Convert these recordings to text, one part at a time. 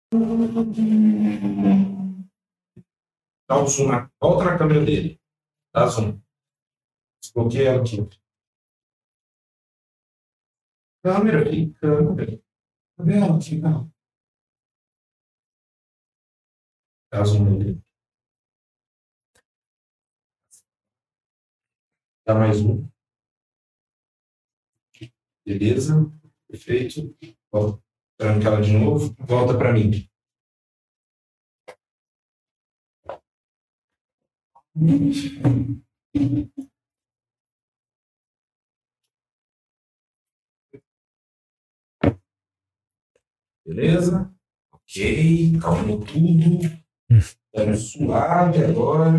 Dá o zoom na outra câmera dele. Dá zoom. Desbloqueia ela aqui. Câmera aqui, câmera. Cadê ela aqui, não? Dá zoom nele. Dá mais um. Beleza. Perfeito. Volta. Tranca ela de novo. Volta para mim. Beleza? Ok. Calmou tudo. Estamos suave agora.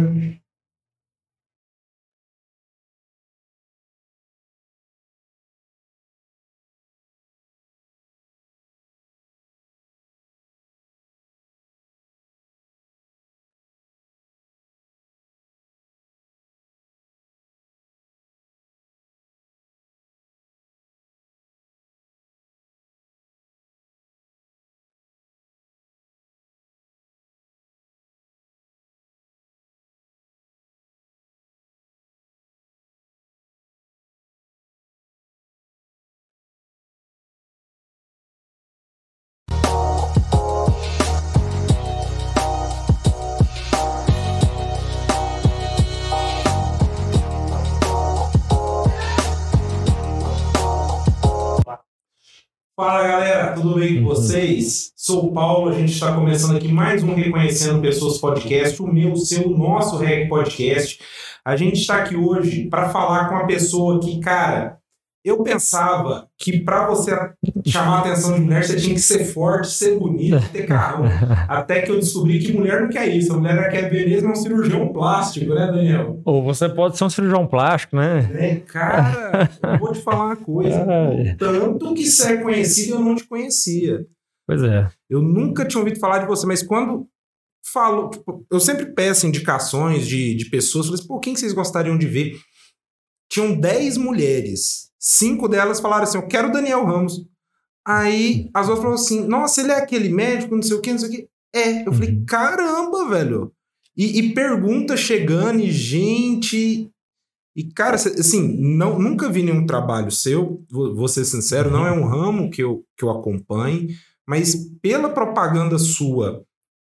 Fala galera, tudo bem com vocês? Sou o Paulo, a gente está começando aqui mais um Reconhecendo Pessoas Podcast, o meu, o seu, o nosso Reg Podcast. A gente está aqui hoje para falar com uma pessoa que, cara, eu pensava que para você chamar a atenção de mulher, você tinha que ser forte, ser bonito, ter carrão. Até que eu descobri que mulher não quer isso, a mulher quer ver mesmo um cirurgião plástico, né, Daniel? Ou você pode ser um cirurgião plástico, né? Cara, eu vou te falar uma coisa. Tanto que você é conhecido, eu não te conhecia. Pois é. Eu nunca tinha ouvido falar de você, mas quando falo, tipo, eu sempre peço indicações de pessoas, falei assim, pô, quem vocês gostariam de ver? Tinham 10 mulheres, 5 delas falaram assim, eu quero o Daniel Ramos. Aí as outras falaram assim, nossa, ele é aquele médico, não sei o que, não sei o que. Eu falei, caramba, velho. E pergunta chegando, e gente... E, cara, assim, nunca vi nenhum trabalho seu, vou ser sincero, não é um ramo que eu acompanhe, mas pela propaganda sua,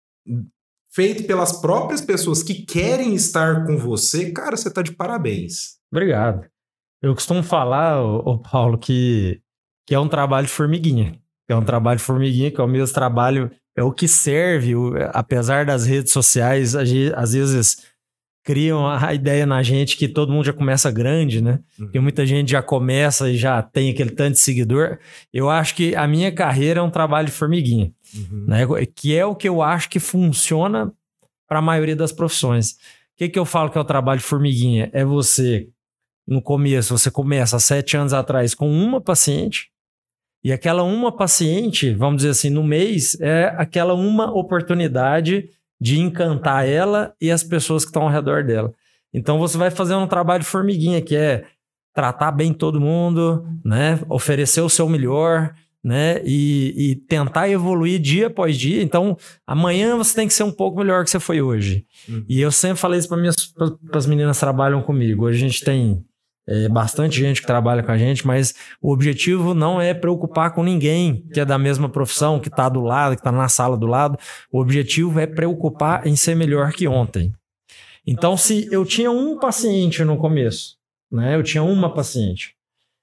feita pelas próprias pessoas que querem estar com você, cara, você tá de parabéns. Obrigado. Eu costumo falar, Paulo, que é um trabalho de formiguinha. É um trabalho de formiguinha, que é o mesmo trabalho, é o que serve, apesar das redes sociais, às vezes criam a ideia na gente que todo mundo já começa grande, né? Porque muita gente já começa e já tem aquele tanto de seguidor. Eu acho que a minha carreira é um trabalho de formiguinha, né? Que é o que eu acho que funciona para a maioria das profissões. O que eu falo que é o trabalho de formiguinha? É você, no começo, você começa há 7 anos atrás com uma paciente, e aquela uma paciente, vamos dizer assim, no mês, é aquela uma oportunidade de encantar ela e as pessoas que estão ao redor dela. Então você vai fazer um trabalho de formiguinha, que é tratar bem todo mundo, né? Oferecer o seu melhor, né? E tentar evoluir dia após dia. Então, amanhã você tem que ser um pouco melhor que você foi hoje. E eu sempre falei isso para as meninas que trabalham comigo. Hoje a gente tem bastante gente que trabalha com a gente, mas o objetivo não é preocupar com ninguém que é da mesma profissão, que está do lado, que está na sala do lado. O objetivo é preocupar em ser melhor que ontem. Então, se eu tinha um paciente no começo, né? Eu tinha uma paciente,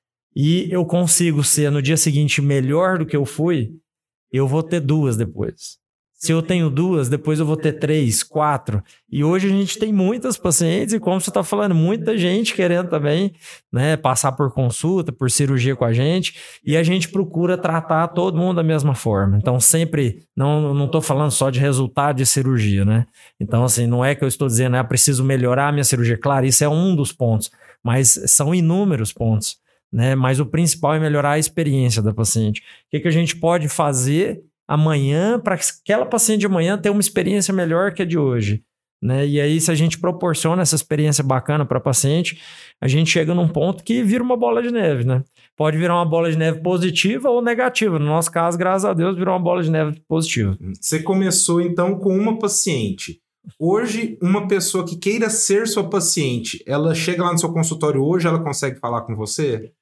e eu consigo ser no dia seguinte melhor do que eu fui, eu vou ter 2 depois. Se eu tenho 2, depois eu vou ter 3, 4. E hoje a gente tem muitas pacientes e, como você está falando, muita gente querendo também, né, passar por consulta, por cirurgia com a gente. E a gente procura tratar todo mundo da mesma forma. Então, sempre, não estou falando só de resultado de cirurgia, né? Então, assim, não é que eu estou dizendo, preciso melhorar a minha cirurgia. Claro, isso é um dos pontos, mas são inúmeros pontos, né? Mas o principal é melhorar a experiência da paciente. O que a gente pode fazer amanhã, para aquela paciente de amanhã ter uma experiência melhor que a de hoje, né? E aí, se a gente proporciona essa experiência bacana para a paciente, a gente chega num ponto que vira uma bola de neve, né? pode virar uma bola de neve positiva ou negativa. No nosso caso, graças a Deus, virou uma bola de neve positiva. Você começou, então, com uma paciente. Hoje, uma pessoa que queira ser sua paciente, ela chega lá no seu consultório hoje, ela consegue falar com você?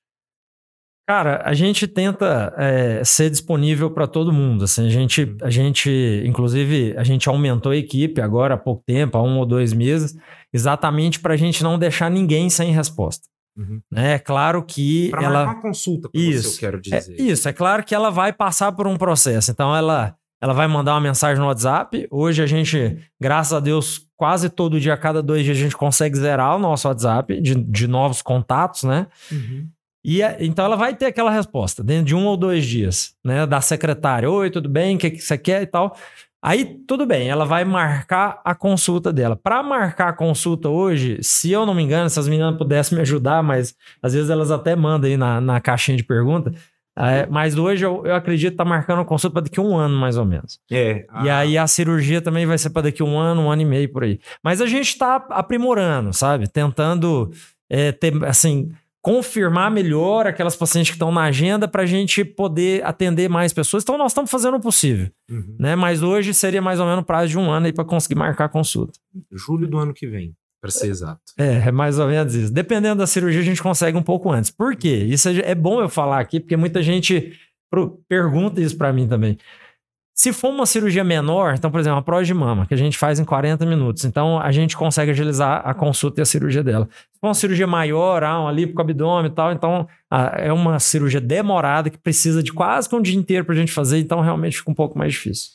Cara, a gente tenta ser disponível para todo mundo. Assim, inclusive, a gente aumentou a equipe agora há pouco tempo, há 1 ou 2 meses, exatamente para a gente não deixar ninguém sem resposta. Né? É claro que pra marcar uma consulta para você, eu quero dizer. É claro que ela vai passar por um processo. Então, ela vai mandar uma mensagem no WhatsApp. Hoje a gente, graças a Deus, quase todo dia, a cada 2 dias, a gente consegue zerar o nosso WhatsApp de novos contatos, né? Então ela vai ter aquela resposta dentro de 1 ou 2 dias, né? Da secretária. Oi, tudo bem? O que você quer e tal? Aí, tudo bem, ela vai marcar a consulta dela. Para marcar a consulta hoje, se eu não me engano, se as meninas pudessem me ajudar, mas às vezes elas até mandam aí na caixinha de pergunta. Mas hoje eu acredito que tá marcando a consulta para daqui a 1 ano, mais ou menos. E aí a cirurgia também vai ser para daqui a 1 ano, 1 ano e meio por aí. Mas a gente tá aprimorando, sabe? Tentando ter, assim, confirmar melhor aquelas pacientes que estão na agenda para a gente poder atender mais pessoas. Então nós estamos fazendo o possível, né? Mas hoje seria mais ou menos prazo de 1 ano aí para conseguir marcar a consulta. Julho do ano que vem. Para ser exato. É mais ou menos isso. Dependendo da cirurgia, a gente consegue um pouco antes. Por quê? Isso é bom eu falar aqui, porque muita gente pergunta isso para mim também. Se for uma cirurgia menor, então, por exemplo, uma prótese de mama, que a gente faz em 40 minutos, então a gente consegue agilizar a consulta e a cirurgia dela. Se for uma cirurgia maior, um ali pro abdômen e tal, então é uma cirurgia demorada que precisa de quase que um dia inteiro pra gente fazer, então realmente fica um pouco mais difícil.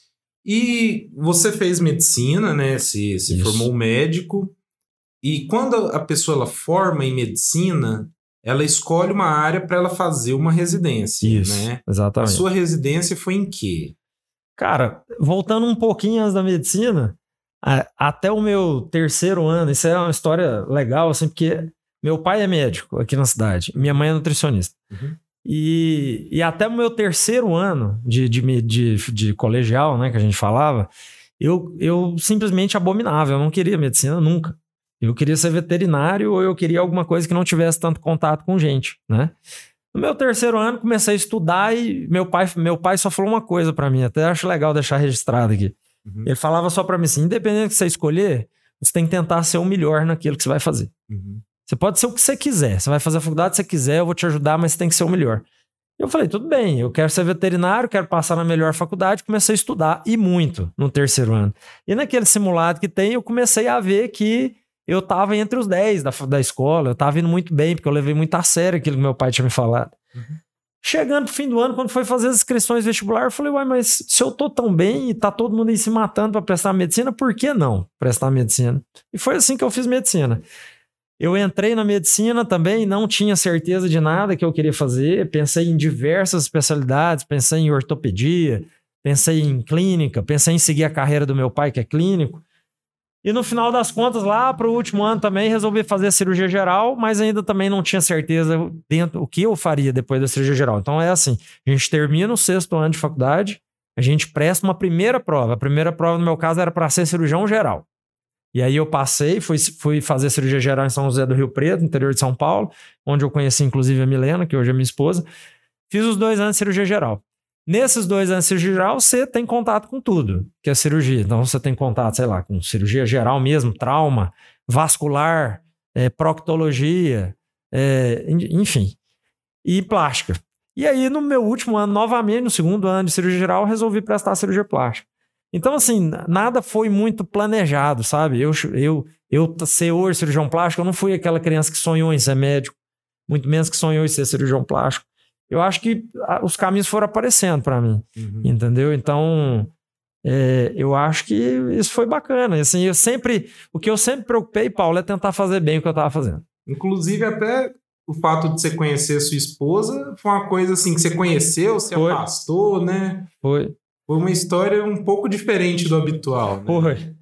E você fez medicina, né? Se formou médico. E quando a pessoa ela forma em medicina, ela escolhe uma área para ela fazer uma residência, né? Exatamente. A sua residência foi em quê? Cara, voltando um pouquinho antes da medicina, até o meu 3º ano, isso é uma história legal, assim, porque meu pai é médico aqui na cidade, minha mãe é nutricionista. E até o meu 3º ano de colegial, né, que a gente falava, eu simplesmente abominava, eu não queria medicina nunca. Eu queria ser veterinário ou eu queria alguma coisa que não tivesse tanto contato com gente, né? No meu 3º ano, comecei a estudar e meu pai só falou uma coisa pra mim, até acho legal deixar registrado aqui. Ele falava só pra mim assim, independente do que você escolher, você tem que tentar ser o melhor naquilo que você vai fazer. Você pode ser o que você quiser, você vai fazer a faculdade que você quiser, eu vou te ajudar, mas você tem que ser o melhor. Eu falei, tudo bem, eu quero ser veterinário, quero passar na melhor faculdade, comecei a estudar, e muito, no 3º ano. E naquele simulado que tem, eu comecei a ver que eu tava entre os 10 da escola, eu tava indo muito bem, porque eu levei muito a sério aquilo que meu pai tinha me falado. Chegando pro fim do ano, quando foi fazer as inscrições vestibular, eu falei, uai, mas se eu tô tão bem e tá todo mundo aí se matando pra prestar medicina, por que não prestar medicina? E foi assim que eu fiz medicina. Eu entrei na medicina também, não tinha certeza de nada que eu queria fazer, pensei em diversas especialidades, pensei em ortopedia, pensei em clínica, pensei em seguir a carreira do meu pai, que é clínico. E no final das contas, lá para o último ano também, resolvi fazer a cirurgia geral, mas ainda também não tinha certeza o que eu faria depois da cirurgia geral. Então é assim, a gente termina o 6º ano de faculdade, a gente presta uma primeira prova. A primeira prova, no meu caso, era para ser cirurgião geral. E aí eu passei, fui fazer cirurgia geral em São José do Rio Preto, interior de São Paulo, onde eu conheci inclusive a Milena, que hoje é minha esposa. Fiz os 2 anos de cirurgia geral. Nesses 2 anos de cirurgia geral, você tem contato com tudo, que é cirurgia. Então, você tem contato, sei lá, com cirurgia geral mesmo, trauma, vascular, proctologia, enfim, e plástica. E aí, no meu último ano, novamente, no 2º ano de cirurgia geral, resolvi prestar cirurgia plástica. Então, assim, nada foi muito planejado, sabe? Eu ser hoje cirurgião plástico, eu não fui aquela criança que sonhou em ser médico, muito menos que sonhou em ser cirurgião plástico. Eu acho que os caminhos foram aparecendo para mim, entendeu? Então, eu acho que isso foi bacana. Assim, o que eu sempre preocupei, Paulo, é tentar fazer bem o que eu estava fazendo. Inclusive, até o fato de você conhecer a sua esposa foi uma coisa assim que você conheceu, se afastou, né? Foi uma história um pouco diferente do habitual, né? Foi.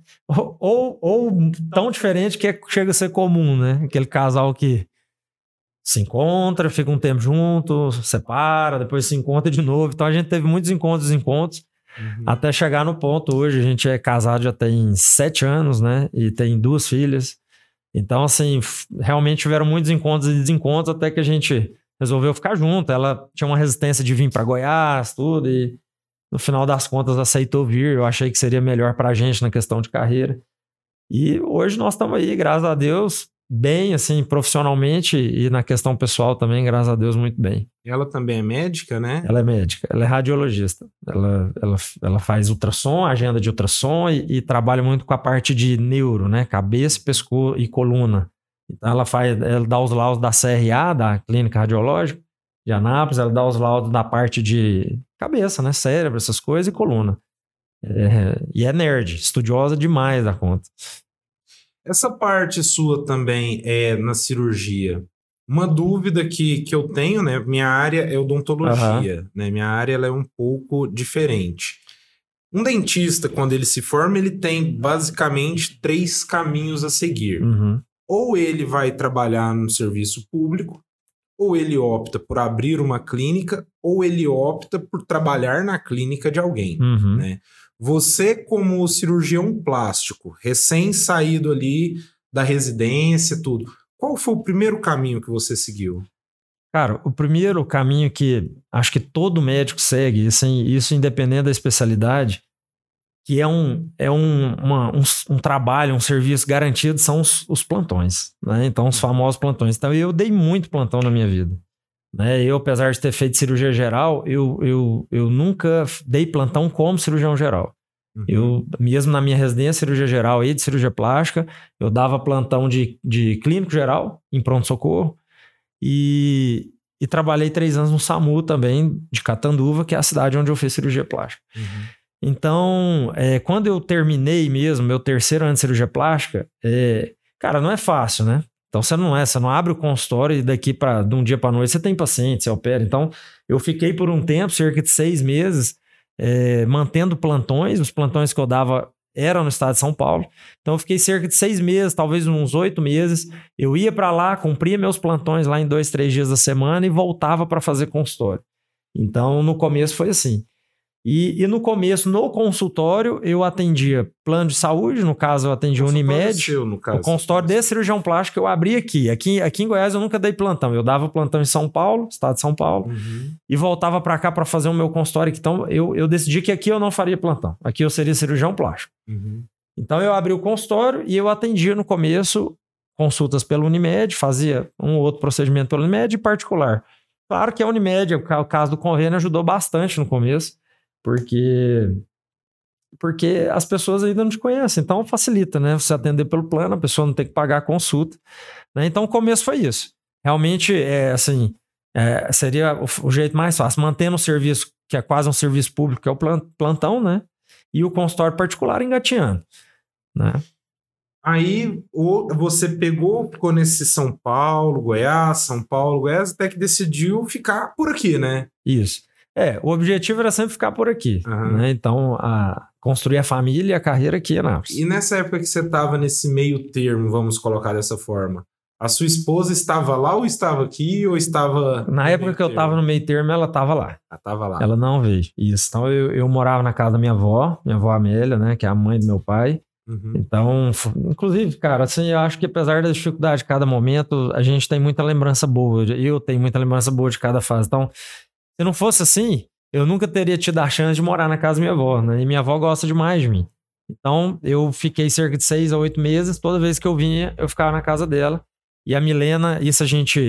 Ou tão diferente que chega a ser comum, né? Aquele casal que se encontra, fica um tempo junto, separa, depois se encontra de novo. Então a gente teve muitos encontros, até chegar no ponto hoje. A gente é casado já tem 7 anos, né? E tem 2 filhas. Então, assim, realmente tiveram muitos encontros e desencontros até que a gente resolveu ficar junto. Ela tinha uma resistência de vir para Goiás, tudo, e no final das contas aceitou vir. Eu achei que seria melhor para a gente na questão de carreira. E hoje nós estamos aí, graças a Deus, bem, assim, profissionalmente e na questão pessoal também, graças a Deus, muito bem. Ela também é médica, né? Ela é médica, ela é radiologista. Ela faz ultrassom, agenda de ultrassom e trabalha muito com a parte de neuro, né? Cabeça, pescoço e coluna. Então ela dá os laudos da CRA, da Clínica Radiológica de Anápolis, ela dá os laudos da parte de cabeça, né? Cérebro, essas coisas e coluna. E é nerd, estudiosa demais da conta. Essa parte sua também é na cirurgia. Uma dúvida que eu tenho, né? Minha área é odontologia, né? Minha área ela é um pouco diferente. Um dentista, quando ele se forma, ele tem basicamente 3 caminhos a seguir. Ou ele vai trabalhar no serviço público, ou ele opta por abrir uma clínica, ou ele opta por trabalhar na clínica de alguém, né? Você, como cirurgião plástico, recém-saído ali da residência, tudo, qual foi o primeiro caminho que você seguiu? Cara, o primeiro caminho que acho que todo médico segue, assim, isso independente da especialidade, que é um trabalho, um serviço garantido, são os plantões, né? Então, os famosos plantões. Então, eu dei muito plantão na minha vida. Né? Eu, apesar de ter feito cirurgia geral, eu nunca dei plantão como cirurgião geral. Eu, mesmo na minha residência, cirurgia geral e de cirurgia plástica, eu dava plantão de clínico geral, em pronto-socorro, e trabalhei 3 anos no SAMU também, de Catanduva, que é a cidade onde eu fiz cirurgia plástica. Então, quando eu terminei mesmo, meu 3º ano de cirurgia plástica, cara, não é fácil, né? Então, você não abre o consultório e daqui de um dia para noite você tem paciente, você opera. Então, eu fiquei por um tempo, cerca de 6 meses, mantendo plantões. Os plantões que eu dava eram no estado de São Paulo. Então, eu fiquei cerca de 6 meses, talvez uns 8 meses. Eu ia para lá, cumpria meus plantões lá em 2, 3 dias da semana e voltava para fazer consultório. Então, no começo foi assim. E no começo, no consultório, eu atendia plano de saúde, no caso eu atendia Unimed. O consultório de cirurgião plástico eu abri aqui. Aqui em Goiás eu nunca dei plantão. Eu dava plantão em São Paulo, estado de São Paulo, e voltava para cá para fazer o meu consultório. Então eu decidi que aqui eu não faria plantão. Aqui eu seria cirurgião plástico. Então eu abri o consultório e eu atendia no começo consultas pela Unimed, fazia um ou outro procedimento pela Unimed e particular. Claro que a Unimed, o caso do convênio, ajudou bastante no começo. Porque as pessoas ainda não te conhecem, então facilita, né? Você atender pelo plano, a pessoa não tem que pagar a consulta, né? Então o começo foi isso. Realmente, seria o jeito mais fácil, mantendo o serviço, que é quase um serviço público, que é o plantão, né? E o consultório particular engateando, né? Aí você ficou nesse São Paulo, Goiás, até que decidiu ficar por aqui, né? Isso. O objetivo era sempre ficar por aqui, né? Então, construir a família e a carreira aqui em Anápolis. E nessa época que você estava nesse meio termo, vamos colocar dessa forma, a sua esposa estava lá ou estava aqui ou estava... Na época que eu estava no meio termo, ela estava lá. Ela estava lá. Ela não veio. Isso. Então, eu morava na casa da minha avó Amélia, né? Que é a mãe do meu pai. Então, inclusive, cara, assim, eu acho que apesar da dificuldade de cada momento, a gente tem muita lembrança boa. Eu tenho muita lembrança boa de cada fase. Então, se não fosse assim, eu nunca teria tido a chance de morar na casa da minha avó, né? E minha avó gosta demais de mim. Então, eu fiquei cerca de 6 a 8 meses. Toda vez que eu vinha, eu ficava na casa dela. E a Milena, isso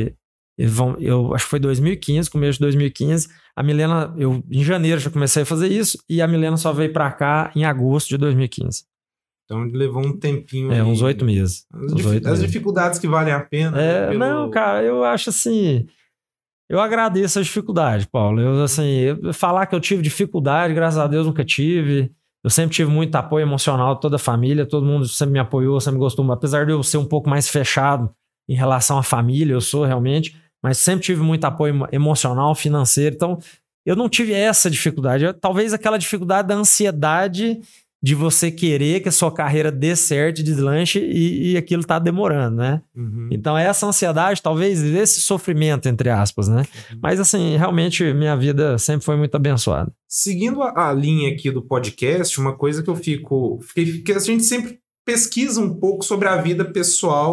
eu acho que foi 2015, começo de 2015. A Milena, em janeiro já comecei a fazer isso. E a Milena só veio pra cá em agosto de 2015. Então, levou um tempinho. Uns 8 meses. As dificuldades que valem a pena. Não, cara, eu acho assim... Eu agradeço a dificuldade, Paulo. Falar que eu tive dificuldade, graças a Deus nunca tive. Eu sempre tive muito apoio emocional de toda a família. Todo mundo sempre me apoiou, sempre gostou. Apesar de eu ser um pouco mais fechado em relação à família, eu sou realmente. Mas sempre tive muito apoio emocional, financeiro. Então, eu não tive essa dificuldade. Talvez aquela dificuldade da ansiedade de você querer que a sua carreira dê certo, deslanche e aquilo tá demorando, né? Então, essa ansiedade, talvez esse sofrimento, entre aspas, né? Mas, assim, realmente, minha vida sempre foi muito abençoada. Seguindo a linha aqui do podcast, uma coisa que eu que a gente sempre pesquisa um pouco sobre a vida pessoal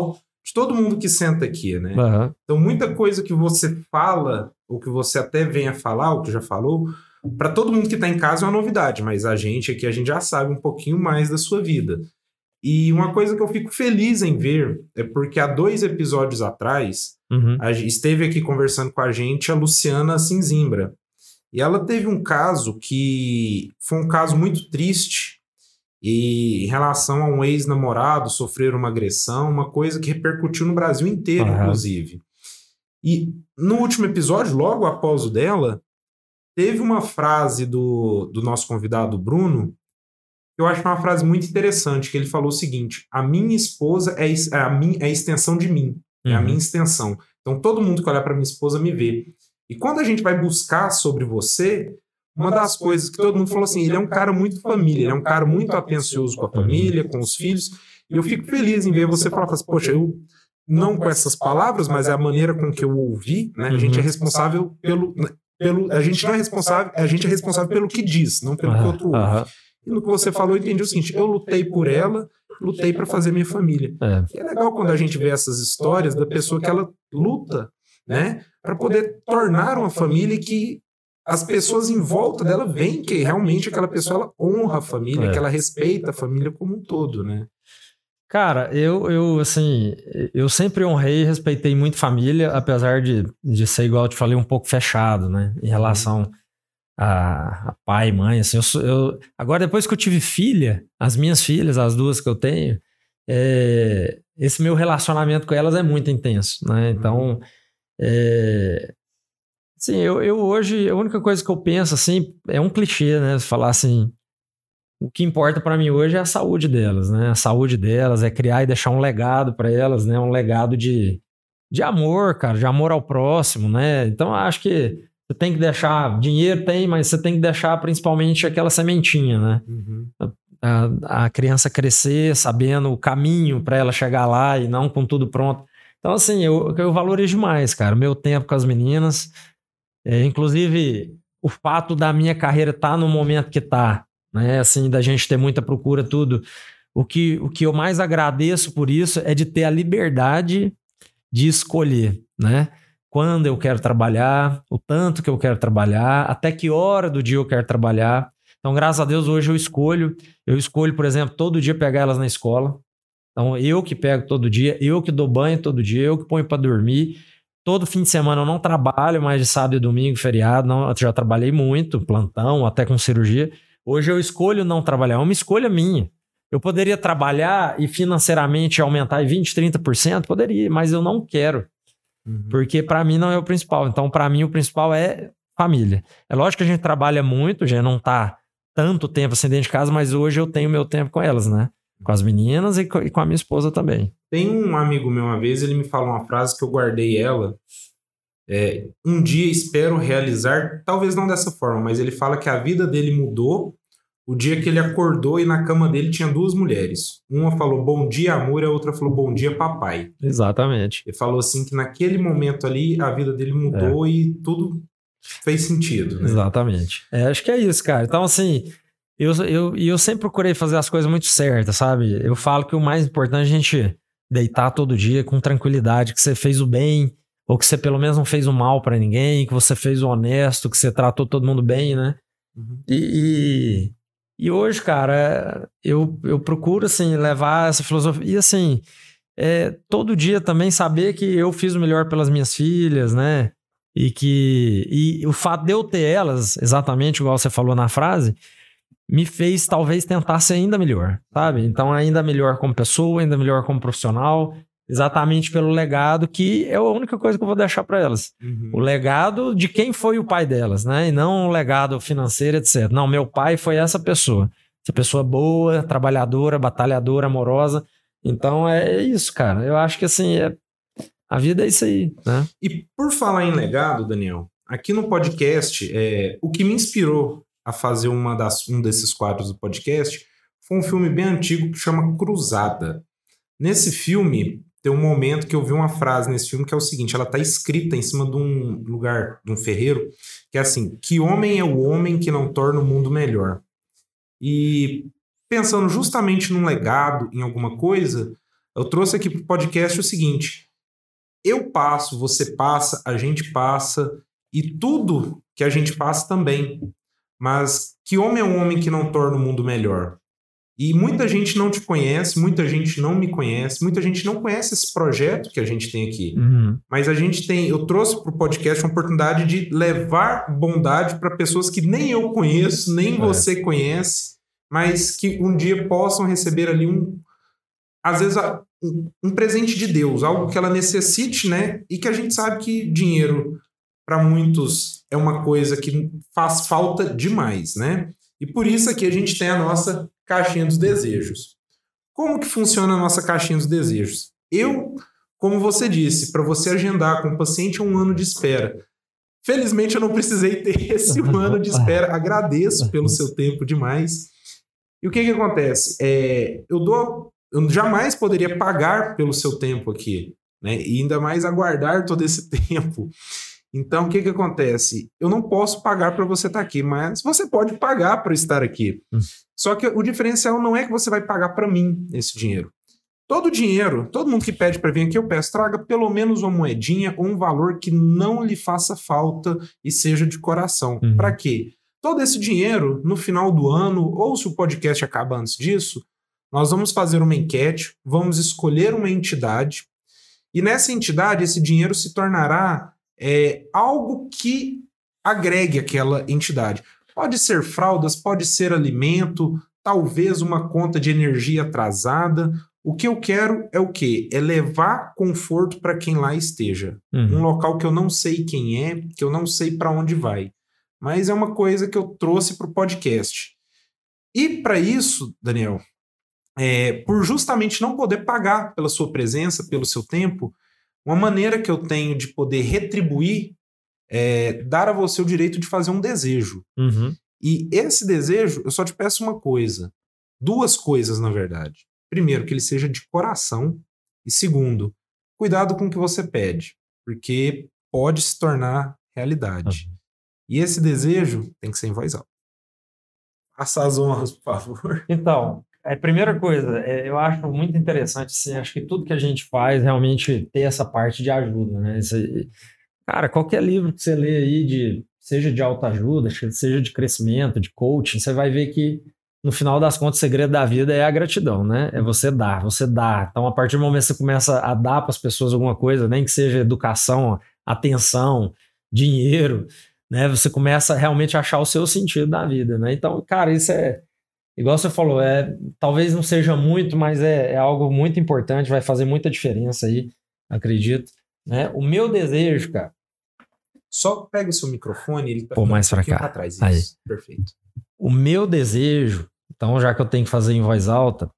de todo mundo que senta aqui, né? Uhum. Então, muita coisa que você fala, ou que você até vem a falar, ou que já falou, para todo mundo que está em casa é uma novidade, mas a gente aqui, a gente já sabe um pouquinho mais da sua vida. E uma coisa que eu fico feliz em ver é porque há 2 episódios atrás, esteve aqui conversando com a gente a Luciana Cinzimbra. E ela teve um caso que foi um caso muito triste, e em relação a um ex-namorado sofrer uma agressão, uma coisa que repercutiu no Brasil inteiro, inclusive. E no último episódio, logo após o dela, teve uma frase do nosso convidado Bruno, que eu acho uma frase muito interessante, que ele falou o seguinte: a minha esposa é a extensão de mim, é a minha extensão. Então todo mundo que olhar para minha esposa me vê. E quando a gente vai buscar sobre você, uma das coisas que todo mundo falou assim, ele é um cara muito família, ele é um cara muito atencioso com a família, com os filhos, e eu fico feliz em ver você falar assim, poxa, eu não com essas palavras, mas é a maneira com que eu ouvi, né? A gente é responsável a gente não é responsável, a gente é responsável pelo que diz, não pelo que o outro ouve. E no que você falou, eu entendi o seguinte, eu lutei por ela, lutei para fazer minha família. E é legal quando a gente vê essas histórias da pessoa que ela luta, né, para poder tornar uma família que as pessoas em volta dela veem que realmente aquela pessoa ela honra a família, que ela respeita a família como um todo, né? Cara, eu sempre honrei e respeitei muito família, apesar de ser, igual eu te falei, um pouco fechado, né, em relação a pai e mãe, assim, agora depois que eu tive filha, as minhas filhas, as 2 que eu tenho, esse meu relacionamento com elas é muito intenso, né, então, assim, eu hoje, a única coisa que eu penso, assim, é um clichê, né, falar assim, o que importa para mim hoje é a saúde delas, né, a saúde delas, é criar e deixar um legado para elas, né, um legado de amor, cara, de amor ao próximo, né, então eu acho que você tem que deixar, dinheiro tem, mas você tem que deixar principalmente aquela sementinha, né? A criança crescer sabendo o caminho para ela chegar lá e não com tudo pronto. Então, assim, eu valorizo demais, cara, o meu tempo com as meninas. Inclusive, o fato da minha carreira estar no momento que está, né? Assim, da gente ter muita procura, tudo. O que eu mais agradeço por isso é de ter a liberdade de escolher, né? Quando eu quero trabalhar, o tanto que eu quero trabalhar, até que hora do dia eu quero trabalhar. Então, graças a Deus, hoje eu escolho, por exemplo, todo dia pegar elas na escola. Então, eu que pego todo dia, eu que dou banho todo dia, eu que ponho para dormir. Todo fim de semana eu não trabalho mais de sábado e domingo, feriado, não, eu já trabalhei muito, plantão, até com cirurgia. Hoje eu escolho não trabalhar, é uma escolha minha. Eu poderia trabalhar e financeiramente aumentar em 20%, 30%? Poderia, mas eu não quero. Porque para mim não é o principal. Então, para mim, o principal é família. É lógico que a gente trabalha muito, já não tá tanto tempo assim dentro de casa, mas hoje eu tenho meu tempo com elas, né? Com as meninas e com a minha esposa também. Tem um amigo meu uma vez, ele me falou uma frase que eu guardei ela. Um dia espero realizar, talvez não dessa forma, mas ele fala que a vida dele mudou o dia que ele acordou e na cama dele tinha 2 mulheres. Uma falou bom dia, amor, e a outra falou bom dia, papai. Exatamente. Ele falou assim que naquele momento ali a vida dele mudou e tudo fez sentido, né? Exatamente. Acho que é isso, cara. Então, assim, eu sempre procurei fazer as coisas muito certas, sabe? Eu falo que o mais importante é a gente deitar todo dia com tranquilidade, que você fez o bem, ou que você pelo menos não fez o mal pra ninguém, que você fez o honesto, que você tratou todo mundo bem, né? E hoje, cara, eu procuro, assim, levar essa filosofia. E, assim, todo dia também saber que eu fiz o melhor pelas minhas filhas, né? E o fato de eu ter elas, exatamente igual você falou na frase, me fez talvez tentar ser ainda melhor, sabe? Então, ainda melhor como pessoa, ainda melhor como profissional, exatamente pelo legado que é a única coisa que eu vou deixar para elas. O legado de quem foi o pai delas, né? E não o legado financeiro, etc. Não, meu pai foi essa pessoa boa, trabalhadora, batalhadora, amorosa. Então, é isso, cara. Eu acho que, assim, a vida é isso aí, né? E por falar em legado, Daniel, aqui no podcast, o que me inspirou a fazer um desses quadros do podcast foi um filme bem antigo que chama Cruzada. Nesse filme, tem um momento que eu vi uma frase nesse filme que é o seguinte, ela está escrita em cima de um lugar, de um ferreiro, que é assim, que homem é o homem que não torna o mundo melhor? E pensando justamente num legado, em alguma coisa, Eu trouxe aqui para o podcast o seguinte: eu passo, você passa, a gente passa, e tudo que a gente passa também. Mas que homem é um homem que não torna o mundo melhor? E muita gente não te conhece, muita gente não me conhece, muita gente não conhece esse projeto que a gente tem aqui. Mas eu trouxe para o podcast uma oportunidade de levar bondade para pessoas que nem eu conheço, nem você conhece, mas que um dia possam receber ali às vezes, um presente de Deus, algo que ela necessite, né? E que a gente sabe que dinheiro, para muitos, é uma coisa que faz falta demais, né? E por isso aqui a gente tem a nossa caixinha dos desejos. Como que funciona a nossa caixinha dos desejos? Como você disse, para você agendar com o paciente 1 ano de espera. Felizmente eu não precisei ter esse 1 ano de espera. Agradeço pelo seu tempo demais. E o que acontece? Eu jamais poderia pagar pelo seu tempo aqui, né? E ainda mais aguardar todo esse tempo. Então, o que acontece? Eu não posso pagar para você estar aqui, mas você pode pagar para estar aqui. Só que o diferencial não é que você vai pagar para mim esse dinheiro. Todo mundo que pede para vir aqui, eu peço, traga pelo menos uma moedinha ou um valor que não lhe faça falta e seja de coração. Para quê? Todo esse dinheiro, no final do ano, ou se o podcast acaba antes disso, nós vamos fazer uma enquete, vamos escolher uma entidade, e nessa entidade esse dinheiro se tornará algo que agregue aquela entidade. Pode ser fraldas, pode ser alimento, talvez uma conta de energia atrasada. O que eu quero é o quê? É levar conforto para quem lá esteja. Um local que eu não sei quem é, que eu não sei para onde vai. Mas é uma coisa que eu trouxe para o podcast. E para isso, Daniel, por justamente não poder pagar pela sua presença, pelo seu tempo, uma maneira que eu tenho de poder retribuir é dar a você o direito de fazer um desejo. E esse desejo, eu só te peço uma coisa. 2 coisas, na verdade. Primeiro, que ele seja de coração. E segundo, cuidado com o que você pede, porque pode se tornar realidade. E esse desejo tem que ser em voz alta. Faça as honras, por favor. Então, a primeira coisa, eu acho muito interessante, assim, acho que tudo que a gente faz realmente ter essa parte de ajuda, né? Cara, qualquer livro que você lê aí, seja de autoajuda, seja de crescimento, de coaching, você vai ver que, no final das contas, o segredo da vida é a gratidão, né? É você dar, você dá. Então, a partir do momento que você começa a dar para as pessoas alguma coisa, nem que seja educação, atenção, dinheiro, né? Você começa realmente a achar o seu sentido da vida, né? Então, cara, isso igual você falou, talvez não seja muito, mas é algo muito importante, vai fazer muita diferença aí, acredito. Né? O meu desejo, cara... Só pega o seu microfone, ele tá mais pra cá. Pra trás, isso. Aí. Perfeito. O meu desejo, então já que eu tenho que fazer em voz alta,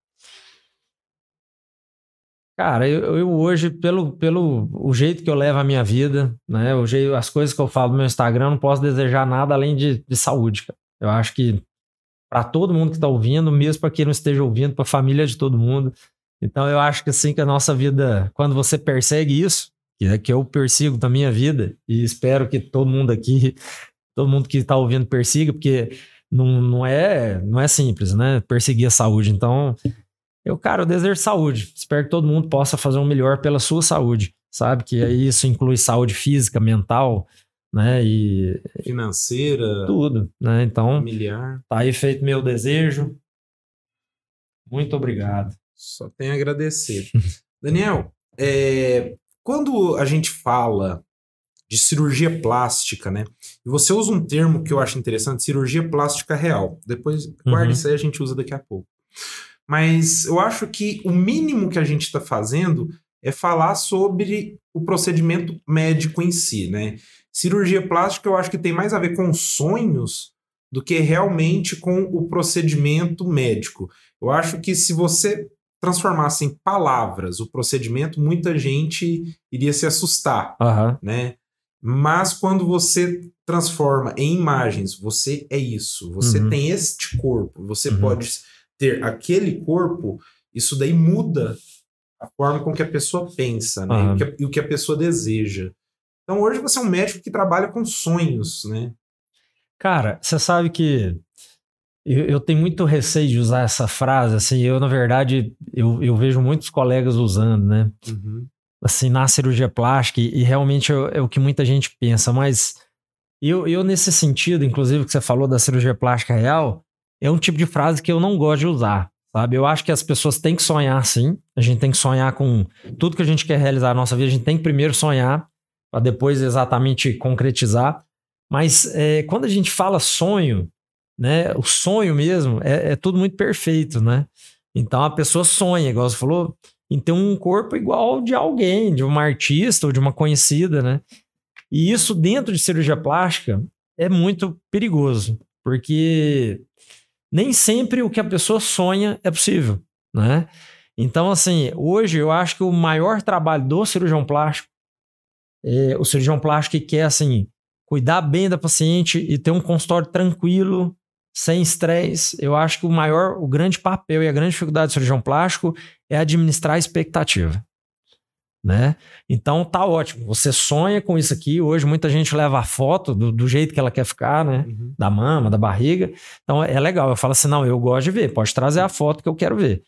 cara, eu hoje, pelo o jeito que eu levo a minha vida, né, as coisas que eu falo no meu Instagram, eu não posso desejar nada além de saúde, cara. Eu acho que para todo mundo que está ouvindo, mesmo para quem não esteja ouvindo, para a família de todo mundo. Então eu acho que assim, que a nossa vida, quando você persegue isso, que eu persigo da minha vida, e espero que todo mundo aqui, todo mundo que está ouvindo persiga, porque não é simples, né? Perseguir a saúde. Então, eu desejo saúde. Espero que todo mundo possa fazer o melhor pela sua saúde, sabe? Que aí isso inclui saúde física, mental, né? E financeira, tudo, né? Então, familiar. Tá aí feito meu desejo. Muito obrigado. Só tenho a agradecer. Daniel, quando a gente fala de cirurgia plástica, né? E você usa um termo que eu acho interessante, cirurgia plástica real. Depois, guarda isso aí, a gente usa daqui a pouco. Mas eu acho que o mínimo que a gente está fazendo é falar sobre o procedimento médico em si, né? Cirurgia plástica eu acho que tem mais a ver com sonhos do que realmente com o procedimento médico. Eu acho que se você transformasse em palavras o procedimento, muita gente iria se assustar, né? Mas quando você transforma em imagens, você é isso, você tem este corpo, você pode ter aquele corpo, isso daí muda a forma com que a pessoa pensa, né? E o que a pessoa deseja. Então hoje você é um médico que trabalha com sonhos, né? Cara, você sabe que Eu tenho muito receio de usar essa frase, assim, na verdade, eu vejo muitos colegas usando, né? Uhum. Assim, na cirurgia plástica, e realmente é o que muita gente pensa, mas eu nesse sentido, inclusive, que você falou da cirurgia plástica real, é um tipo de frase que eu não gosto de usar, sabe? Eu acho que as pessoas têm que sonhar, sim, a gente tem que sonhar com tudo que a gente quer realizar na nossa vida, a gente tem que primeiro sonhar, para depois exatamente concretizar, mas quando a gente fala sonho, né? O sonho mesmo é tudo muito perfeito, né? Então a pessoa sonha, igual você falou, em ter um corpo igual de alguém, de uma artista ou de uma conhecida, né? E isso dentro de cirurgia plástica é muito perigoso, porque nem sempre o que a pessoa sonha é possível, né? Então, assim, hoje eu acho que o maior trabalho do cirurgião plástico é o cirurgião plástico que quer, assim, cuidar bem da paciente e ter um consultório tranquilo, sem estresse. Eu acho que o grande papel e a grande dificuldade do cirurgião plástico é administrar a expectativa, né? Então tá ótimo, você sonha com isso aqui. Hoje muita gente leva a foto do jeito que ela quer ficar, né? Uhum. Da mama, da barriga. Então é legal, eu falo assim, não, eu gosto de ver, pode trazer a foto que eu quero ver.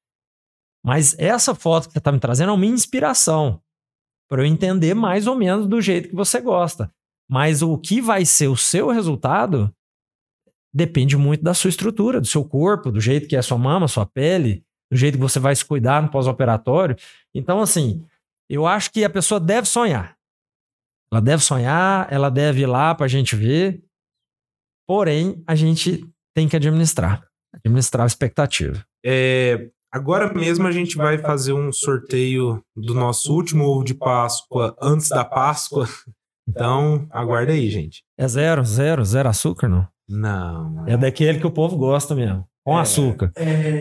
Mas essa foto que você tá me trazendo é uma inspiração para eu entender mais ou menos do jeito que você gosta. Mas o que vai ser o seu resultado depende muito da sua estrutura, do seu corpo, do jeito que é a sua mama, sua pele, do jeito que você vai se cuidar no pós-operatório. Então, assim, eu acho que a pessoa deve sonhar. Ela deve sonhar, ela deve ir lá para a gente ver. Porém, a gente tem que administrar a expectativa. Agora mesmo a gente vai fazer um sorteio do nosso último ovo de Páscoa antes da Páscoa. Então, aguarda aí, gente. É zero açúcar, não? Não. É daquele que o povo gosta mesmo, com açúcar.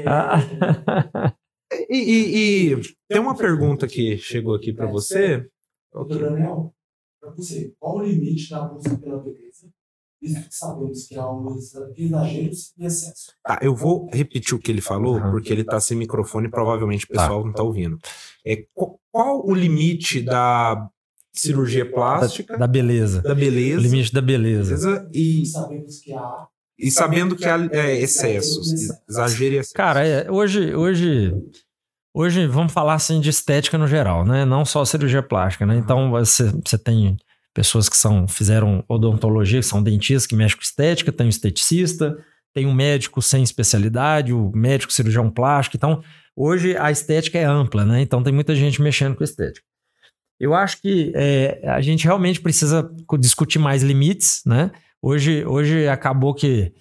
E tem uma pergunta que chegou aqui para você. Doutor Daniel, para você, qual o limite da busca pela beleza? Visto que sabemos que há exageros e excesso. Tá, eu vou repetir o que ele falou, porque ele tá sem microfone e provavelmente o pessoal não tá ouvindo. Qual o limite da cirurgia plástica? Da beleza. Da beleza. O limite da beleza. E sabemos que há... E sabendo que há excessos, exagero e excesso. Cara, hoje vamos falar assim de estética no geral, né? Não só cirurgia plástica, né? Então você tem pessoas que fizeram odontologia, que são dentistas, que mexem com estética, tem um esteticista, tem um médico sem especialidade, o médico cirurgião plástico. Então, hoje a estética é ampla, né? Então tem muita gente mexendo com estética. Eu acho que a gente realmente precisa discutir mais limites, né? Hoje acabou que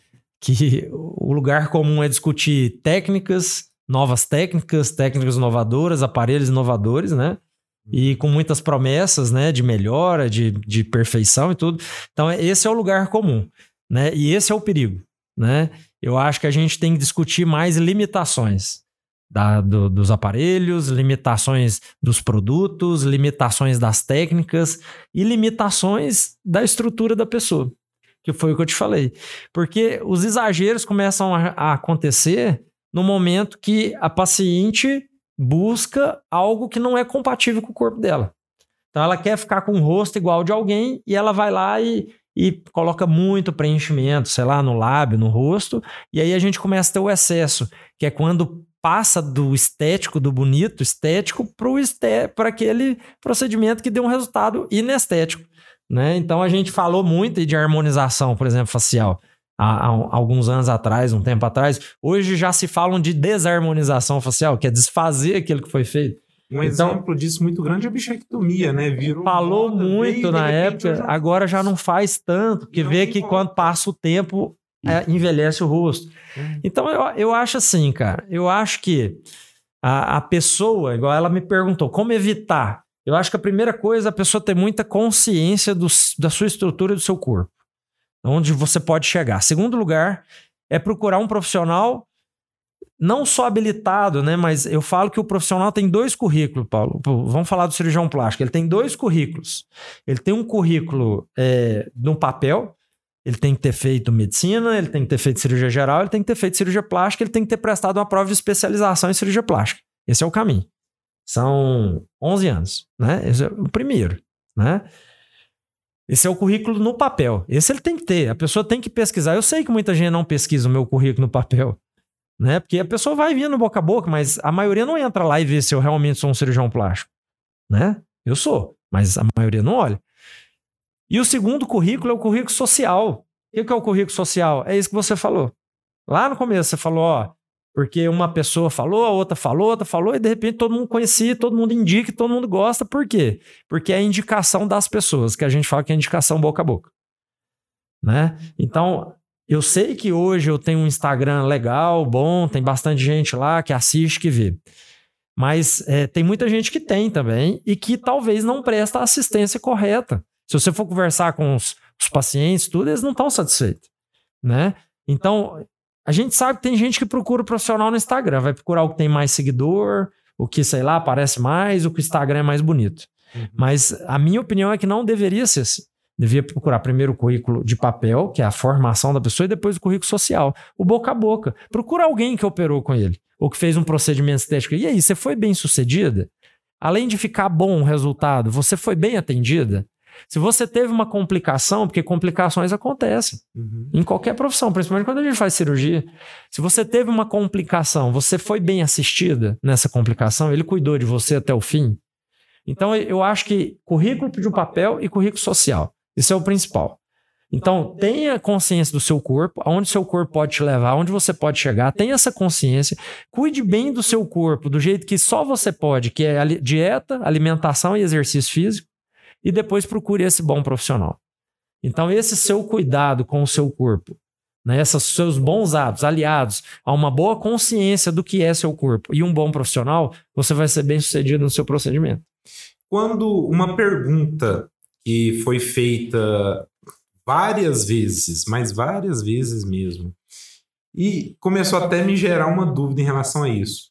o lugar comum é discutir novas técnicas inovadoras, aparelhos inovadores, né? E com muitas promessas, né? De melhora, de perfeição e tudo. Então, esse é o lugar comum, né? E esse é o perigo, né? Eu acho que a gente tem que discutir mais limitações dos aparelhos, limitações dos produtos, limitações das técnicas e limitações da estrutura da pessoa, que foi o que eu te falei. Porque os exageros começam a acontecer no momento que a paciente busca algo que não é compatível com o corpo dela. Então ela quer ficar com o rosto igual de alguém e ela vai lá e coloca muito preenchimento, sei lá, no lábio, no rosto, e aí a gente começa a ter o excesso, que é quando passa do estético, do bonito estético, para aquele procedimento que deu um resultado inestético, né? Então a gente falou muito de harmonização, por exemplo, facial, há alguns anos atrás, um tempo atrás. Hoje já se falam de desarmonização facial, que é desfazer aquilo que foi feito. Um exemplo disso muito grande é a bichectomia, né? Falou muito na época, agora já não faz tanto, porque vê que quando passa o tempo, envelhece o rosto. Então eu acho assim, cara, eu acho que a pessoa, igual ela me perguntou, como evitar? Eu acho que a primeira coisa é a pessoa ter muita consciência da sua estrutura e do seu corpo, onde você pode chegar. Segundo lugar, é procurar um profissional não só habilitado, né? Mas eu falo que o profissional tem 2 currículos, Paulo. Vamos falar do cirurgião plástico. Ele tem 2 currículos. Ele tem um currículo no papel. Ele tem que ter feito medicina, ele tem que ter feito cirurgia geral, ele tem que ter feito cirurgia plástica, ele tem que ter prestado uma prova de especialização em cirurgia plástica. Esse é o caminho. São 11 anos, né? Esse é o primeiro, né? Esse é o currículo no papel. Esse ele tem que ter. A pessoa tem que pesquisar. Eu sei que muita gente não pesquisa o meu currículo no papel, né? Porque a pessoa vai vindo boca a boca, mas a maioria não entra lá e vê se eu realmente sou um cirurgião plástico, né? Eu sou, mas a maioria não olha. E o segundo currículo é o currículo social. O que é o currículo social? É isso que você falou. Lá no começo você falou, ó, porque uma pessoa falou, a outra falou, e de repente todo mundo conhecia, todo mundo indica, todo mundo gosta. Por quê? Porque é a indicação das pessoas, que a gente fala que é indicação boca a boca, né? Então, eu sei que hoje eu tenho um Instagram legal, bom, tem bastante gente lá que assiste, que vê. Mas tem muita gente que tem também e que talvez não presta a assistência correta. Se você for conversar com os pacientes, tudo, eles não estão satisfeitos, né? Então, a gente sabe que tem gente que procura o profissional no Instagram, vai procurar o que tem mais seguidor, o que, sei lá, aparece mais, o que o Instagram é mais bonito. Mas a minha opinião é que não deveria ser assim. Devia procurar primeiro o currículo de papel, que é a formação da pessoa, e depois o currículo social. O boca a boca. Procura alguém que operou com ele, ou que fez um procedimento estético. E aí, você foi bem sucedida? Além de ficar bom o resultado, você foi bem atendida? Se você teve uma complicação, porque complicações acontecem em qualquer profissão, principalmente quando a gente faz cirurgia. Se você teve uma complicação, você foi bem assistida nessa complicação, ele cuidou de você até o fim. Então, eu acho que currículo de um papel e currículo social, isso é o principal. Então, tenha consciência do seu corpo, aonde seu corpo pode te levar, aonde você pode chegar, tenha essa consciência, cuide bem do seu corpo, do jeito que só você pode, que é dieta, alimentação e exercício físico, e depois procure esse bom profissional. Então, esse seu cuidado com o seu corpo, né, esses seus bons hábitos, aliados a uma boa consciência do que é seu corpo e um bom profissional, você vai ser bem sucedido no seu procedimento. Quando uma pergunta que foi feita várias vezes, mas várias vezes mesmo, e começou até a me gerar uma dúvida em relação a isso.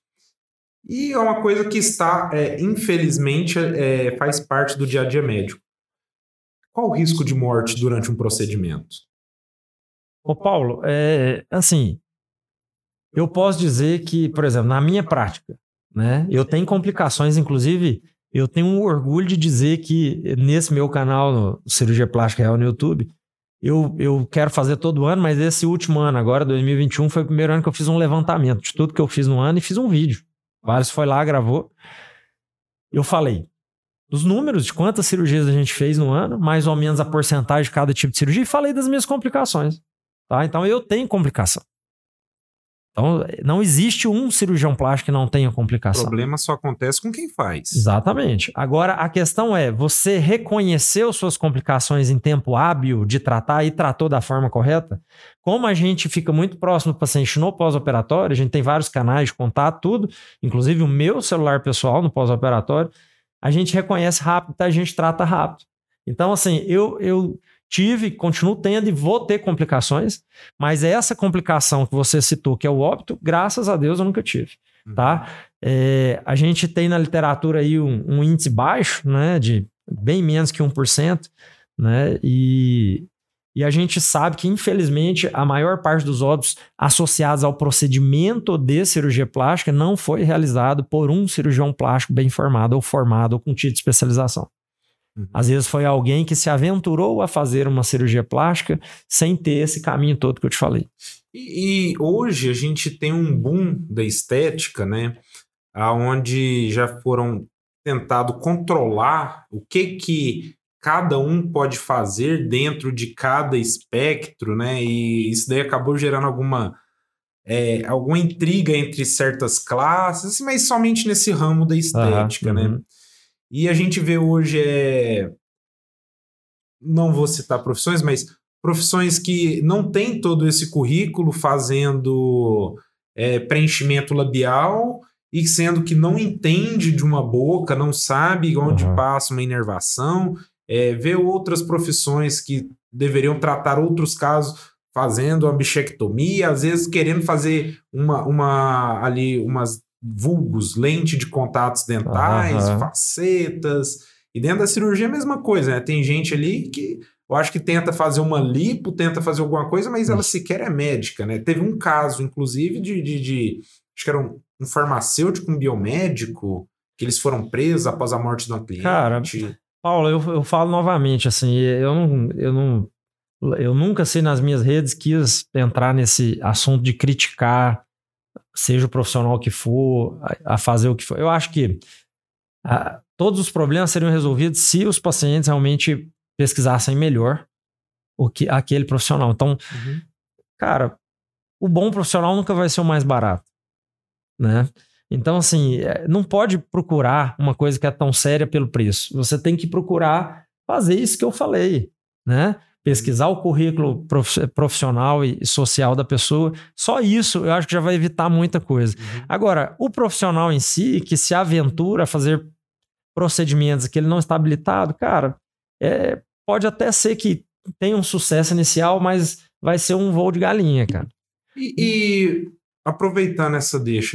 E é uma coisa que está, infelizmente, faz parte do dia a dia médico. Qual o risco de morte durante um procedimento? Ô Paulo, assim, eu posso dizer que, por exemplo, na minha prática, né, eu tenho complicações, inclusive, eu tenho um orgulho de dizer que nesse meu canal, no Cirurgia Plástica Real no YouTube, eu quero fazer todo ano, mas esse último ano agora, 2021, foi o primeiro ano que eu fiz um levantamento de tudo que eu fiz no ano e fiz um vídeo. Vários foi lá, gravou. Eu falei dos números de quantas cirurgias a gente fez no ano, mais ou menos a porcentagem de cada tipo de cirurgia, e falei das minhas complicações. Tá? Então eu tenho complicação. Então não existe um cirurgião plástico que não tenha complicação. O problema só acontece com quem faz. Exatamente. Agora a questão é, você reconheceu suas complicações em tempo hábil de tratar e tratou da forma correta? Como a gente fica muito próximo do paciente no pós-operatório, a gente tem vários canais de contato, tudo, inclusive o meu celular pessoal no pós-operatório, a gente reconhece rápido, a gente trata rápido. Então, assim, eu tive, continuo tendo e vou ter complicações, mas essa complicação que você citou, que é o óbito, graças a Deus eu nunca tive, tá? A gente tem na literatura aí um índice baixo, né, de bem menos que 1%, né, e a gente sabe que, infelizmente, a maior parte dos óbitos associados ao procedimento de cirurgia plástica não foi realizado por um cirurgião plástico bem formado ou com título de especialização. Às vezes foi alguém que se aventurou a fazer uma cirurgia plástica sem ter esse caminho todo que eu te falei. E hoje a gente tem um boom da estética, né? Onde já foram tentado controlar o que cada um pode fazer dentro de cada espectro, né? E isso daí acabou gerando alguma intriga entre certas classes, assim, mas somente nesse ramo da estética, né? E a gente vê hoje, não vou citar profissões, mas profissões que não têm todo esse currículo fazendo preenchimento labial e sendo que não entende de uma boca, não sabe onde passa uma inervação, vê outras profissões que deveriam tratar outros casos fazendo uma bichectomia, às vezes querendo fazer umas vulgos, lente de contatos dentais, facetas, e dentro da cirurgia é a mesma coisa, né? Tem gente ali que eu acho que tenta fazer uma lipo, tenta fazer alguma coisa, mas ela sequer é médica, né? Teve um caso, inclusive, de acho que era um farmacêutico, um biomédico, que eles foram presos após a morte de uma cliente. Cara, Paulo, eu falo novamente, assim, eu nunca sei nas minhas redes quis entrar nesse assunto de criticar, seja o profissional que for, a fazer o que for. Eu acho que todos os problemas seriam resolvidos se os pacientes realmente pesquisassem melhor aquele profissional. Então, cara, o bom profissional nunca vai ser o mais barato, né? Então, assim, não pode procurar uma coisa que é tão séria pelo preço. Você tem que procurar fazer isso que eu falei, né? Pesquisar o currículo profissional e social da pessoa. Só isso eu acho que já vai evitar muita coisa. Agora, o profissional em si, que se aventura a fazer procedimentos que ele não está habilitado, cara, pode até ser que tenha um sucesso inicial, mas vai ser um voo de galinha, cara. E aproveitando essa deixa,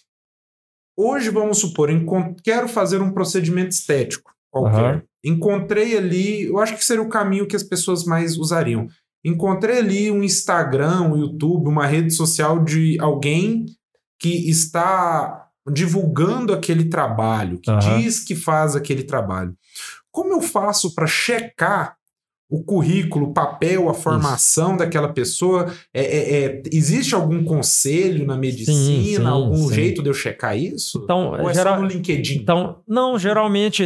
hoje vamos supor, quero fazer um procedimento estético qualquer. Encontrei ali, eu acho que seria o caminho que as pessoas mais usariam. Encontrei ali um Instagram, um YouTube, uma rede social de alguém que está divulgando aquele trabalho, que diz que faz aquele trabalho. Como eu faço para checar o currículo, o papel, a formação daquela pessoa? Existe algum conselho na medicina, algum jeito de eu checar isso? Então, ou só no LinkedIn? Então, não. Geralmente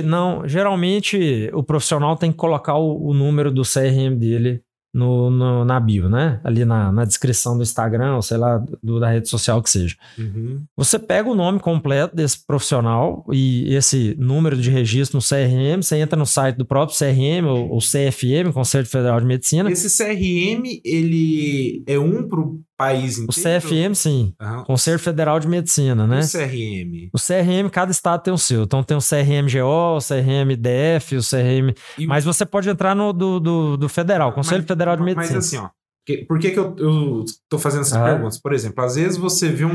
o profissional tem que colocar o número do CRM dele na bio, né? Ali na descrição do Instagram, ou sei lá, da rede social que seja. Você pega o nome completo desse profissional e esse número de registro no CRM, você entra no site do próprio CRM ou CFM, Conselho Federal de Medicina. Esse CRM, ele é para o país inteiro? O CFM, sim. Conselho Federal de Medicina, né? O CRM? O CRM, cada estado tem o seu. Então tem o CRM-GO, o CRM-DF, o CRM... Mas você pode entrar no do Federal, Conselho Federal de Medicina. Mas assim, ó, por que eu tô fazendo essas perguntas? Por exemplo, às vezes você vê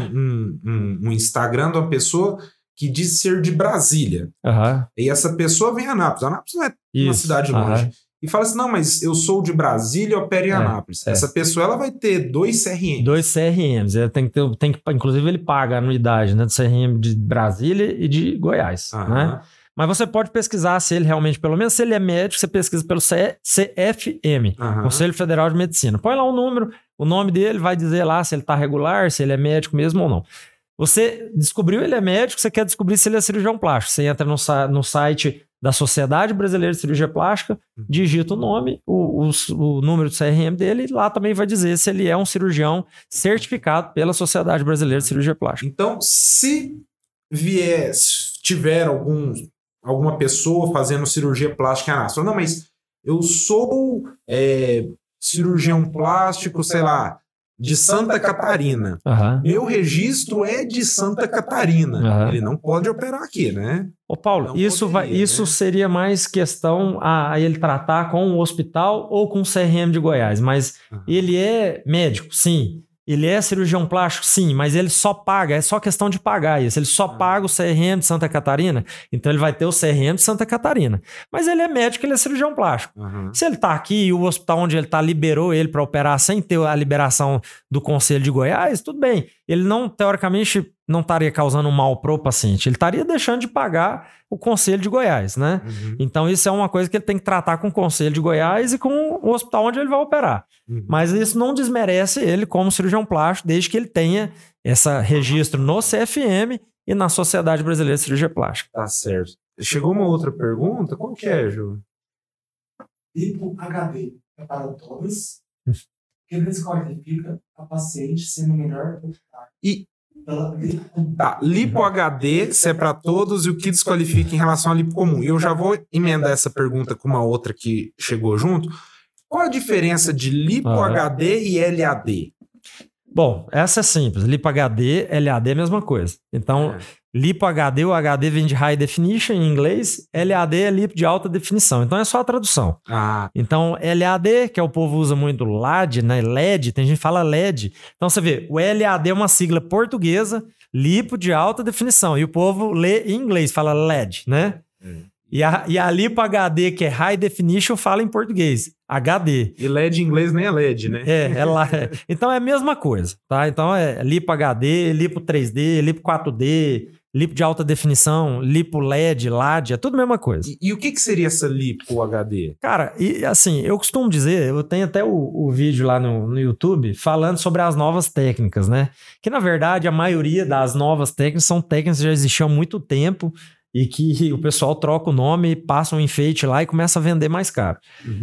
um Instagram de uma pessoa que diz ser de Brasília. E essa pessoa vem a Anápolis. Anápolis não é uma cidade longe. E fala assim, não, mas eu sou de Brasília e opero em Anápolis. Essa pessoa, ela vai ter 2 CRMs. 2 CRMs. Inclusive, ele paga a anuidade, né, do CRM de Brasília e de Goiás. Né? Mas você pode pesquisar se ele realmente, pelo menos se ele é médico, você pesquisa pelo CFM, Conselho Federal de Medicina. Põe lá um número, o nome dele vai dizer lá se ele está regular, se ele é médico mesmo ou não. Você descobriu ele é médico, você quer descobrir se ele é cirurgião plástico. Você entra no site da Sociedade Brasileira de Cirurgia Plástica, digita o nome, o número do CRM dele, e lá também vai dizer se ele é um cirurgião certificado pela Sociedade Brasileira de Cirurgia Plástica. Então, se tiver alguma pessoa fazendo cirurgia plástica em Anápolis, não, mas eu sou cirurgião plástico, sei lá, de Santa Catarina. Meu registro é de Santa Catarina. Ele não pode operar aqui, né? Ô Paulo, isso seria mais questão a ele tratar com o hospital ou com o CRM de Goiás, mas ele é médico, sim. Ele é cirurgião plástico, sim, mas ele só paga, é só questão de pagar isso. Ele só paga o CRM de Santa Catarina, então ele vai ter o CRM de Santa Catarina. Mas ele é médico, ele é cirurgião plástico. Se ele está aqui e o hospital onde ele está liberou ele para operar sem ter a liberação do Conselho de Goiás, tudo bem. Ele não, teoricamente, não estaria causando mal pro paciente. Ele estaria deixando de pagar o Conselho de Goiás, né? Então isso é uma coisa que ele tem que tratar com o Conselho de Goiás e com o hospital onde ele vai operar. Mas isso não desmerece ele como cirurgião plástico, desde que ele tenha esse registro no CFM e na Sociedade Brasileira de Cirurgia Plástica. Tá certo. Chegou uma outra pergunta? Qual que é, Ju? Lipo HD é para todas, que desqualifica a paciente sendo melhor Lipo HD, se é para todos, e o que desqualifica em relação à lipo comum? E eu já vou emendar essa pergunta com uma outra que chegou junto. Qual a diferença de lipo HD e LAD? Bom, essa é simples. Lipo HD, LAD é a mesma coisa. Então, lipo HD, o HD vem de High Definition em inglês, LAD é lipo de alta definição. Então, é só a tradução. Então, LAD, que o povo usa muito LAD, né? LED, tem gente que fala LED. Então, você vê, o LAD é uma sigla portuguesa, lipo de alta definição. E o povo lê em inglês, fala LED, né? E a lipo HD, que é High Definition, fala em português, HD. E LED em inglês nem é LED, né? Então é a mesma coisa, tá? Então é lipo HD, lipo 3D, lipo 4D, lipo de alta definição, lipo LED, LAD, é tudo a mesma coisa. E o que seria essa lipo HD? Cara, e assim, eu costumo dizer, eu tenho até o vídeo lá no YouTube falando sobre as novas técnicas, né? Que na verdade a maioria das novas técnicas são técnicas que já existiam há muito tempo e que o pessoal troca o nome, passa um enfeite lá e começa a vender mais caro.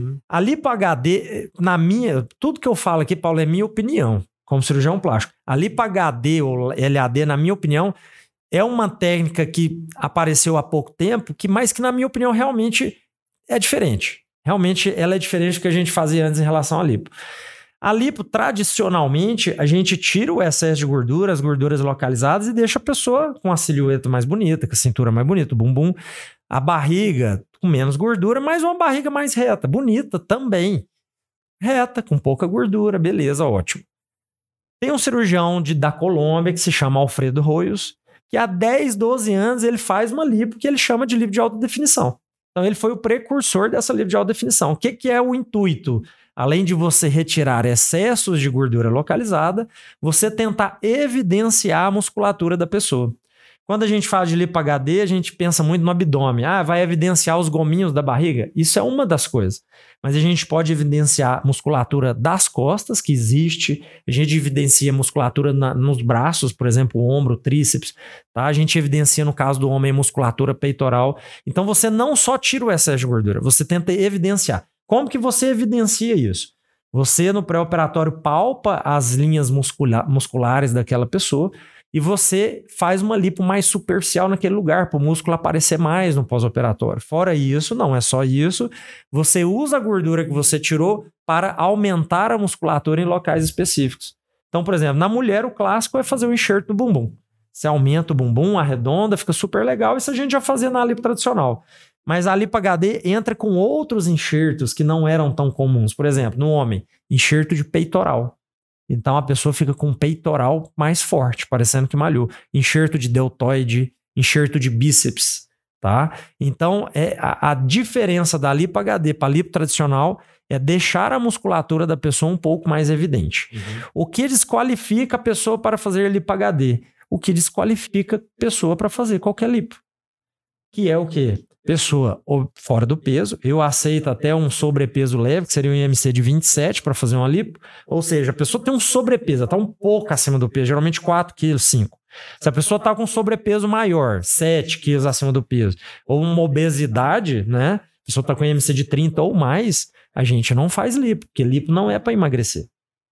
A lipo HD, tudo que eu falo aqui, Paulo, é minha opinião, como cirurgião plástico. A lipo HD ou LAD, na minha opinião, é uma técnica que apareceu há pouco tempo, mas que, na minha opinião, realmente é diferente. Realmente, ela é diferente do que a gente fazia antes em relação à lipo. A lipo, tradicionalmente, a gente tira o excesso de gordura, as gorduras localizadas, e deixa a pessoa com a silhueta mais bonita, com a cintura mais bonita, o bumbum, a barriga com menos gordura, mas uma barriga mais reta, bonita também. Reta, com pouca gordura, beleza, ótimo. Tem um cirurgião da Colômbia que se chama Alfredo Royos, que há 10, 12 anos ele faz uma lipo que ele chama de lipo de alta definição. Então ele foi o precursor dessa lipo de alta definição. O que é o intuito? Além de você retirar excessos de gordura localizada, você tentar evidenciar a musculatura da pessoa. Quando a gente fala de lipo HD, a gente pensa muito no abdômen. Vai evidenciar os gominhos da barriga? Isso é uma das coisas. Mas a gente pode evidenciar musculatura das costas, que existe. A gente evidencia musculatura nos braços, por exemplo, o ombro, o tríceps. Tá? A gente evidencia, no caso do homem, musculatura peitoral. Então você não só tira o excesso de gordura, você tenta evidenciar. Como que você evidencia isso? Você, no pré-operatório, palpa as linhas musculares daquela pessoa e você faz uma lipo mais superficial naquele lugar, para o músculo aparecer mais no pós-operatório. Fora isso, não é só isso, você usa a gordura que você tirou para aumentar a musculatura em locais específicos. Então, por exemplo, na mulher, o clássico é fazer o enxerto no bumbum. Você aumenta o bumbum, arredonda, fica super legal. Isso a gente já fazia na lipo tradicional. Mas a lipo HD entra com outros enxertos que não eram tão comuns. Por exemplo, no homem, enxerto de peitoral. Então a pessoa fica com um peitoral mais forte, parecendo que malhou. Enxerto de deltoide, enxerto de bíceps, tá? Então a diferença da lipo HD para a lipo tradicional é deixar a musculatura da pessoa um pouco mais evidente. O que desqualifica a pessoa para fazer lipo HD? O que desqualifica a pessoa para fazer qualquer lipo? Que é o quê? Pessoa fora do peso, eu aceito até um sobrepeso leve, que seria um IMC de 27 para fazer uma lipo, ou seja, a pessoa tem um sobrepeso, está um pouco acima do peso, geralmente 4 quilos, 5. Se a pessoa está com sobrepeso maior, 7 quilos acima do peso, ou uma obesidade, né? A pessoa está com IMC de 30 ou mais, a gente não faz lipo, porque lipo não é para emagrecer.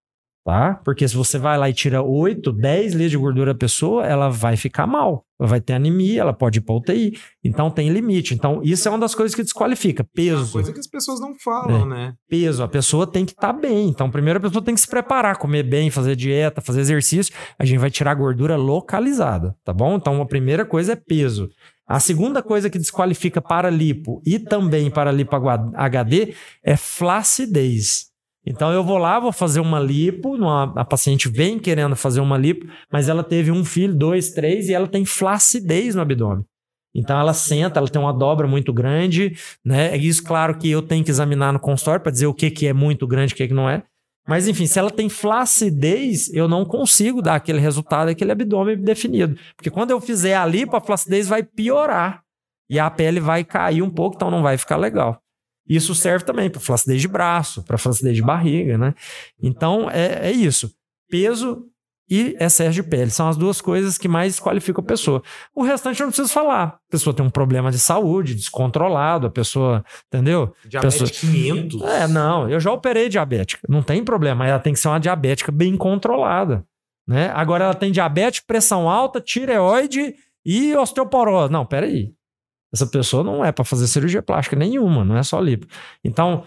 Tá? Porque se você vai lá e tira 8, 10 litros de gordura da pessoa, ela vai ficar mal. Ela vai ter anemia, ela pode ir para UTI. Então tem limite. Então isso é uma das coisas que desqualifica. Peso. É uma coisa que as pessoas não falam, né? Peso. A pessoa tem que estar bem. Então primeiro a pessoa tem que se preparar, comer bem, fazer dieta, fazer exercício. A gente vai tirar gordura localizada, tá bom? Então a primeira coisa é peso. A segunda coisa que desqualifica para lipo e também para lipo HD é flacidez. Então eu vou lá, vou fazer uma lipo, a paciente vem querendo fazer uma lipo, mas ela teve 1 filho, 2, 3 e ela tem flacidez no abdômen. Então ela senta, ela tem uma dobra muito grande, né? É isso, claro que eu tenho que examinar no consultório para dizer o que é muito grande e o que não é. Mas enfim, se ela tem flacidez, eu não consigo dar aquele resultado, aquele abdômen definido. Porque quando eu fizer a lipo, a flacidez vai piorar e a pele vai cair um pouco, então não vai ficar legal. Isso serve também para flacidez de braço, para flacidez de barriga, né? Então, é isso. Peso e excesso de pele. São as duas coisas que mais desqualificam a pessoa. O restante eu não preciso falar. A pessoa tem um problema de saúde, descontrolado, a pessoa, entendeu? Diabetes 500? Não, eu já operei diabética. Não tem problema, ela tem que ser uma diabética bem controlada, né? Agora ela tem diabetes, pressão alta, tireoide e osteoporose. Não, peraí. Essa pessoa não é para fazer cirurgia plástica nenhuma, não é só lipo. Então,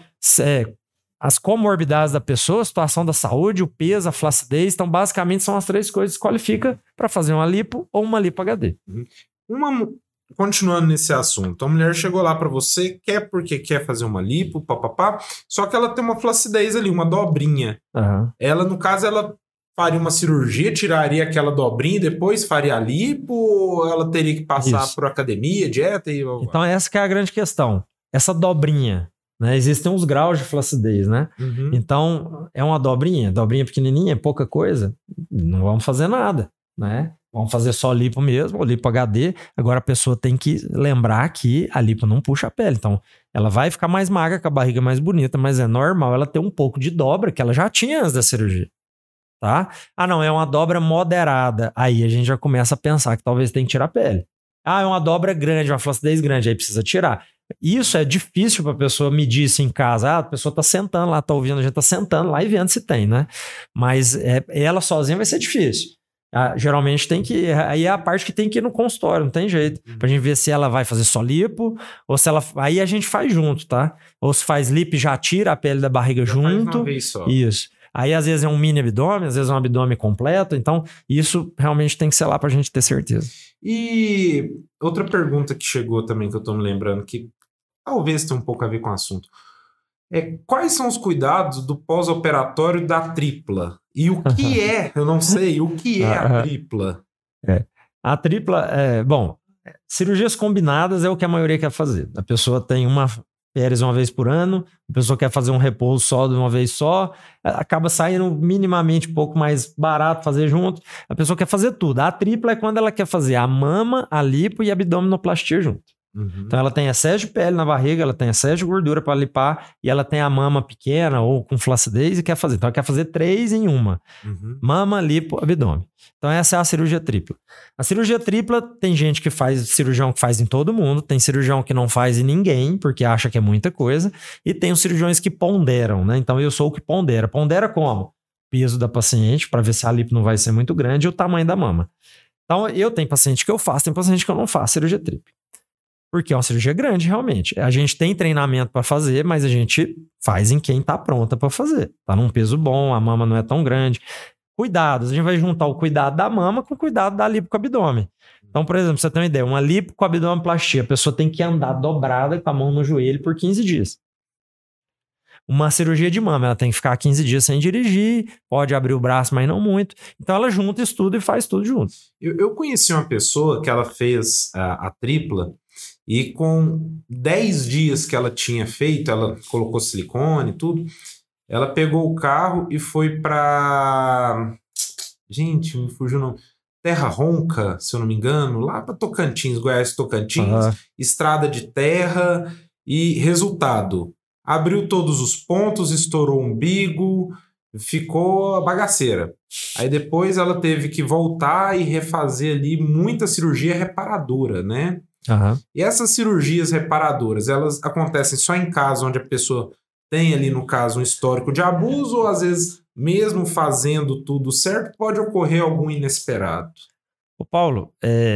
as comorbidades da pessoa, a situação da saúde, o peso, a flacidez, então basicamente são as 3 coisas que qualifica para fazer uma lipo ou uma lipo HD. Continuando nesse assunto, a mulher chegou lá para você, porque quer fazer uma lipo, papapá, só que ela tem uma flacidez ali, uma dobrinha. Ela, no caso, ela faria uma cirurgia, tiraria aquela dobrinha e depois faria a lipo, ou ela teria que passar por academia, dieta? Então essa que é a grande questão. Essa dobrinha, né? Existem uns graus de flacidez, né? Então é uma dobrinha pequenininha, pouca coisa, não vamos fazer nada, né? Vamos fazer só lipo mesmo, ou lipo HD. Agora a pessoa tem que lembrar que a lipo não puxa a pele. Então, ela vai ficar mais magra, com a barriga mais bonita, mas é normal ela ter um pouco de dobra que ela já tinha antes da cirurgia. Tá? Ah, não, é uma dobra moderada. Aí a gente já começa a pensar que talvez tenha que tirar a pele. Ah, é uma dobra grande, uma flacidez grande, aí precisa tirar. Isso é difícil para a pessoa medir isso em casa. Ah, a pessoa tá sentando lá, tá ouvindo, a gente tá sentando lá e vendo se tem, né? Mas ela sozinha vai ser difícil. Geralmente tem que... Aí é a parte que tem que ir no consultório, não tem jeito. Pra gente ver se ela vai fazer só lipo, ou se ela... Aí a gente faz junto, tá? Ou se faz lipo e já tira a pele da barriga Já junto. faz uma vez só. Isso. Aí às vezes é um mini abdômen, às vezes é um abdômen completo. Então isso realmente tem que ser lá pra gente ter certeza. E outra pergunta que chegou também, que eu tô me lembrando, que talvez tenha um pouco a ver com o assunto. Quais são os cuidados do pós-operatório da tripla? E o que é, eu não sei, o que é a tripla? A tripla, bom, cirurgias combinadas é o que a maioria quer fazer. A pessoa tem uma férias uma vez por ano, a pessoa quer fazer um repouso só de uma vez só, acaba saindo minimamente um pouco mais barato fazer junto. A pessoa quer fazer tudo. A tripla é quando ela quer fazer a mama, a lipo e a abdominoplastia junto. Uhum. Então ela tem excesso de pele na barriga, ela tem excesso de gordura para lipar e ela tem a mama pequena ou com flacidez e quer fazer. Então ela quer fazer 3 em uma. Uhum. Mama, lipo, abdômen. Então essa é a cirurgia tripla. A cirurgia tripla tem gente que faz, cirurgião que faz em todo mundo, tem cirurgião que não faz em ninguém porque acha que é muita coisa e tem os cirurgiões que ponderam, né? Então eu sou o que pondera. Pondera como? Peso da paciente para ver se a lipo não vai ser muito grande e o tamanho da mama. Então eu tenho paciente que eu faço, tem paciente que eu não faço cirurgia tripla. Porque é uma cirurgia grande, realmente. A gente tem treinamento para fazer, mas a gente faz em quem está pronta para fazer. Tá num peso bom, a mama não é tão grande. Cuidados. A gente vai juntar o cuidado da mama com o cuidado da lipo com o abdômen. Então, por exemplo, pra você ter uma ideia, uma lipo com abdominoplastia, a pessoa tem que andar dobrada com a mão no joelho por 15 dias. Uma cirurgia de mama, ela tem que ficar 15 dias sem dirigir, pode abrir o braço, mas não muito. Então ela junta isso tudo e faz tudo junto. Eu conheci uma pessoa que ela fez a tripla e com 10 dias que ela tinha feito, ela colocou silicone e tudo, ela pegou o carro e foi pra... Gente, me fugiu o nome. Terra Ronca, se eu não me engano, lá pra Tocantins, Goiás, Tocantins, estrada de terra e resultado. Abriu todos os pontos, estourou o umbigo, ficou a bagaceira. Aí depois ela teve que voltar e refazer ali muita cirurgia reparadora, né? Uhum. E essas cirurgias reparadoras, elas acontecem só em casos onde a pessoa tem ali, no caso, um histórico de abuso ou às vezes, mesmo fazendo tudo certo, pode ocorrer algum inesperado? Ô Paulo,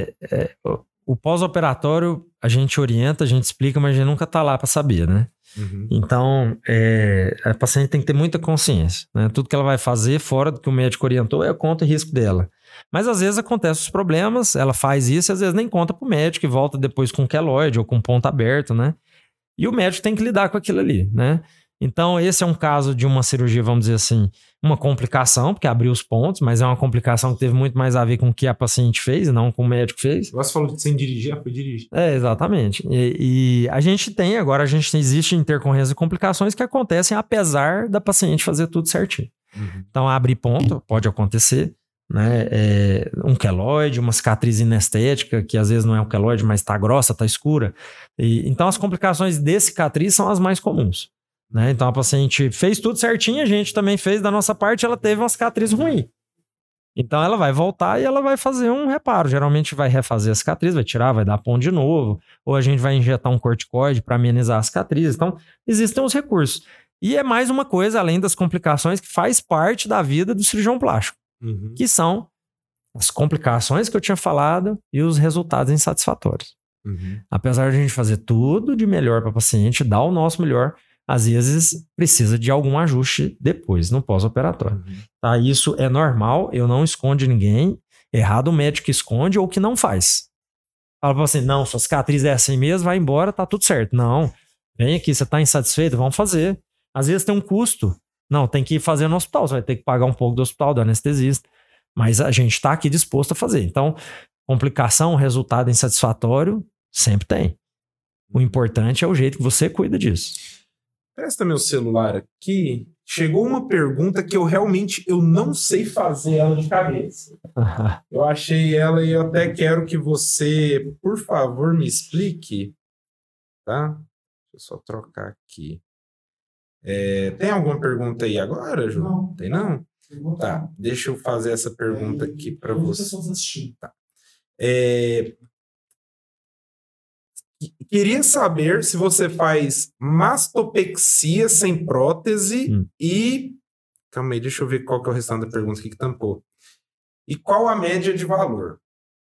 o pós-operatório a gente orienta, a gente explica, mas a gente nunca tá lá para saber, né? Uhum. Então, a paciente tem que ter muita consciência, né? Tudo que ela vai fazer fora do que o médico orientou é conta e risco dela. Mas às vezes acontecem os problemas, ela faz isso e às vezes nem conta pro médico e volta depois com queloide ou com ponto aberto, né? E o médico tem que lidar com aquilo ali, né? Então, esse é um caso de uma cirurgia, vamos dizer assim, uma complicação, porque abriu os pontos, mas é uma complicação que teve muito mais a ver com o que a paciente fez e não com o médico fez. Você falou de sem dirigir, foi dirigir. Exatamente. E a gente tem, agora existe intercorrência e complicações que acontecem apesar da paciente fazer tudo certinho. Uhum. Então, abrir ponto, pode acontecer, né? Um queloide, uma cicatriz inestética, que às vezes não é um queloide, mas está grossa, está escura. Então, as complicações de cicatriz são as mais comuns. Né? Então a paciente fez tudo certinho, a gente também fez da nossa parte, ela teve uma cicatriz ruim. Então ela vai voltar e ela vai fazer um reparo. Geralmente vai refazer a cicatriz, vai tirar, vai dar ponto de novo, ou a gente vai injetar um corticoide para amenizar a cicatriz. Então existem os recursos. E é mais uma coisa, além das complicações, que faz parte da vida do cirurgião plástico, que são as complicações que eu tinha falado e os resultados insatisfatórios. Apesar de a gente fazer tudo de melhor para a paciente, dar o nosso melhor, às vezes precisa de algum ajuste depois, no pós-operatório. Tá? Isso é normal, eu não escondo de ninguém. Errado o médico que esconde ou que não faz. Fala pra você, não, sua cicatriz é assim mesmo, vai embora, tá tudo certo. Não, vem aqui, você tá insatisfeito, vamos fazer. Às vezes tem um custo. Não, tem que fazer no hospital, você vai ter que pagar um pouco do hospital, do anestesista. Mas a gente tá aqui disposto a fazer. Então, complicação, resultado insatisfatório, sempre tem. O importante é o jeito que você cuida disso. Presta meu celular aqui, chegou uma pergunta que eu não sei fazer ela de cabeça. Eu achei ela e eu até quero que você, por favor, me explique, tá? Deixa eu só trocar aqui. Tem alguma pergunta aí agora, Ju? Não. Tem não? Tá, deixa eu fazer essa pergunta aqui para você. Tá. Queria saber se você faz mastopexia sem prótese e... Calma aí, deixa eu ver qual que é o restante da pergunta aqui que tampou. E qual a média de valor?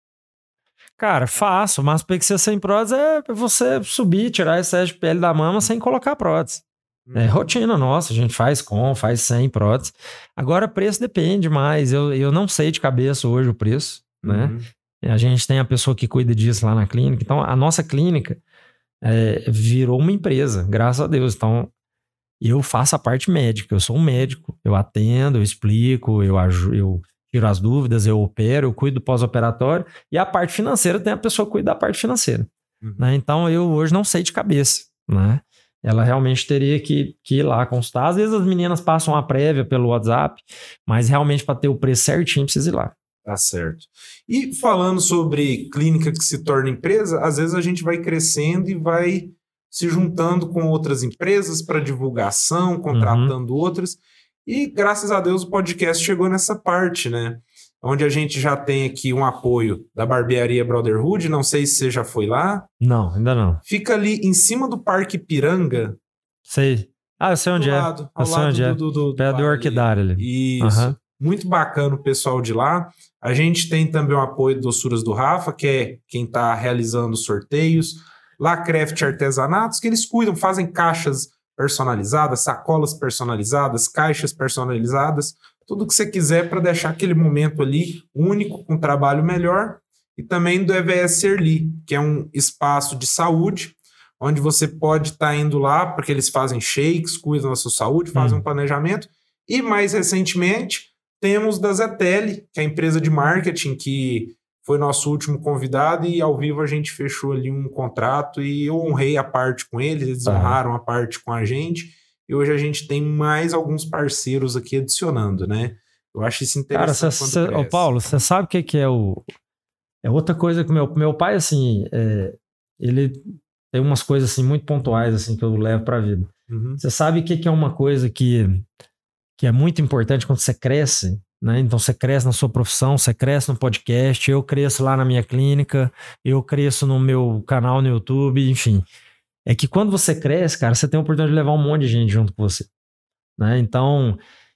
Cara, faço. Mastopexia sem prótese é você subir, tirar excesso de pele da mama sem colocar prótese. É rotina nossa, a gente faz com, faz sem prótese. Agora, preço depende mais. Eu não sei de cabeça hoje o preço, né? A gente tem a pessoa que cuida disso lá na clínica. Então, a nossa clínica virou uma empresa, graças a Deus. Então, eu faço a parte médica. Eu sou um médico. Eu atendo, eu explico, eu tiro as dúvidas, eu opero, eu cuido do pós-operatório. E a parte financeira tem a pessoa que cuida da parte financeira. Né? Então, eu hoje não sei de cabeça, né? Ela realmente teria que ir lá consultar. Às vezes as meninas passam a prévia pelo WhatsApp, mas realmente para ter o preço certinho precisa ir lá. Tá certo. E falando sobre clínica que se torna empresa, às vezes a gente vai crescendo e vai se juntando com outras empresas para divulgação, contratando outras. E graças a Deus o podcast chegou nessa parte, né? Onde a gente já tem aqui um apoio da Barbearia Brotherhood. Não sei se você já foi lá. Não, ainda não. Fica ali em cima do Parque Ipiranga. Sei. Ah, eu sei onde é. Ao lado do pé do Orquidário ali. Isso. Muito bacana o pessoal de lá. A gente tem também o apoio do Doçuras do Rafa, que é quem está realizando sorteios. Lacraft Artesanatos, que eles cuidam, fazem caixas personalizadas, sacolas personalizadas, caixas personalizadas, tudo que você quiser para deixar aquele momento ali único, com trabalho melhor. E também do EVS Serli, que é um espaço de saúde, onde você pode estar indo lá, porque eles fazem shakes, cuidam da sua saúde, fazem um planejamento. E mais recentemente, temos da Zetele, que é a empresa de marketing que foi nosso último convidado, e ao vivo a gente fechou ali um contrato e eu honrei a parte com eles honraram a parte com a gente. E hoje a gente tem mais alguns parceiros aqui adicionando, né? Eu acho isso interessante. Cara, Paulo, você sabe o que é o... É outra coisa que meu pai, assim, ele tem umas coisas assim muito pontuais assim que eu levo pra vida. Você sabe o que é uma coisa que é muito importante quando você cresce, né? Então você cresce na sua profissão, você cresce no podcast, eu cresço lá na minha clínica, eu cresço no meu canal no YouTube, enfim. É que quando você cresce, cara, você tem a oportunidade de levar um monte de gente junto com você, né? Então,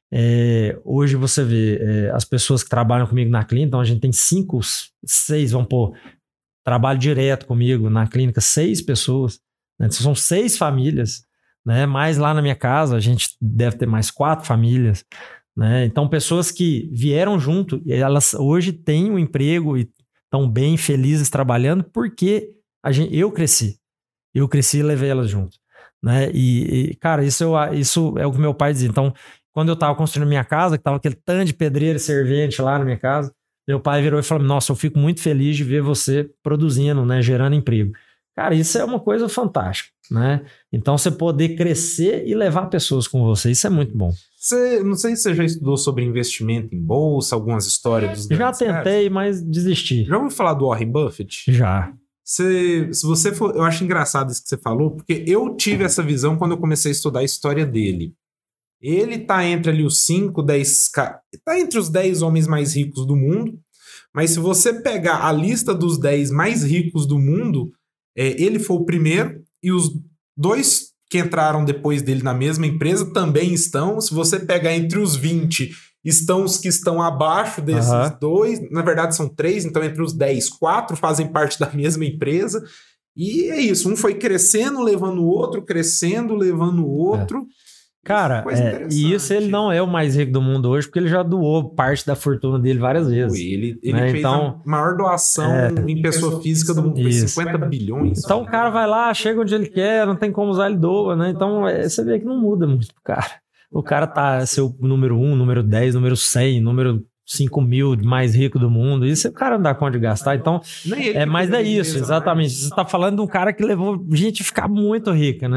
hoje você vê as pessoas que trabalham comigo na clínica, então a gente tem 5, 6, vamos pôr, trabalho direto comigo na clínica, 6 pessoas, né? Então, são 6 famílias, né? Mas lá na minha casa a gente deve ter mais 4 famílias, né? Então, pessoas que vieram junto, e elas hoje têm um emprego e estão bem felizes trabalhando porque eu cresci. Eu cresci e levei elas junto, né? E cara, isso é o que meu pai dizia. Então, quando eu tava construindo minha casa, que tava aquele tanto de pedreiro e servente lá na minha casa, meu pai virou e falou: nossa, eu fico muito feliz de ver você produzindo, né? Gerando emprego. Cara, isso é uma coisa fantástica, né? Então, você poder crescer e levar pessoas com você, isso é muito bom. Não sei se você já estudou sobre investimento em bolsa, algumas histórias dos Já tentei, mas desisti. Já ouviu falar do Warren Buffett? Já. Se você for... Eu acho engraçado isso que você falou, porque eu tive essa visão quando eu comecei a estudar a história dele. Ele tá entre ali os 5, 10... Tá entre os 10 homens mais ricos do mundo, mas se você pegar a lista dos 10 mais ricos do mundo, ele foi o primeiro, e os 2 que entraram depois dele na mesma empresa também estão. Se você pegar entre os 20... estão os que estão abaixo desses 2, na verdade são 3, então entre os 10, 4 fazem parte da mesma empresa, e é isso, um foi crescendo, levando o outro, crescendo, levando o outro. Cara, e isso ele não é o mais rico do mundo hoje, porque ele já doou parte da fortuna dele várias vezes. Ele fez a maior doação em pessoa física do mundo, foi 50 bilhões. Então o cara vai lá, chega onde ele quer, não tem como usar, ele doa, né? Então você vê que não muda muito pro cara. O cara tá seu número 1, número 10, número 100, número 5.000 mais rico do mundo. Isso o cara não dá conta de gastar. Então, mas é isso, exatamente. Você tá falando de um cara que levou gente a ficar muito rica, né?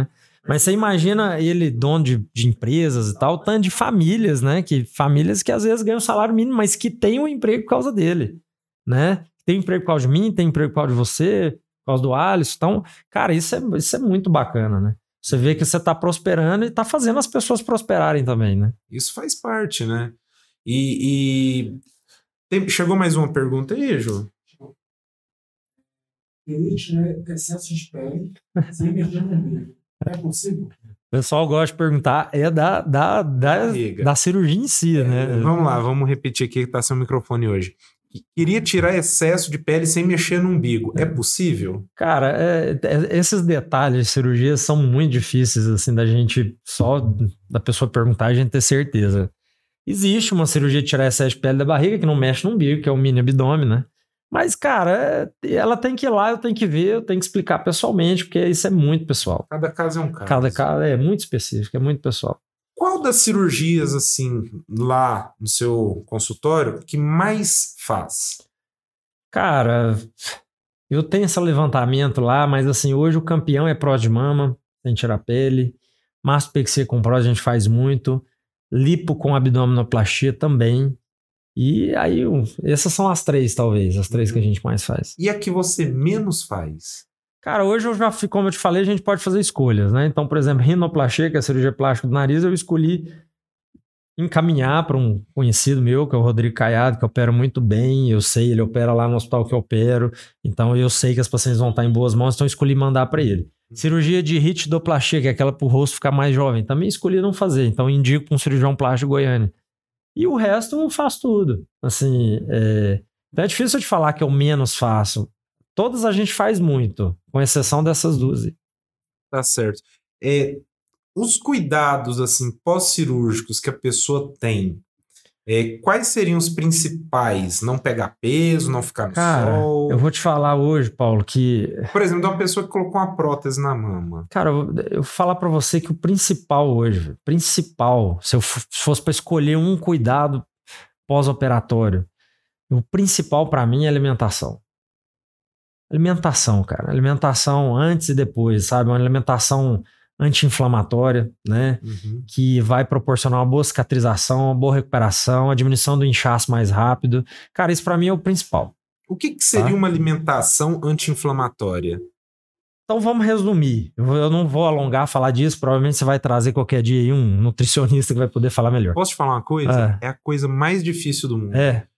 Mas você imagina ele, dono de empresas e tal, tanto de famílias, né? Famílias que às vezes ganham salário mínimo, mas que têm um emprego por causa dele, né? Tem emprego por causa de mim, tem emprego por causa de você, por causa do Alisson. Então, cara, isso é muito bacana, né? Você vê que você tá prosperando e tá fazendo as pessoas prosperarem também, né? Isso faz parte, né? Chegou mais uma pergunta aí, Ju? Queria tirar excesso de pele sem mexer no meio. É possível? O pessoal gosta de perguntar, da cirurgia em si, né? Vamos lá, vamos repetir aqui que tá sem o microfone hoje. Queria tirar excesso de pele sem mexer no umbigo. É possível? Cara, esses detalhes de cirurgia são muito difíceis, assim, da gente, só da pessoa perguntar, a gente ter certeza. Existe uma cirurgia de tirar excesso de pele da barriga que não mexe no umbigo, que é o mini abdômen, né? Mas, cara, ela tem que ir lá, eu tenho que ver, eu tenho que explicar pessoalmente, porque isso é muito pessoal. Cada caso é um caso. Cada caso é muito específico, é muito pessoal. Qual das cirurgias, assim, lá no seu consultório, que mais faz? Cara, eu tenho esse levantamento lá, mas assim, hoje o campeão é próstata de mama, sem tirar pele. Mastopexia com próstata a gente faz muito. Lipo com abdominoplastia também. E aí, essas são as três, talvez, as três que a gente mais faz. E a que você menos faz? Cara, hoje eu já, como eu te falei, a gente pode fazer escolhas, né? Então, por exemplo, rinoplastia, que é a cirurgia plástica do nariz, eu escolhi encaminhar para um conhecido meu, que é o Rodrigo Caiado, que opera muito bem, eu sei, ele opera lá no hospital que eu opero, então eu sei que as pacientes vão estar em boas mãos, então eu escolhi mandar para ele. Cirurgia de ritidoplastia, que é aquela para o rosto ficar mais jovem, também escolhi não fazer, então indico para um cirurgião plástico Goiânia. E o resto eu faço tudo. Assim, então é difícil de falar que eu menos faço. Todas a gente faz muito, com exceção dessas duas. Tá certo. Os cuidados, assim, pós-cirúrgicos que a pessoa tem, quais seriam os principais? Não pegar peso, não ficar no sol? Eu vou te falar hoje, Paulo, que... Por exemplo, de uma pessoa que colocou uma prótese na mama. Cara, eu vou falar pra você que o principal hoje, se eu fosse pra escolher um cuidado pós-operatório, o principal pra mim é alimentação. Alimentação, cara. Alimentação antes e depois, sabe? Uma alimentação anti-inflamatória, né? Uhum. Que vai proporcionar uma boa cicatrização, uma boa recuperação, a diminuição do inchaço mais rápido. Cara, isso pra mim é o principal. O que seria uma alimentação anti-inflamatória? Então vamos resumir. Eu não vou alongar falar disso, provavelmente você vai trazer qualquer dia aí um nutricionista que vai poder falar melhor. Posso te falar uma coisa? É a coisa mais difícil do mundo.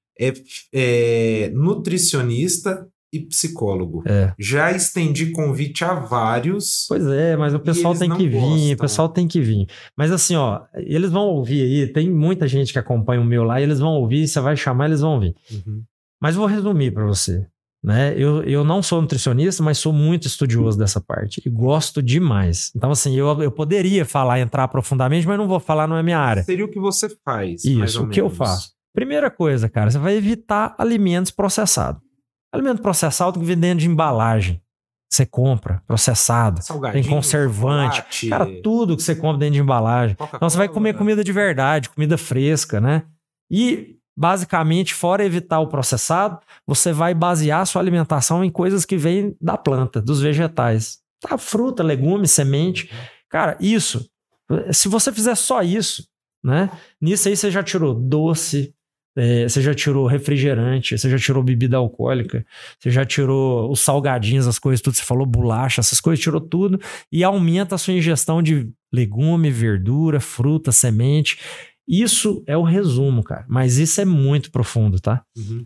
É nutricionista e psicólogo. Já estendi convite a vários. Pois é, mas o pessoal tem que vir, o pessoal tem que vir. Mas assim, ó, eles vão ouvir aí, tem muita gente que acompanha o meu lá, e eles vão ouvir, você vai chamar, eles vão ouvir. Uhum. Mas vou resumir para você, né? Eu não sou nutricionista, mas sou muito estudioso dessa parte e gosto demais. Então assim, eu poderia entrar profundamente, mas não vou falar, não é minha área. Seria o que você faz, isso, mais ou o que eu faço. Primeira coisa, cara, você vai evitar alimentos processados. Alimento processado que vem dentro de embalagem. Você compra, processado, salgadinho, tem conservante. chocolate. Cara, tudo que você compra dentro de embalagem. Então você vai comer comida de verdade, comida fresca, né? E, basicamente, fora evitar o processado, você vai basear a sua alimentação em coisas que vêm da planta, dos vegetais. Tá? Fruta, legume, semente. Cara, isso. Se você fizer só isso, né? Nisso aí você já tirou doce, você já tirou refrigerante, você já tirou bebida alcoólica, você já tirou os salgadinhos, as coisas, tudo, você falou bolacha, essas coisas, tirou tudo e aumenta a sua ingestão de legume, verdura, fruta, semente. Isso é o resumo, cara, mas isso é muito profundo, tá? Uhum.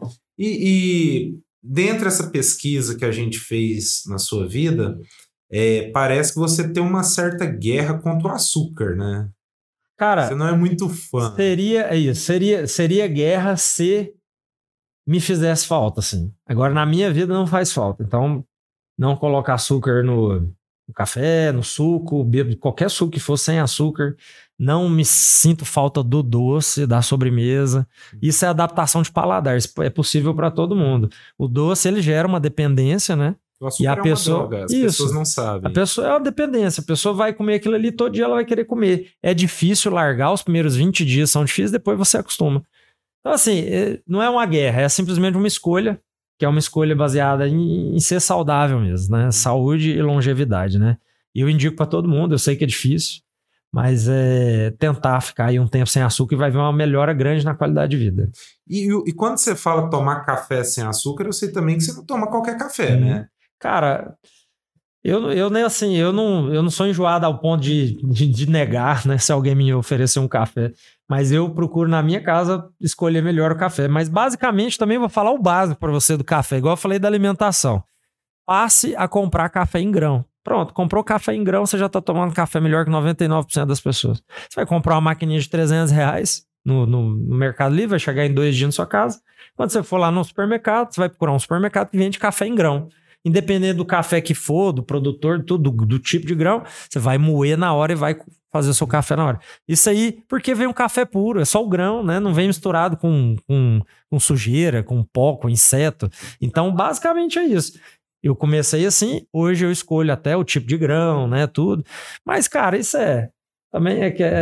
E dentro dessa pesquisa que a gente fez na sua vida, parece que você tem uma certa guerra contra o açúcar, né? Cara, você não é muito fã. Seria guerra se me fizesse falta, assim. Agora, na minha vida não faz falta. Então, não colocar açúcar no café, no suco, bebo qualquer suco que for sem açúcar. Não me sinto falta do doce, da sobremesa. Isso é adaptação de paladar. Isso é possível para todo mundo. O doce, ele gera uma dependência, né? O açúcar é uma droga, as pessoas não sabem. A pessoa é uma dependência, a pessoa vai comer aquilo ali todo dia, ela vai querer comer. É difícil largar, os primeiros 20 dias são difíceis, depois você acostuma. Então assim, não é uma guerra, é simplesmente uma escolha, que é uma escolha baseada em ser saudável mesmo, né? Saúde e longevidade, né? E eu indico para todo mundo, eu sei que é difícil, mas é tentar ficar aí um tempo sem açúcar e vai ver uma melhora grande na qualidade de vida. E quando você fala tomar café sem açúcar, eu sei também que você não toma qualquer café, né? Cara, eu nem assim, eu não sou enjoado ao ponto de negar, né, se alguém me oferecer um café. Mas eu procuro na minha casa escolher melhor o café. Mas basicamente também vou falar o básico para você do café, igual eu falei da alimentação. Passe a comprar café em grão. Pronto, comprou café em grão, você já está tomando café melhor que 99% das pessoas. Você vai comprar uma maquininha de R$300 no Mercado Livre, vai chegar em 2 dias na sua casa. Quando você for lá no supermercado, você vai procurar um supermercado que vende café em grão. Independente do café que for, do produtor, tudo, do tipo de grão, você vai moer na hora e vai fazer o seu café na hora. Isso aí, porque vem um café puro, é só o grão, né? Não vem misturado com sujeira, com pó, com inseto. Então, basicamente é isso. Eu comecei assim, hoje eu escolho até o tipo de grão, né, tudo. Mas, cara, isso também é que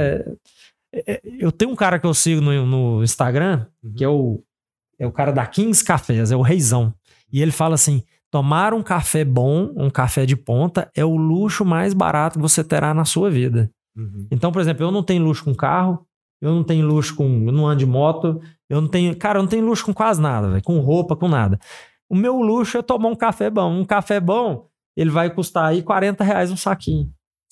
eu tenho um cara que eu sigo no Instagram, que é o cara da Kings Cafés, é o Reizão. E ele fala assim, tomar um café bom, um café de ponta, é o luxo mais barato que você terá na sua vida. Uhum. Então, por exemplo, eu não tenho luxo com carro, eu não tenho luxo eu não ando de moto, eu não tenho luxo com quase nada, véio, com roupa, com nada. O meu luxo é tomar um café bom. Um café bom, ele vai custar aí R$40 um saquinho.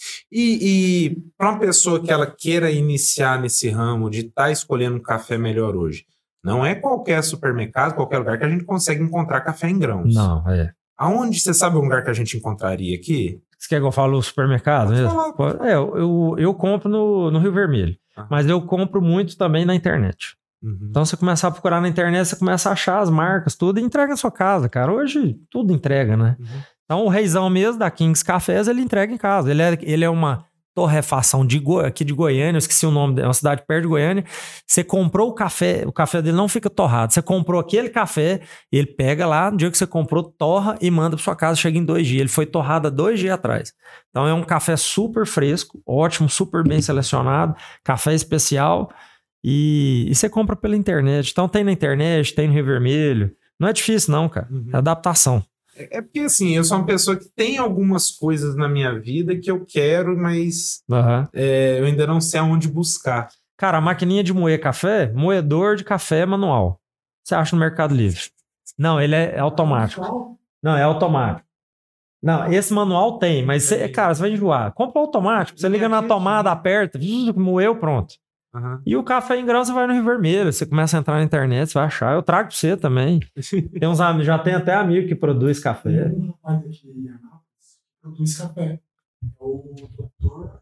E para uma pessoa que ela queira iniciar nesse ramo de estar escolhendo um café melhor hoje, não é qualquer supermercado, qualquer lugar que a gente consegue encontrar café em grãos. Não, é. Aonde você sabe o lugar que a gente encontraria aqui? Você quer que eu fale o supermercado mesmo? Eu compro no Rio Vermelho. Mas eu compro muito também na internet. Uhum. Então você começar a procurar na internet, você começa a achar as marcas, tudo e entrega na sua casa, cara. Hoje tudo entrega, né? Uhum. Então o Reizão mesmo da Kings Cafés, ele entrega em casa. Ele é uma torrefação aqui de Goiânia, eu esqueci o nome, é uma cidade perto de Goiânia. Você comprou o café dele não fica torrado. Você comprou aquele café, ele pega lá, no dia que você comprou, torra e manda para sua casa, chega em 2 dias. Ele foi torrado há 2 dias atrás. Então é um café super fresco, ótimo, super bem selecionado, café especial. E você compra pela internet. Então tem na internet, tem no Rio Vermelho. Não é difícil não, cara. É adaptação. É porque assim, eu sou uma pessoa que tem algumas coisas na minha vida que eu quero, mas eu ainda não sei aonde buscar. Cara, a maquininha de moer café, moedor de café manual. Você acha no Mercado Livre? Não, ele é automático. Não, é automático. Não, esse manual tem, mas cara, você vai enjoar. Compra o automático. Você liga na tomada, aperta, moeu, pronto. Uhum. E o café em grão você vai no Rio Vermelho, você começa a entrar na internet, você vai achar, eu trago pra você também. Tem uns amigos, já tem até amigo que produz café. Tem um rapaz aqui em Anápolis que produz café. É o doutor.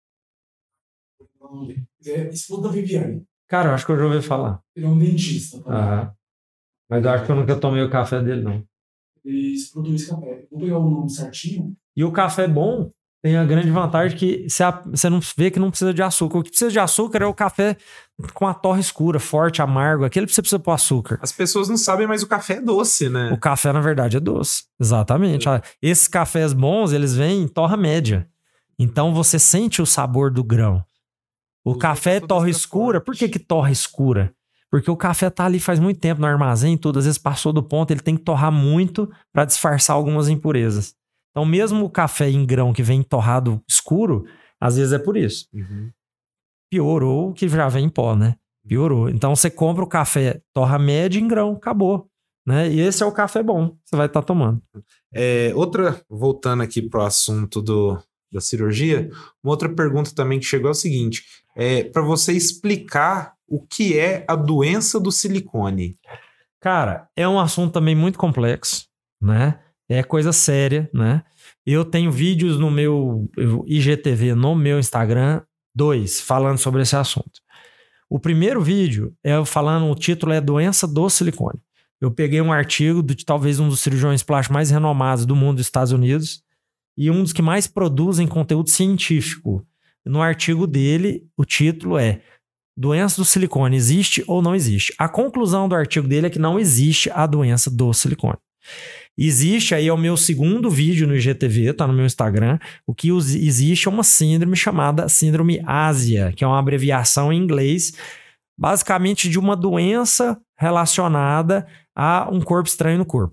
Ele é esposa da Viviane. Cara, eu acho que eu já ouvi falar. Ele é um dentista. Tá? Uhum. Mas eu acho que eu nunca tomei o café dele, não. Ele produz café. Vou pegar o nome certinho. E o café bom tem a grande vantagem que você não vê que não precisa de açúcar. O que precisa de açúcar é o café com a torra escura, forte, amargo. Aquele que você precisa pôr açúcar. As pessoas não sabem, mas o café é doce, né? O café, na verdade, é doce. Exatamente. Esses cafés bons, eles vêm em torra média. Então, você sente o sabor do grão. O café é torra escura. Por que torra escura? Porque o café tá ali faz muito tempo no armazém, tudo. Às vezes passou do ponto, ele tem que torrar muito para disfarçar algumas impurezas. Então, mesmo o café em grão que vem torrado escuro, às vezes é por isso. Uhum. Piorou que já vem em pó, né? Piorou. Então, você compra o café torra média em grão, acabou. Né? E esse é o café bom, você vai estar tomando. Voltando aqui pro assunto da cirurgia, uma outra pergunta também que chegou é o seguinte, para você explicar o que é a doença do silicone. Cara, é um assunto também muito complexo, né? É coisa séria, né? Eu tenho vídeos no meu IGTV, no meu Instagram, 2, falando sobre esse assunto. O primeiro vídeo o título é Doença do Silicone. Eu peguei um artigo de talvez um dos cirurgiões plásticos mais renomados do mundo dos Estados Unidos e um dos que mais produzem conteúdo científico. No artigo dele, o título é Doença do silicone, existe ou não existe? A conclusão do artigo dele é que não existe a doença do silicone. Existe, aí é o meu segundo vídeo no IGTV, tá no meu Instagram, o que existe é uma síndrome chamada síndrome Ásia, que é uma abreviação em inglês, basicamente de uma doença relacionada a um corpo estranho no corpo.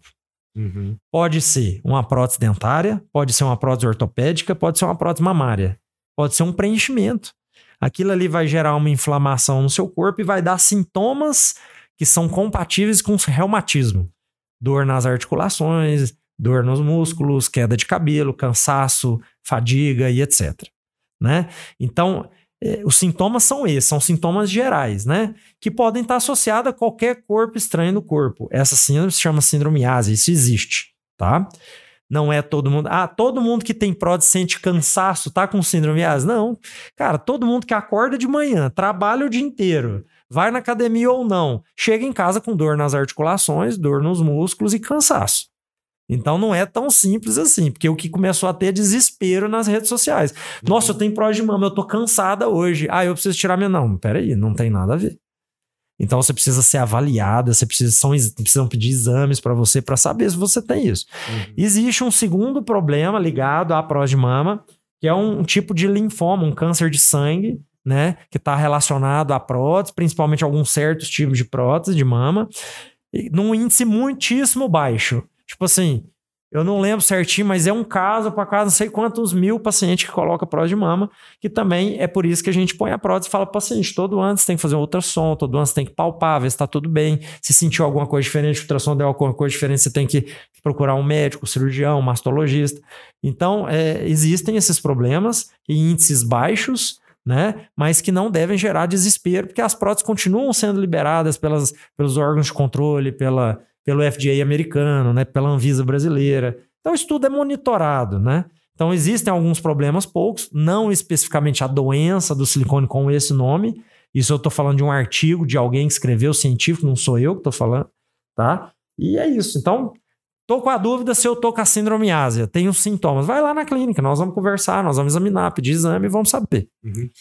Pode ser uma prótese dentária, pode ser uma prótese ortopédica, pode ser uma prótese mamária, pode ser um preenchimento. Aquilo ali vai gerar uma inflamação no seu corpo e vai dar sintomas que são compatíveis com o reumatismo. Dor nas articulações, dor nos músculos, queda de cabelo, cansaço, fadiga e etc. Né? Então, os sintomas são esses, são sintomas gerais, né? Que podem estar associados a qualquer corpo estranho no corpo. Essa síndrome se chama síndromiase, isso existe, tá? Não é todo mundo... todo mundo que tem prótese sente cansaço, tá com síndromiase? Não. Cara, todo mundo que acorda de manhã, trabalha o dia inteiro, vai na academia ou não, chega em casa com dor nas articulações, dor nos músculos e cansaço. Então não é tão simples assim, porque o que começou a ter é desespero nas redes sociais. Nossa, eu tenho prótese de mama, eu tô cansada hoje. Eu preciso tirar minha... Não, peraí, não tem nada a ver. Então você precisa ser avaliada, precisam pedir exames para você para saber se você tem isso. Existe um segundo problema ligado à prótese de mama, que é um tipo de linfoma, um câncer de sangue, né, que está relacionado à prótese, principalmente alguns certos tipos de prótese de mama, num índice muitíssimo baixo. Tipo assim, eu não lembro certinho, mas é um caso para cada não sei quantos mil pacientes que colocam prótese de mama, que também é por isso que a gente põe a prótese e fala para o paciente, todo ano você tem que fazer um ultrassom, todo ano você tem que palpar, ver se está tudo bem, se sentiu alguma coisa diferente, o ultrassom deu alguma coisa diferente, você tem que procurar um médico, um cirurgião, um mastologista. Então, existem esses problemas em índices baixos, né? Mas que não devem gerar desespero, porque as próteses continuam sendo liberadas pelos órgãos de controle, pelo FDA americano, né? Pela Anvisa brasileira. Então, isso tudo é monitorado, né? Então, existem alguns problemas, poucos, não especificamente a doença do silicone com esse nome. Isso eu estou falando de um artigo de alguém que escreveu, científico, não sou eu que estou falando, tá? E é isso. Então, tô com a dúvida se eu tô com a síndromiase, tenho sintomas. Vai lá na clínica, nós vamos conversar, nós vamos examinar, pedir exame e vamos saber.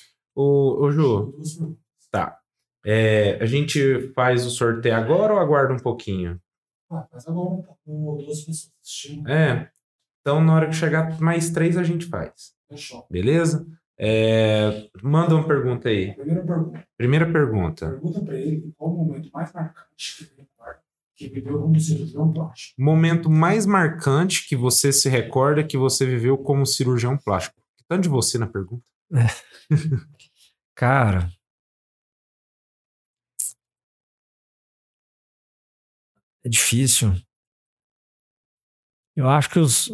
Ô, Ju, tá. A gente faz o sorteio agora ou aguarda um pouquinho? Mas agora tá com 2 pessoas assistindo. Então na hora que chegar mais 3 a gente faz. Fechou. Beleza? Manda uma pergunta aí. Primeira pergunta. Pergunta pra ele qual o momento mais marcante que viveu como cirurgião plástico. Momento mais marcante que você se recorda que você viveu como cirurgião plástico. Que tanto de você na pergunta? Cara... É difícil. Eu acho que os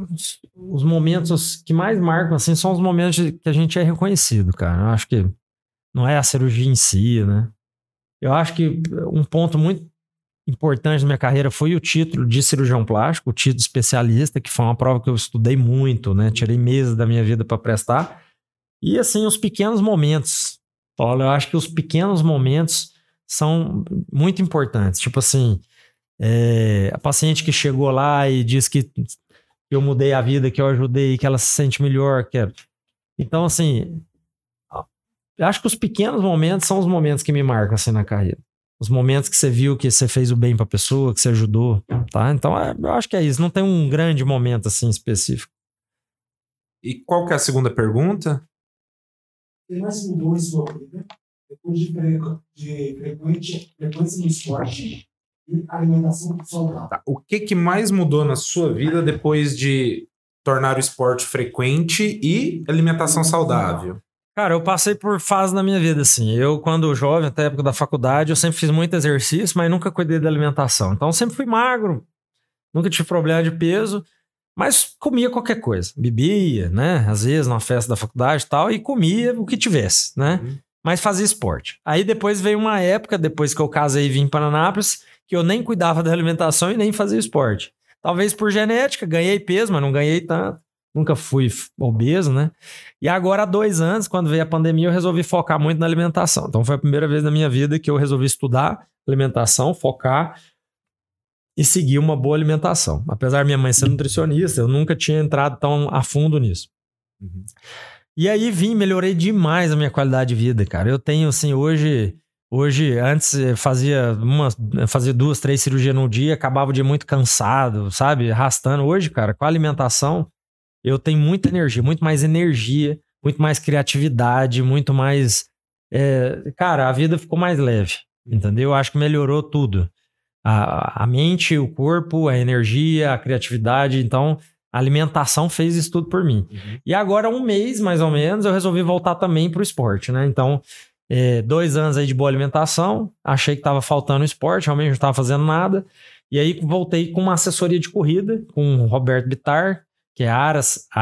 momentos que mais marcam assim, são os momentos que a gente é reconhecido, cara. Eu acho que não é a cirurgia em si, né? Eu acho que um ponto muito importante na minha carreira foi o título de cirurgião plástico, o título de especialista, que foi uma prova que eu estudei muito, né? Tirei meses da minha vida para prestar. E assim, os pequenos momentos. Paulo, eu acho que os pequenos momentos são muito importantes. Tipo assim... a paciente que chegou lá e diz que eu mudei a vida, que eu ajudei, que ela se sente melhor. Então, assim, eu acho que os pequenos momentos são os momentos que me marcam assim, na carreira. Os momentos que você viu que você fez o bem pra pessoa, que você ajudou, tá? Então, eu acho que é isso. Não tem um grande momento assim específico. E qual que é a segunda pergunta? O que mais mudou em sua vida depois de frequência no esporte e alimentação saudável? Tá. O que mais mudou na sua vida depois de tornar o esporte frequente e alimentação saudável? Cara, eu passei por fases na minha vida, assim. Eu, quando jovem, até a época da faculdade, eu sempre fiz muito exercício, mas nunca cuidei da alimentação. Então, eu sempre fui magro, nunca tive problema de peso, mas comia qualquer coisa. Bebia, né? Às vezes, numa festa da faculdade e tal, e comia o que tivesse, né? Mas fazia esporte. Aí, depois veio uma época, depois que eu casei e vim para Anápolis, que eu nem cuidava da alimentação e nem fazia esporte. Talvez por genética, ganhei peso, mas não ganhei tanto. Nunca fui obeso, né? E agora, há 2 anos, quando veio a pandemia, eu resolvi focar muito na alimentação. Então, foi a primeira vez na minha vida que eu resolvi estudar alimentação, focar e seguir uma boa alimentação. Apesar de minha mãe ser nutricionista, eu nunca tinha entrado tão a fundo nisso. E aí, melhorei demais a minha qualidade de vida, cara. Eu tenho, assim, hoje antes fazia 2, 3 cirurgias no dia, acabava o dia muito cansado, sabe? Arrastando. Hoje, cara, com a alimentação, eu tenho muita energia, muito mais criatividade, muito mais... cara, a vida ficou mais leve, entendeu? Eu acho que melhorou tudo. A mente, o corpo, a energia, a criatividade. Então, a alimentação fez isso tudo por mim. E agora, 1 mês, mais ou menos, eu resolvi voltar também pro esporte, né? Então, 2 anos aí de boa alimentação, achei que estava faltando esporte, realmente não estava fazendo nada. E aí, voltei com uma assessoria de corrida, com o Roberto Bittar, que é a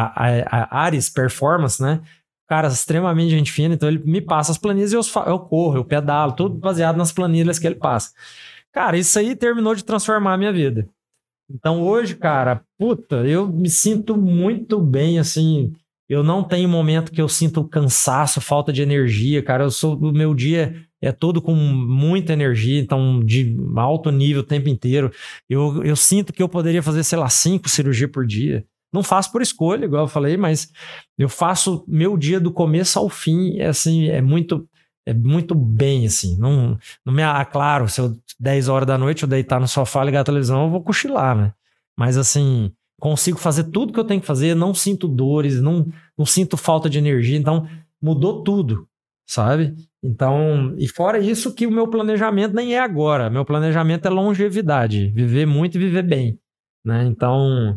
Ares Performance, né? Cara, extremamente gente fina, então ele me passa as planilhas e eu corro, eu pedalo, tudo baseado nas planilhas que ele passa. Cara, isso aí terminou de transformar a minha vida. Então hoje, cara, eu me sinto muito bem, assim, eu não tenho momento que eu sinto cansaço, falta de energia, cara, o meu dia é todo com muita energia, então de alto nível o tempo inteiro. Eu sinto que eu poderia fazer, sei lá, 5 cirurgias por dia. Não faço por escolha, igual eu falei, mas eu faço meu dia do começo ao fim, assim, é muito bem, assim. Não claro, se eu 10 horas da noite eu deitar no sofá, ligar a televisão, eu vou cochilar, né? Mas, assim, consigo fazer tudo que eu tenho que fazer, não sinto dores, não sinto falta de energia, então mudou tudo, sabe? Então, e fora isso que o meu planejamento nem é agora, meu planejamento é longevidade, viver muito e viver bem, né? Então...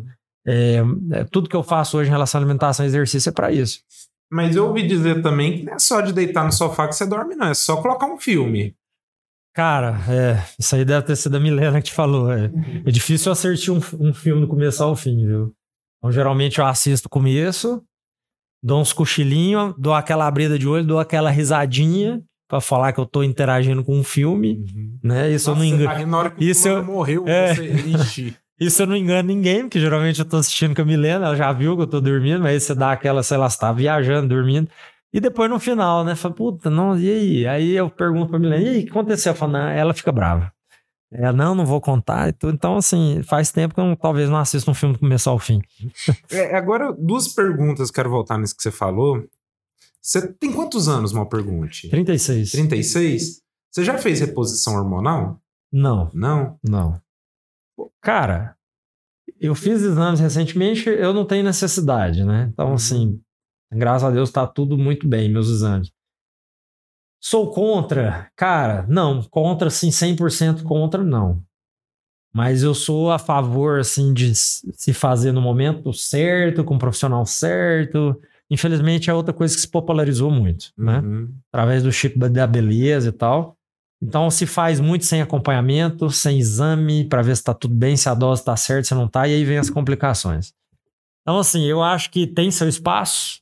tudo que eu faço hoje em relação à alimentação e exercício é para isso. Mas eu ouvi dizer também que não é só de deitar no sofá que você dorme, não. É só colocar um filme. Cara, isso aí deve ter sido a Milena que te falou. É difícil eu assistir um filme do começo ao fim, viu? Então, geralmente eu assisto o começo, dou uns cochilinhos, dou aquela abrida de olho, dou aquela risadinha pra falar que eu tô interagindo com um filme, né? Isso eu não engano. Aí na hora que o morreu, você enche. Isso eu não engano ninguém, porque geralmente eu tô assistindo com a Milena, ela já viu que eu tô dormindo, mas aí você dá aquela, sei lá, você tá viajando, dormindo. E depois no final, né? Fala, puta, não, e aí? Aí eu pergunto pra Milena, e aí, o que aconteceu? Fala, não, ela fica brava. Ela, não vou contar e tudo. Então, assim, faz tempo que eu talvez não assista um filme do começo ao fim. Agora, 2 perguntas, quero voltar nisso que você falou. Você tem quantos anos, mal pergunte? 36. 36? Você já fez reposição hormonal? Não. Não? Cara, eu fiz exames recentemente, eu não tenho necessidade, né? Então, assim, graças a Deus tá tudo muito bem, meus exames. Sou contra? Cara, não. Contra, assim, 100% contra, não. Mas eu sou a favor, assim, de se fazer no momento certo, com o profissional certo. Infelizmente, é outra coisa que se popularizou muito, né? Através do chip da beleza e tal. Então, se faz muito sem acompanhamento, sem exame, para ver se tá tudo bem, se a dose tá certa, se não tá, e aí vem as complicações. Então, assim, eu acho que tem seu espaço,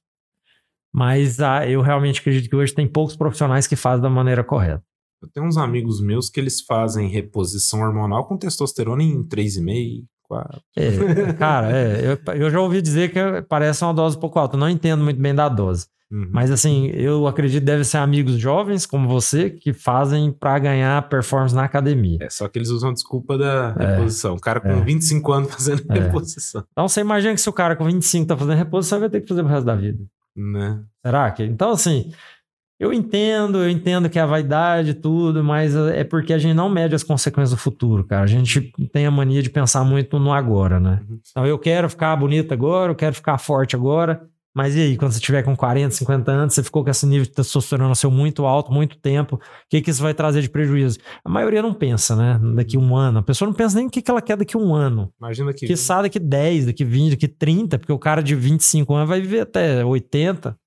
mas eu realmente acredito que hoje tem poucos profissionais que fazem da maneira correta. Eu tenho uns amigos meus que eles fazem reposição hormonal com testosterona em 3,5, 4. Cara, eu já ouvi dizer que parece uma dose um pouco alta. Eu não entendo muito bem da dose. Mas assim, eu acredito que deve ser amigos jovens como você que fazem para ganhar performance na academia. Só que eles usam a desculpa da reposição. O cara com 25 anos fazendo reposição. Então você imagina que se o cara com 25 tá fazendo reposição, vai ter que fazer pro resto da vida. Né? Será que? Então assim, eu entendo que é a vaidade e tudo, mas é porque a gente não mede as consequências do futuro, cara. A gente tem a mania de pensar muito no agora, né? Então eu quero ficar bonito agora, eu quero ficar forte agora. Mas e aí, quando você tiver com 40, 50 anos, você ficou com esse nível de testosterona seu muito alto, muito tempo, o que isso vai trazer de prejuízo? A maioria não pensa, né? Daqui 1 ano. A pessoa não pensa nem o que ela quer daqui 1 ano. Imagina que... Quiçá daqui 10, daqui 20, daqui 30, porque o cara de 25 anos vai viver até 80.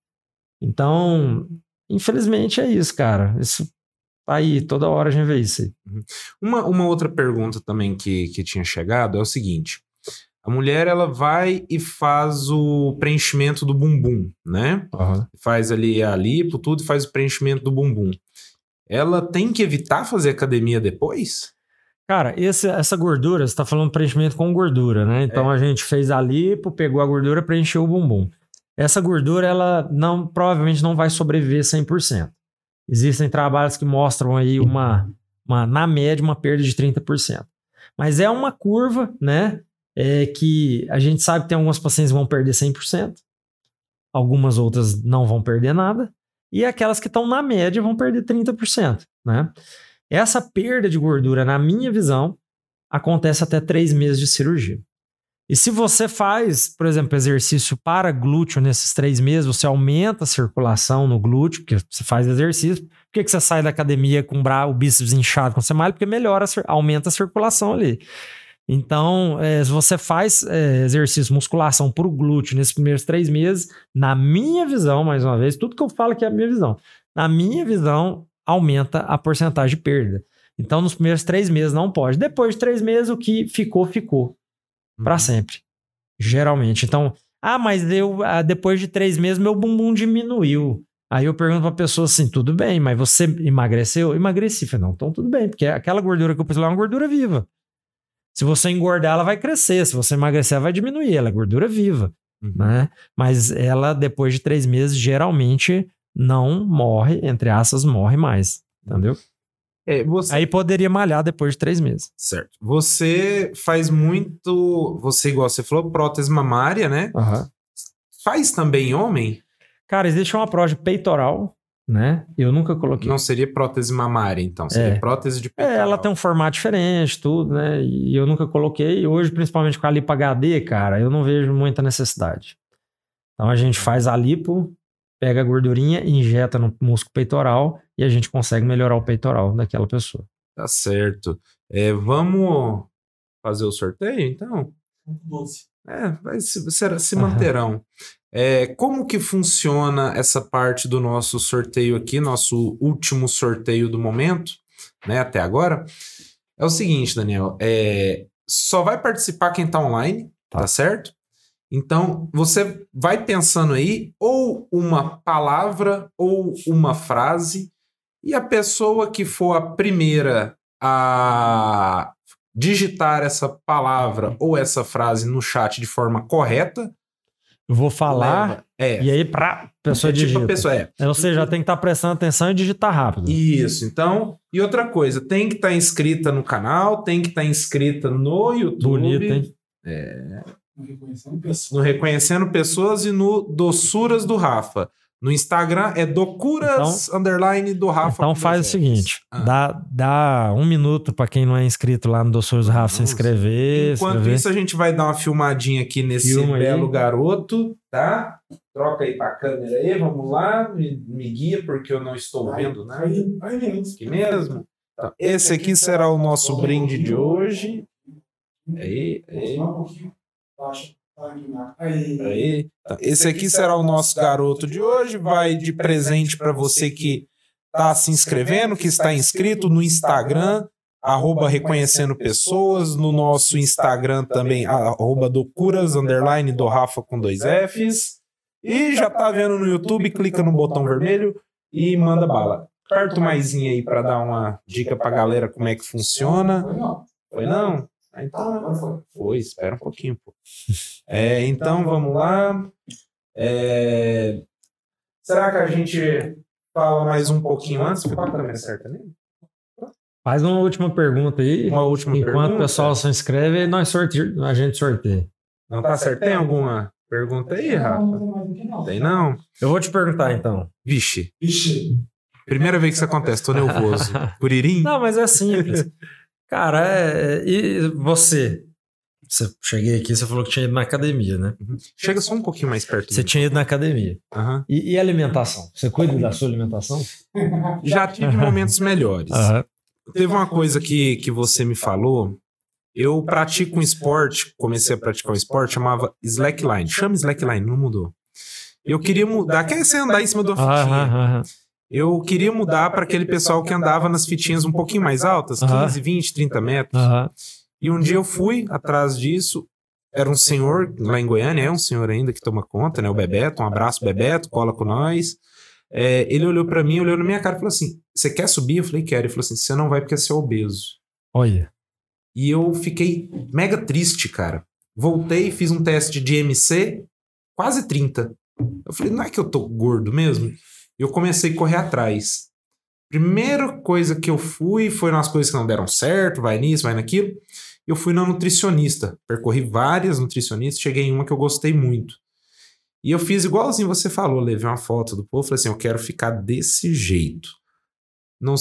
Então, infelizmente é isso, cara. Isso tá aí, toda hora a gente vê isso aí. Uma outra pergunta também que tinha chegado é o seguinte... A mulher, ela vai e faz o preenchimento do bumbum, né? Faz ali a lipo, tudo, e faz o preenchimento do bumbum. Ela tem que evitar fazer academia depois? Cara, essa gordura, você tá falando preenchimento com gordura, né? Então a gente fez a lipo, pegou a gordura, preencheu o bumbum. Essa gordura, ela provavelmente não vai sobreviver 100%. Existem trabalhos que mostram aí na média, uma perda de 30%. Mas é uma curva, né? Que a gente sabe que tem algumas pacientes que vão perder 100%, algumas outras não vão perder nada, e aquelas que estão na média vão perder 30%, né? Essa perda de gordura, na minha visão, acontece até 3 meses de cirurgia. E se você faz, por exemplo, exercício para glúteo nesses 3 meses, você aumenta a circulação no glúteo, porque você faz exercício. Por que você sai da academia com o bíceps inchado quando você malha? Porque melhora, aumenta a circulação ali. Então, se você faz exercício, musculação para o glúteo nesses primeiros 3 meses, na minha visão, mais uma vez, tudo que eu falo aqui é a minha visão. Na minha visão, aumenta a porcentagem de perda. Então, nos primeiros 3 meses não pode. Depois de 3 meses, o que ficou. Para sempre. Geralmente. Então, mas depois de 3 meses, meu bumbum diminuiu. Aí eu pergunto pra pessoa assim, tudo bem, mas você emagreceu? Emagreci. Falei, não, então tudo bem, porque aquela gordura que eu pus lá é uma gordura viva. Se você engordar, ela vai crescer. Se você emagrecer, ela vai diminuir. Ela é gordura viva. Né? Mas ela, depois de 3 meses, geralmente não morre, entre aspas, morre mais. Entendeu? Aí poderia malhar depois de 3 meses. Certo. Você faz muito... Você, igual você falou, prótese mamária, né? Faz também homem? Cara, existe uma prótese peitoral, né? Eu nunca coloquei. Não seria prótese mamária, então. Seria prótese de peitoral. Ela tem um formato diferente, tudo, né? E eu nunca coloquei. Hoje, principalmente com a lipo HD, cara, eu não vejo muita necessidade. Então a gente faz a lipo, pega a gordurinha, injeta no músculo peitoral e a gente consegue melhorar o peitoral daquela pessoa. Tá certo. Vamos fazer o sorteio, então? 12. Se manterão. Como que funciona essa parte do nosso sorteio aqui, nosso último sorteio do momento, né, até agora? É o seguinte, Daniel, só vai participar quem tá online, tá certo? Então, você vai pensando aí ou uma palavra ou uma frase, e a pessoa que for a primeira a digitar essa palavra ou essa frase no chat de forma correta... Eu vou falar e aí pra pessoa digita. Você já tem que estar prestando atenção e digitar rápido. Isso, então... E outra coisa, tem que estar inscrita no canal, tem que estar inscrita no YouTube. Bonito, hein? No Reconhecendo Pessoas e no Doçuras do Rafa. No Instagram é Docuras _ do Rafa. Então faz o seguinte, dá 1 minuto para quem não é inscrito lá no Doçuras do Rafa se inscrever. Enquanto isso, a gente vai dar uma filmadinha aqui nesse belo garoto, tá? Troca aí pra câmera aí, vamos lá, me guia porque eu não estou vendo nada. Aqui mesmo? Então, esse aqui será o nosso brinde de hoje. Aí. Aí. Então, esse aqui será o nosso garoto de hoje, vai de presente para você que está se inscrevendo, que está inscrito no Instagram, @Reconhecendo Pessoas, no nosso Instagram também, @Docuras _ do Rafa com 2 Fs, e já tá vendo no YouTube, clica no botão vermelho e manda bala. Aperta o maisinho aí para dar uma dica pra galera como é que funciona. Foi não? Então, espera um pouquinho, pô. Então, vamos lá. Será que a gente fala mais um pouquinho antes? Ficou a câmera certa nele? Faz uma última pergunta aí. Enquanto o pessoal se inscreve, a gente sorteia. Não tá certo? Tem alguma pergunta aí, Rafa? Tem não? Eu vou te perguntar, então. Vixe. Primeira vez que isso acontece, tô nervoso. Curirim? Não, mas é simples. Cara, e você? Você cheguei aqui, você falou que tinha ido na academia, né? Chega só um pouquinho mais perto. Você tinha ido na academia. E alimentação? Você cuida da sua alimentação? Já tive momentos melhores. Teve uma coisa que você me falou. Eu pratico um esporte, comecei a praticar um esporte, chamava slackline. Chama slackline, não mudou. Eu queria mudar. Quer você andar em cima de uma fitinha? Eu queria mudar para aquele pessoal que andava nas fitinhas um pouquinho mais altas, 15, 20, 30 metros. E um dia eu fui atrás disso. Era um senhor lá em Goiânia, é um senhor ainda que toma conta, né? O Bebeto, um abraço, Bebeto, cola com nós. Ele olhou para mim, olhou na minha cara e falou assim: você quer subir? Eu falei, quero. Ele falou assim: você não vai porque você é obeso. Olha. E eu fiquei mega triste, cara. Voltei, fiz um teste de MC, quase 30. Eu falei, não é que eu tô gordo mesmo? Eu comecei a correr atrás. Primeira coisa que eu fui foi nas coisas que não deram certo, vai nisso, vai naquilo. Eu fui na nutricionista. Percorri várias nutricionistas, cheguei em uma que eu gostei muito. E eu fiz igualzinho você falou, levei uma foto do povo, falei assim, eu quero ficar desse jeito.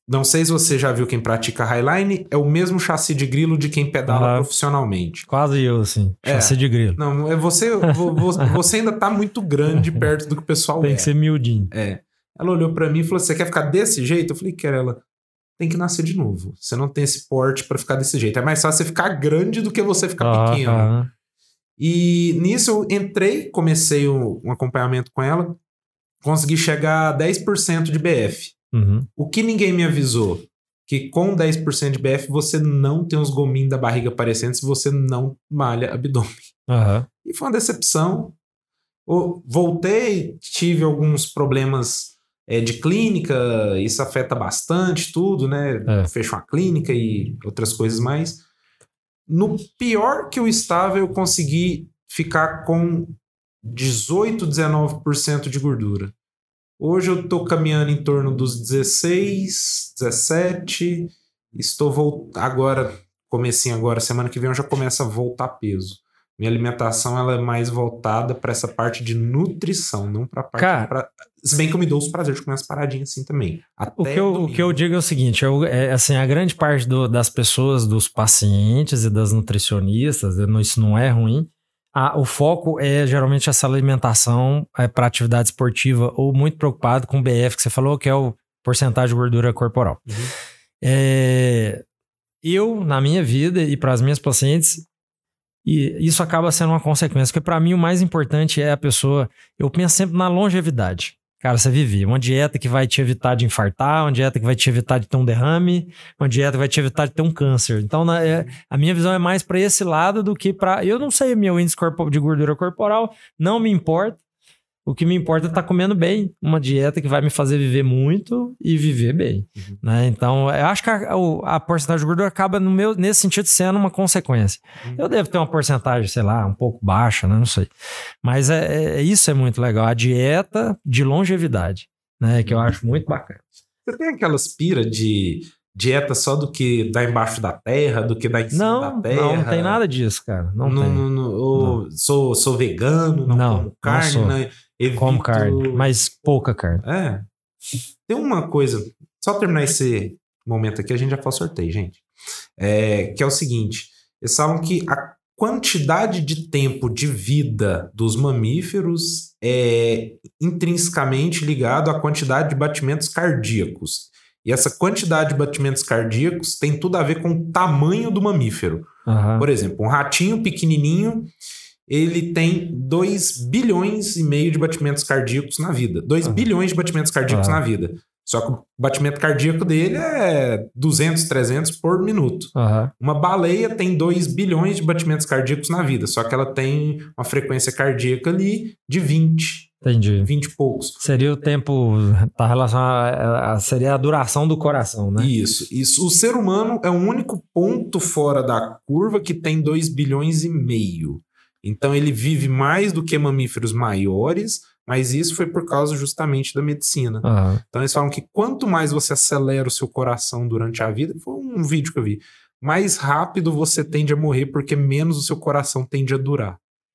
Não sei se você já viu quem pratica Highline, é o mesmo chassi de grilo de quem pedala profissionalmente. Quase eu, assim. Chassi de grilo. Não, você ainda tá muito grande perto do que o pessoal Tem que ser miudinho. Ela olhou pra mim e falou, você quer ficar desse jeito? Eu falei, quero. Ela, tem que nascer de novo. Você não tem esse porte pra ficar desse jeito. É mais fácil você ficar grande do que você ficar pequeno. E nisso eu entrei, comecei um acompanhamento com ela, consegui chegar a 10% de BF. O que ninguém me avisou, que com 10% de BF você não tem os gominhos da barriga aparecendo se você não malha abdômen. E foi uma decepção. Eu voltei, tive alguns problemas de clínica, isso afeta bastante tudo, né? Fechou a clínica e outras coisas mais. No pior que eu estava, eu consegui ficar com 18, 19% de gordura. Hoje eu tô caminhando em torno dos 16, 17. Estou agora, comecinho agora, semana que vem eu já começo a voltar peso. Minha alimentação ela é mais voltada para essa parte de nutrição, não para parte... Se bem que eu me dou os prazeres de comer umas paradinhas assim também. O que eu digo é o seguinte, assim, a grande parte das pessoas, dos pacientes e das nutricionistas, isso não é ruim, o foco é geralmente essa alimentação para atividade esportiva ou muito preocupado com o BF que você falou, que é o porcentagem de gordura corporal. Eu, na minha vida e para as minhas pacientes, e isso acaba sendo uma consequência, porque para mim o mais importante é a pessoa... Eu penso sempre na longevidade. Cara, você vive uma dieta que vai te evitar de infartar, uma dieta que vai te evitar de ter um derrame, uma dieta que vai te evitar de ter um câncer. Então, a minha visão é mais para esse lado do que para... Eu não sei meu índice de gordura corporal, não me importa. O que me importa é estar comendo bem, uma dieta que vai me fazer viver muito e viver bem. Né? Então, eu acho que a porcentagem de gordura acaba, nesse sentido, sendo uma consequência. Eu devo ter uma porcentagem, sei lá, um pouco baixa, né? Não sei. Mas isso é muito legal. A dieta de longevidade, né? Que eu acho muito bacana. Você tem aquelas pira de dieta só do que dá embaixo da terra, do que dá em cima da terra? Não tem nada disso, cara. Não. Sou vegano, não como carne, não né? Evito... Como carne, mas pouca carne. Tem uma coisa, só terminar esse momento aqui, a gente já faz sorteio, gente. Que é o seguinte, eles falam que a quantidade de tempo de vida dos mamíferos é intrinsecamente ligado à quantidade de batimentos cardíacos. E essa quantidade de batimentos cardíacos tem tudo a ver com o tamanho do mamífero. Por exemplo, um ratinho pequenininho, ele tem 2 bilhões e meio de batimentos cardíacos na vida. 2 bilhões de batimentos cardíacos na vida. Só que o batimento cardíaco dele é 200, 300 por minuto. Uma baleia tem 2 bilhões de batimentos cardíacos na vida. Só que ela tem uma frequência cardíaca ali de 20. Entendi. 20 e poucos. Seria o tempo, tá relacionado seria a duração do coração, né? Isso. O ser humano é o único ponto fora da curva que tem 2 bilhões e meio. Então ele vive mais do que mamíferos maiores, mas isso foi por causa justamente da medicina. Então eles falam que quanto mais você acelera o seu coração durante a vida, foi um vídeo que eu vi, mais rápido você tende a morrer porque menos o seu coração tende a durar.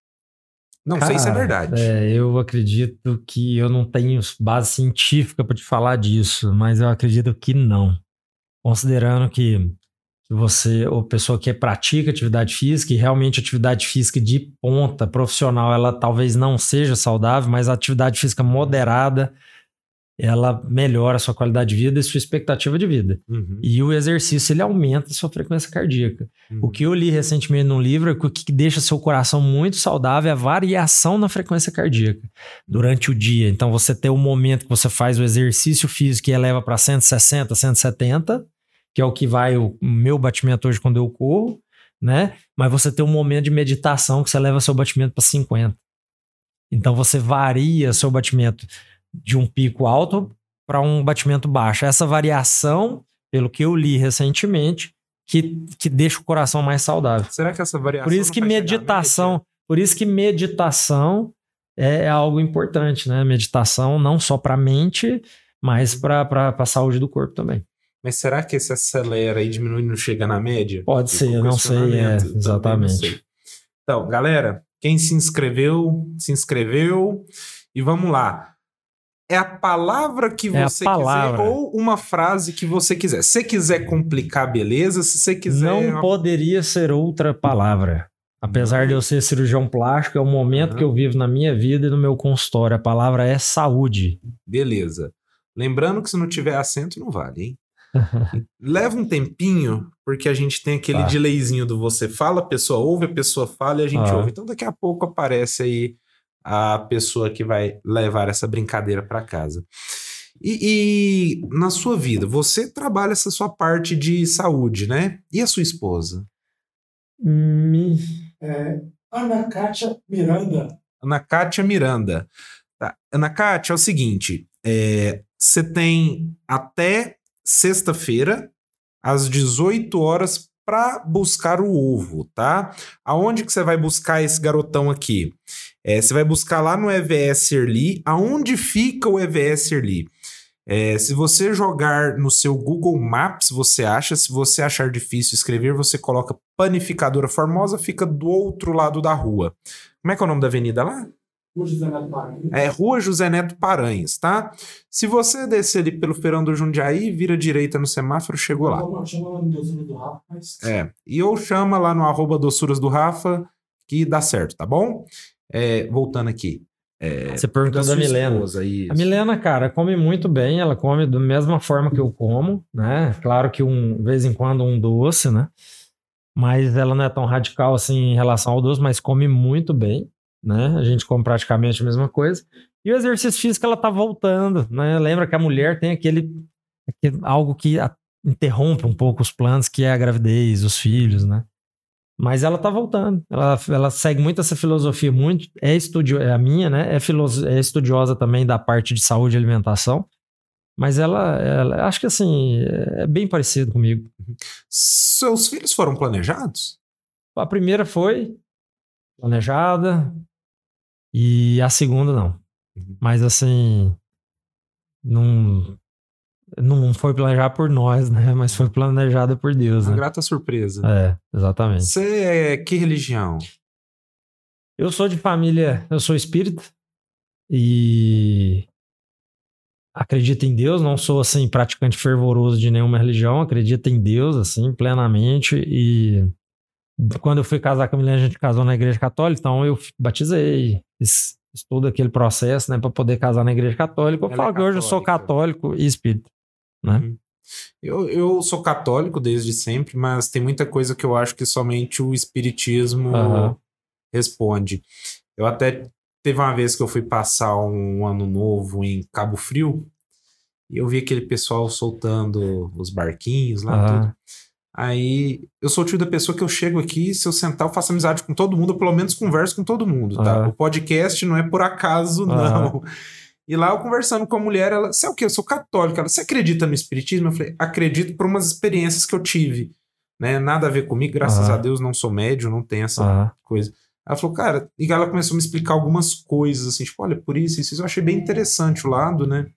Não sei se é verdade. Eu acredito que eu não tenho base científica para te falar disso, mas eu acredito que não. Considerando que você, ou pessoa que pratica atividade física, e realmente atividade física de ponta, profissional, ela talvez não seja saudável, mas a atividade física moderada, ela melhora a sua qualidade de vida e sua expectativa de vida. E o exercício, ele aumenta a sua frequência cardíaca. O que eu li recentemente num livro é que o que deixa seu coração muito saudável é a variação na frequência cardíaca durante o dia. Então, você tem o momento que você faz o exercício físico e eleva para 160, 170, que é o que vai o meu batimento hoje quando eu corro, né? Mas você tem um momento de meditação que você leva seu batimento para 50. Então, você varia seu batimento de um pico alto para um batimento baixo. Essa variação, pelo que eu li recentemente, que deixa o coração mais saudável. Será que essa variação... Por isso que meditação é algo importante, né? Meditação não só para a mente, mas para a saúde do corpo também. Mas será que esse acelera e diminui e não chega na média? Pode ser, eu não sei. Exatamente. Não sei. Então, galera, quem se inscreveu, e vamos lá. É a palavra que você quiser ou uma frase que você quiser. Se você quiser complicar, beleza. Se você quiser... Não poderia ser outra palavra. Apesar de eu ser cirurgião plástico, é o momento que eu vivo na minha vida e no meu consultório. A palavra é saúde. Beleza. Lembrando que se não tiver acento, não vale, hein? Leva um tempinho, porque a gente tem aquele delayzinho do você fala, a pessoa ouve, a pessoa fala e a gente ouve. Então daqui a pouco aparece aí a pessoa que vai levar essa brincadeira para casa. E na sua vida, você trabalha essa sua parte de saúde, né? E a sua esposa? Ana Kátia Miranda. Ana Kátia Miranda. Tá. Ana Kátia, é o seguinte, você tem até sexta-feira, às 18 horas, para buscar o ovo, tá? Aonde que você vai buscar esse garotão aqui? Você vai buscar lá no EVS Early. Aonde fica o EVS Early? Se você jogar no seu Google Maps, você acha. Se você achar difícil escrever, você coloca Panificadora Formosa, fica do outro lado da rua. Como é que é o nome da avenida lá? Rua José Neto Paranhos. Rua José Neto Paranhos, tá? Se você descer ali pelo Feirão do Jundiaí, vira direita no semáforo, chegou lá. Chama lá no Doçuras do Rafa, mas... E ou chama lá no @Doçuras do Rafa, que dá certo, tá bom? Voltando aqui. Você perguntou da Milena. A Milena, cara, come muito bem, ela come da mesma forma que eu como, né? Claro que de vez em quando um doce, né? Mas ela não é tão radical assim em relação ao doce, mas come muito bem, né? A gente come praticamente a mesma coisa. E o exercício físico, ela tá voltando, né? Lembra que a mulher tem algo que interrompe um pouco os planos, que é a gravidez, os filhos, né? Mas ela tá voltando. Ela segue muito essa filosofia, a minha, né? É estudiosa também da parte de saúde e alimentação. Mas ela acho que assim, é bem parecido comigo. Seus filhos foram planejados? A primeira foi planejada e a segunda não. Mas assim, não foi planejada por nós, né? Mas foi planejada por Deus, né? Uma grata surpresa. Exatamente. Você é que religião? Eu sou de família, eu sou espírita e acredito em Deus, não sou assim praticante fervoroso de nenhuma religião, acredito em Deus assim plenamente. E quando eu fui casar com a Milena, a gente casou na igreja católica, então eu batizei, fiz todo aquele processo, né, para poder casar na igreja católica. Eu falo que hoje eu sou católico e espírita, né? Eu sou católico desde sempre, mas tem muita coisa que eu acho que somente o espiritismo responde. Eu até teve uma vez que eu fui passar um ano novo em Cabo Frio e eu vi aquele pessoal soltando os barquinhos lá, tudo. Aí eu sou o tipo da pessoa que eu chego aqui, se eu sentar, eu faço amizade com todo mundo, eu pelo menos converso com todo mundo, tá? O podcast não é por acaso, não. E lá eu conversando com a mulher, ela, você é o quê? Eu sou católica. Ela, você acredita no espiritismo? Eu falei, acredito por umas experiências que eu tive, né? Nada a ver comigo, graças a Deus, não sou médium, não tenho essa coisa. Ela falou, cara, e ela começou a me explicar algumas coisas, assim, tipo, olha, por isso, eu achei bem interessante o lado, né?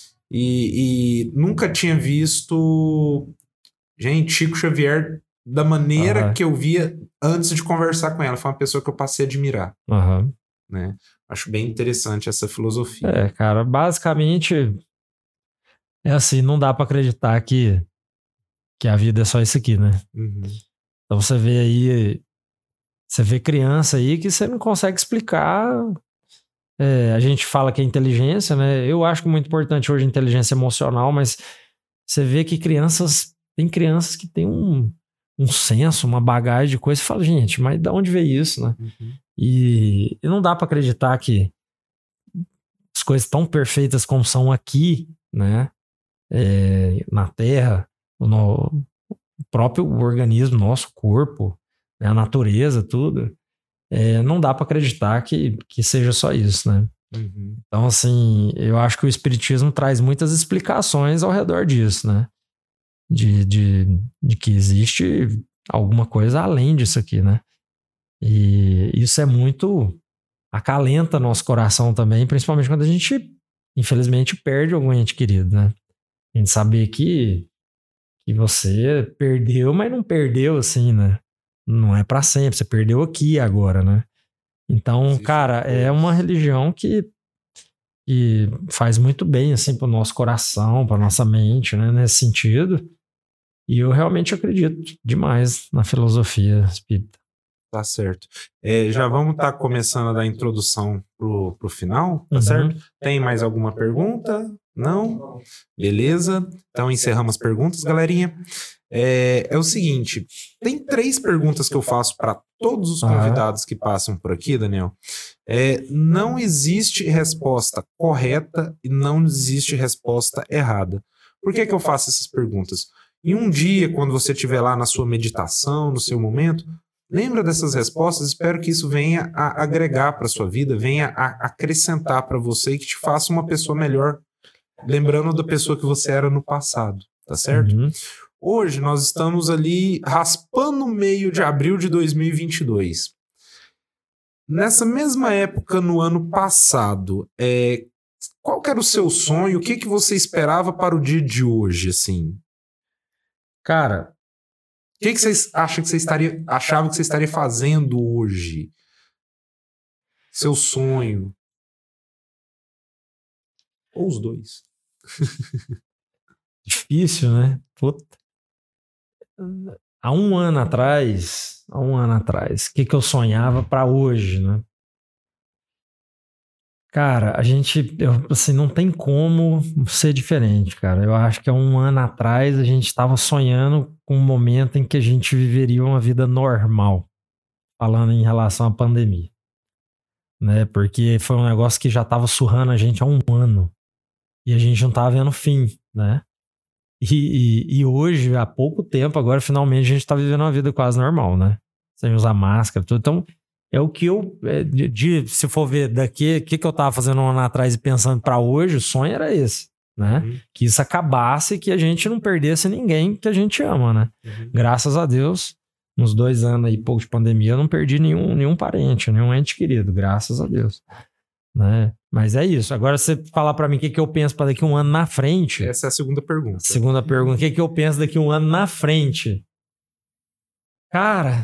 E nunca tinha visto, gente, Chico Xavier da maneira que eu via antes de conversar com ela. Foi uma pessoa que eu passei a admirar, né? Acho bem interessante essa filosofia. Cara, basicamente é assim, não dá pra acreditar que a vida é só isso aqui, né? Então você vê aí, você vê criança aí que você não consegue explicar. A gente fala que é inteligência, né? Eu acho que é muito importante hoje a inteligência emocional, mas você vê que tem crianças que têm um senso, uma bagagem de coisa. Você fala, gente, mas de onde veio isso, né? E não dá pra acreditar que as coisas tão perfeitas como são aqui, né? Na Terra, no próprio organismo, nosso corpo, né? A natureza, tudo. Não dá pra acreditar que seja só isso, né? Então, assim, eu acho que o espiritismo traz muitas explicações ao redor disso, né? De que existe alguma coisa além disso aqui, né? E isso é muito... acalenta nosso coração também, principalmente quando a gente, infelizmente, perde algum ente querido, né? A gente saber que você perdeu, mas não perdeu assim, né? Não é pra sempre, você perdeu aqui e agora, né? Então, cara, é uma religião que que faz muito bem, assim, pro nosso coração, pra nossa mente, né, nesse sentido. E eu realmente acredito demais na filosofia espírita. Tá certo. Já vamos estar começando a dar introdução pro final, tá Uhum. certo? Tem mais alguma pergunta? Não? Beleza. Então encerramos as perguntas, galerinha. É o seguinte, tem 3 perguntas que eu faço para todos os convidados que passam por aqui, Daniel. Não existe resposta correta e não existe resposta errada. Por que eu faço essas perguntas? Em um dia, quando você estiver lá na sua meditação, no seu momento, lembra dessas respostas, espero que isso venha a agregar para a sua vida, venha a acrescentar para você e que te faça uma pessoa melhor, lembrando da pessoa que você era no passado, tá certo? Uhum. Hoje nós estamos ali raspando o meio de abril de 2022. Nessa mesma época, no ano passado, qual que era o seu sonho? O que você esperava para o dia de hoje, assim? Cara, O que vocês achavam que você estaria fazendo hoje? Seu sonho? Ou os dois? difícil, né? Puta. Há um ano atrás, o que eu sonhava pra hoje, né? Cara, assim, não tem como ser diferente, cara. Eu acho que há um ano atrás a gente estava sonhando com um momento em que a gente viveria uma vida normal, falando em relação à pandemia, né? Porque foi um negócio que já estava surrando a gente há um ano e a gente não tava vendo fim, né? E hoje, há pouco tempo, agora finalmente a gente tá vivendo uma vida quase normal, né? Sem usar máscara, tudo. Então, é o que se for ver daqui, o que eu tava fazendo um ano atrás e pensando pra hoje, o sonho era esse, né? Uhum. Que isso acabasse e que a gente não perdesse ninguém que a gente ama, né? Uhum. Graças a Deus, nos 2 anos e pouco de pandemia, eu não perdi nenhum parente, nenhum ente querido, graças a Deus, né? Mas é isso. Agora, você falar pra mim o que eu penso pra daqui um ano na frente... Essa é a segunda pergunta. Segunda pergunta, o que eu penso daqui um ano na frente? Cara,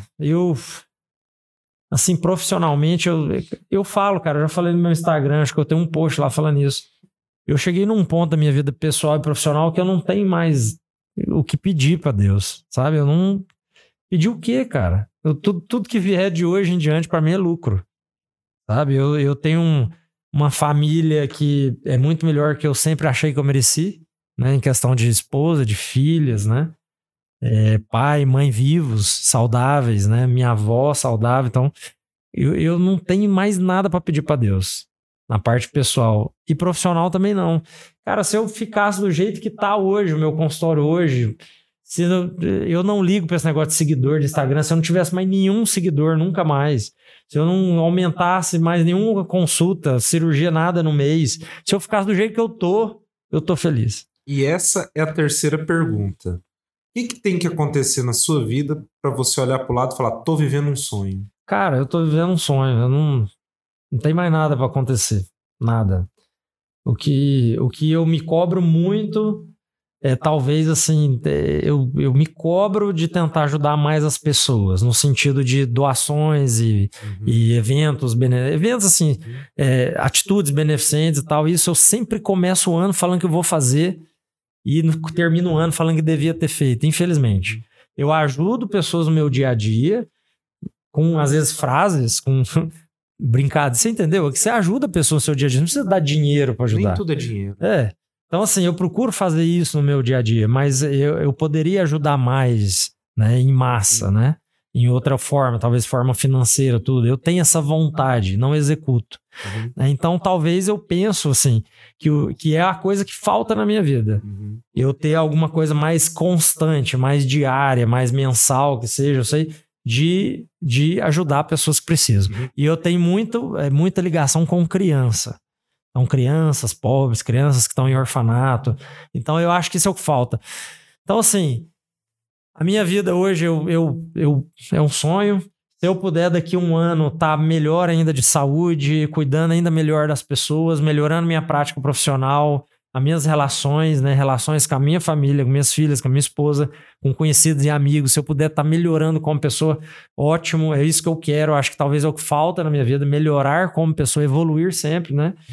assim, profissionalmente, eu falo, cara, eu já falei no meu Instagram, acho que eu tenho um post lá falando isso. Eu cheguei num ponto da minha vida pessoal e profissional que eu não tenho mais o que pedir pra Deus, sabe? Eu não pedi o quê, cara? Tudo que vier de hoje em diante pra mim é lucro, sabe? Eu tenho uma família que é muito melhor que eu sempre achei que eu mereci, né? Em questão de esposa, de filhas, né? Pai e mãe vivos, saudáveis, né? Minha avó saudável. Então, eu não tenho mais nada pra pedir pra Deus na parte pessoal. E profissional também não. Cara, se eu ficasse do jeito que tá hoje, o meu consultório hoje, se eu não ligo pra esse negócio de seguidor de Instagram, se eu não tivesse mais nenhum seguidor, nunca mais. Se eu não aumentasse mais nenhuma consulta, cirurgia, nada no mês, se eu ficasse do jeito que eu tô feliz. E essa é a terceira pergunta. O que tem que acontecer na sua vida para você olhar pro lado e falar, tô vivendo um sonho? Cara, eu tô vivendo um sonho. Eu não tem mais nada pra acontecer. Nada. O que eu me cobro muito talvez, assim, eu me cobro de tentar ajudar mais as pessoas, no sentido de doações e eventos, assim, atitudes beneficentes e tal. Isso eu sempre começo o ano falando que eu vou fazer e termino o ano falando que devia ter feito, infelizmente. Eu ajudo pessoas no meu dia a dia com, às vezes, frases, com brincadeira. Você entendeu? Que você ajuda a pessoa no seu dia a dia, não precisa dar dinheiro para ajudar. Nem tudo é dinheiro. Então, assim, eu procuro fazer isso no meu dia a dia, mas eu poderia ajudar mais, né, em massa, né? Em outra forma, talvez forma financeira, tudo. Eu tenho essa vontade, não executo. Então, talvez eu penso, assim, que é a coisa que falta na minha vida. Eu ter alguma coisa mais constante, mais diária, mais mensal, que seja, eu sei, de ajudar pessoas que precisam. E eu tenho muita ligação com criança. Então, crianças pobres, crianças que estão em orfanato. Então, eu acho que isso é o que falta. Então, assim, a minha vida hoje é um sonho. Se eu puder, daqui a um ano, estar melhor ainda de saúde, cuidando ainda melhor das pessoas, melhorando minha prática profissional, as minhas relações, né? Relações com a minha família, com minhas filhas, com a minha esposa, com conhecidos e amigos. Se eu puder estar melhorando como pessoa, ótimo. É isso que eu quero. Acho que talvez é o que falta na minha vida, melhorar como pessoa, evoluir sempre, né?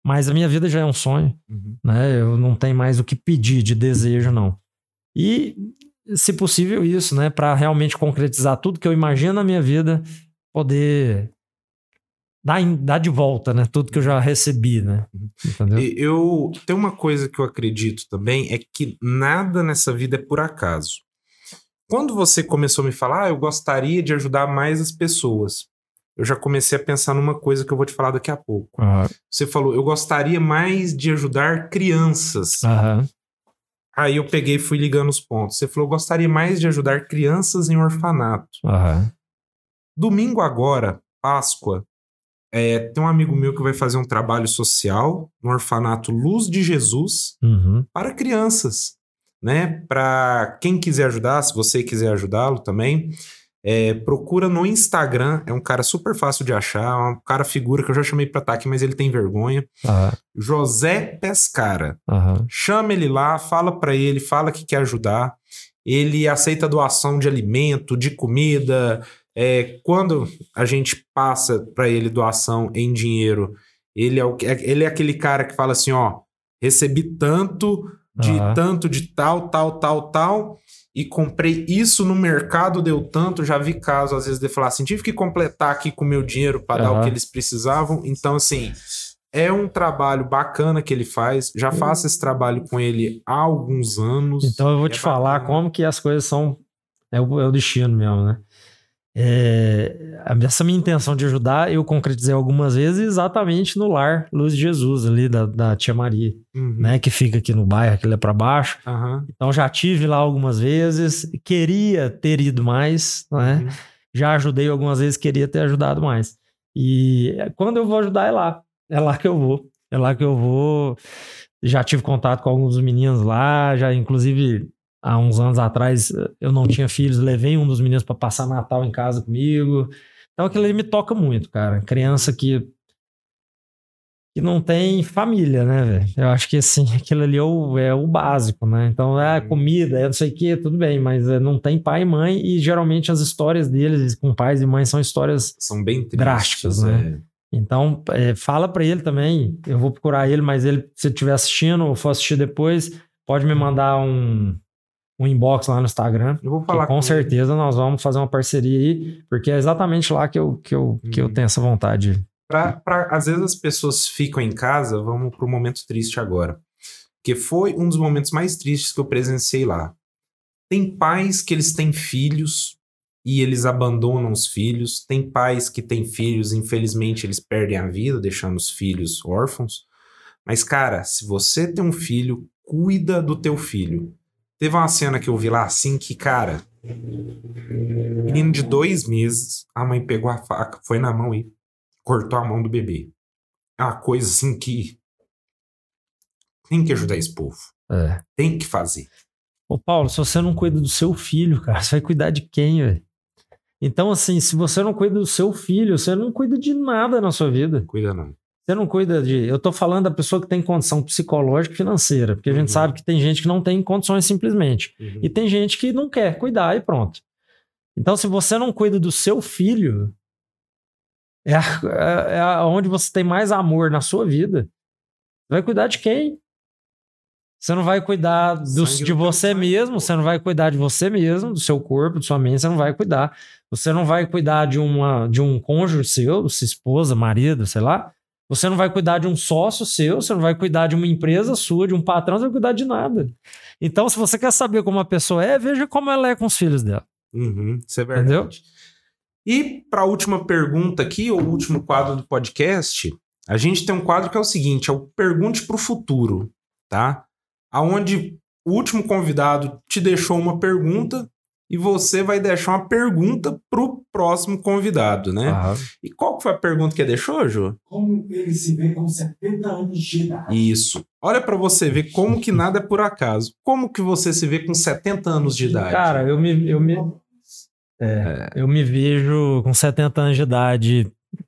mas a minha vida já é um sonho, né? Eu não tenho mais o que pedir de desejo, não. E, se possível, isso, né? Para realmente concretizar tudo que eu imagino na minha vida, poder dar de volta, né? Tudo que eu já recebi, né? Entendeu? Tem uma coisa que eu acredito também, é que nada nessa vida é por acaso. Quando você começou a me falar, eu gostaria de ajudar mais as pessoas, eu já comecei a pensar numa coisa que eu vou te falar daqui a pouco. Você falou, eu gostaria mais de ajudar crianças. Aí eu peguei e fui ligando os pontos. Você falou, eu gostaria mais de ajudar crianças em orfanato. Domingo agora, Páscoa, tem um amigo meu que vai fazer um trabalho social no orfanato Luz de Jesus para crianças, né? Para quem quiser ajudar, se você quiser ajudá-lo também, procura no Instagram, é um cara super fácil de achar, um cara figura que eu já chamei para estar aqui, mas ele tem vergonha. José Pescara. Chama ele lá, fala para ele, fala que quer ajudar. Ele aceita doação de alimento, de comida. Quando a gente passa para ele doação em dinheiro, ele é aquele cara que fala assim, ó, recebi tanto de tal, e comprei isso no mercado, deu tanto. Já vi casos, às vezes, de falar assim, tive que completar aqui com o meu dinheiro para dar o que eles precisavam. Então, assim, é um trabalho bacana que ele faz. Já faço esse trabalho com ele há alguns anos. Então eu vou te falar como que as coisas são... É o destino mesmo, né? Essa minha intenção de ajudar, eu concretizei algumas vezes exatamente no lar Luz de Jesus, ali da tia Maria, né? Que fica aqui no bairro, aquele é pra baixo. Então já tive lá algumas vezes, queria ter ido mais, né? Já ajudei algumas vezes, queria ter ajudado mais. E quando eu vou ajudar, é lá que eu vou. Já tive contato com alguns dos meninos lá, já inclusive... Há uns anos atrás, eu não tinha filhos, levei um dos meninos para passar Natal em casa comigo. Então aquilo ali me toca muito, cara. Criança que não tem família, né, velho? Eu acho que, assim, aquilo ali é o básico, né? Então, comida, não sei o quê, tudo bem, mas não tem pai e mãe, e geralmente as histórias deles com pais e mães são histórias... São bem tristes, drásticas, né? Então, fala para ele também, eu vou procurar ele, mas ele, se ele estiver assistindo ou for assistir depois, pode me mandar um inbox lá no Instagram. Eu vou falar com certeza nós vamos fazer uma parceria aí, porque é exatamente lá que eu tenho essa vontade. Às vezes as pessoas ficam em casa, vamos para o momento triste agora, que foi um dos momentos mais tristes que eu presenciei lá. Tem pais que eles têm filhos e eles abandonam os filhos, tem pais que têm filhos, infelizmente eles perdem a vida, deixando os filhos órfãos. Mas, cara, se você tem um filho, cuida do teu filho. Teve uma cena que eu vi lá assim que, cara, menino de 2 meses, a mãe pegou a faca, foi na mão e cortou a mão do bebê. É uma coisa assim que tem que ajudar esse povo. Tem que fazer. Ô Paulo, se você não cuida do seu filho, cara, você vai cuidar de quem, velho? Então, assim, se você não cuida do seu filho, você não cuida de nada na sua vida. Cuida não. Você não cuida de... Eu tô falando da pessoa que tem condição psicológica e financeira, porque a gente sabe que tem gente que não tem condições simplesmente. E tem gente que não quer cuidar e pronto. Então, se você não cuida do seu filho, onde você tem mais amor na sua vida, você vai cuidar de quem? Você não vai cuidar de você mesmo, você não vai cuidar de você mesmo, do seu corpo, de sua mente, você não vai cuidar. Você não vai cuidar de um cônjuge seu, sua esposa, marido, sei lá. Você não vai cuidar de um sócio seu, você não vai cuidar de uma empresa sua, de um patrão, você não vai cuidar de nada. Então, se você quer saber como a pessoa veja como ela é com os filhos dela. Isso é verdade. Entendeu? E para a última pergunta aqui, ou o último quadro do podcast, a gente tem um quadro que é o seguinte, é o Pergunte para o Futuro, tá? Aonde o último convidado te deixou uma pergunta e você vai deixar uma pergunta pro próximo convidado, né? E qual que foi a pergunta que ele deixou, Jô? Como ele se vê com 70 anos de idade? Isso. Olha pra você ver como que nada é por acaso. Como que você se vê com 70 anos de idade? Cara, eu me vejo com 70 anos de idade.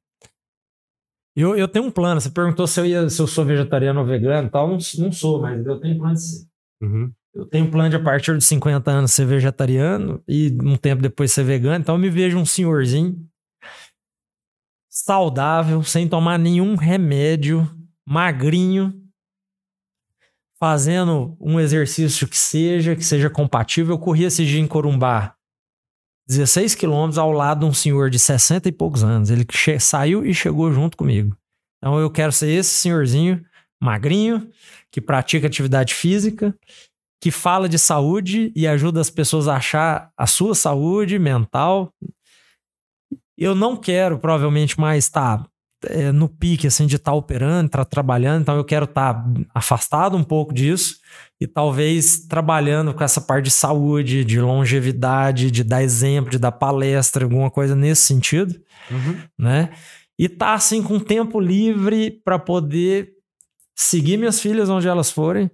Eu tenho um plano. Você perguntou se eu sou vegetariano ou vegano e tal. Não sou, mas eu tenho plano de ser. Eu tenho plano de, a partir de 50 anos, ser vegetariano e um tempo depois ser vegano. Então eu me vejo um senhorzinho saudável, sem tomar nenhum remédio, magrinho, fazendo um exercício que seja compatível. Eu corri esse dia em Corumbá, 16 quilômetros, ao lado de um senhor de 60 e poucos anos. Ele saiu e chegou junto comigo. Então eu quero ser esse senhorzinho magrinho, que pratica atividade física, que fala de saúde e ajuda as pessoas a achar a sua saúde mental. Eu não quero, provavelmente, mais estar no pique assim, de estar operando, estar trabalhando. Então eu quero estar afastado um pouco disso e talvez trabalhando com essa parte de saúde, de longevidade, de dar exemplo, de dar palestra, alguma coisa nesse sentido, né? E estar assim com tempo livre para poder seguir minhas filhas onde elas forem.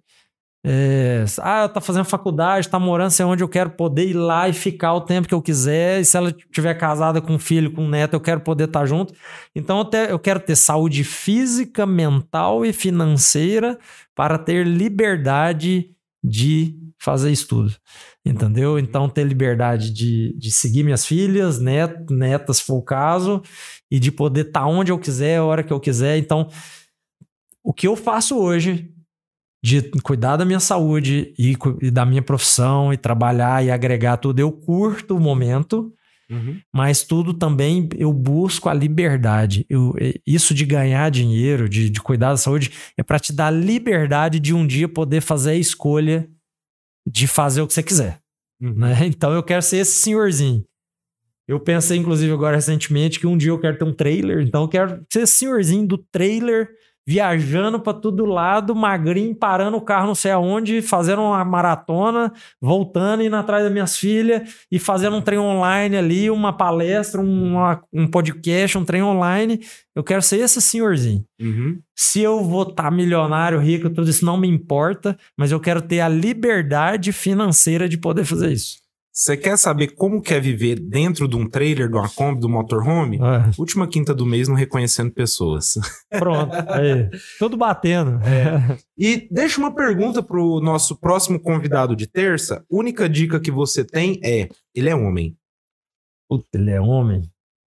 Tá fazendo faculdade, tá morando, sei onde, eu quero poder ir lá e ficar o tempo que eu quiser. E se ela estiver casada com um filho, com um neto, eu quero poder estar junto. Então eu quero ter saúde física, mental e financeira para ter liberdade de fazer isso tudo, entendeu? Então ter liberdade de seguir minhas filhas, netas, se for o caso, e de poder estar onde eu quiser, a hora que eu quiser. Então o que eu faço hoje de cuidar da minha saúde e da minha profissão e trabalhar e agregar tudo, eu curto o momento, mas tudo também eu busco a liberdade. Isso de ganhar dinheiro, de cuidar da saúde, é para te dar liberdade de um dia poder fazer a escolha de fazer o que você quiser. Né? Então eu quero ser esse senhorzinho. Eu pensei, inclusive, agora recentemente que um dia eu quero ter um trailer, então eu quero ser esse senhorzinho do trailer, viajando para todo lado, magrinho, parando o carro não sei aonde, fazendo uma maratona, voltando, indo atrás das minhas filhas e fazendo um trem online ali, uma palestra, um podcast, um trem online. Eu quero ser esse senhorzinho. Se eu vou estar milionário, rico, tudo isso não me importa, mas eu quero ter a liberdade financeira de poder fazer isso. Você quer saber como que é viver dentro de um trailer, de uma Kombi, do motorhome? Última quinta do mês, não reconhecendo pessoas. Pronto, aí. Tudo batendo. E deixa uma pergunta pro nosso próximo convidado de terça. Única dica que você tem é, ele é homem. Puta, ele é homem?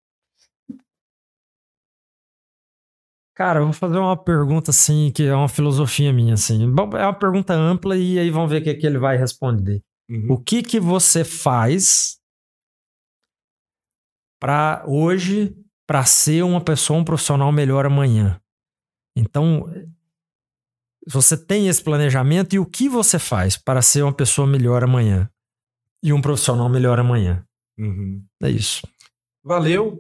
Cara, eu vou fazer uma pergunta assim, que é uma filosofia minha, assim. É uma pergunta ampla e aí vamos ver o que ele vai responder. O que você faz para hoje, para ser uma pessoa, um profissional melhor amanhã? Então, você tem esse planejamento e o que você faz para ser uma pessoa melhor amanhã? E um profissional melhor amanhã? É isso. Valeu.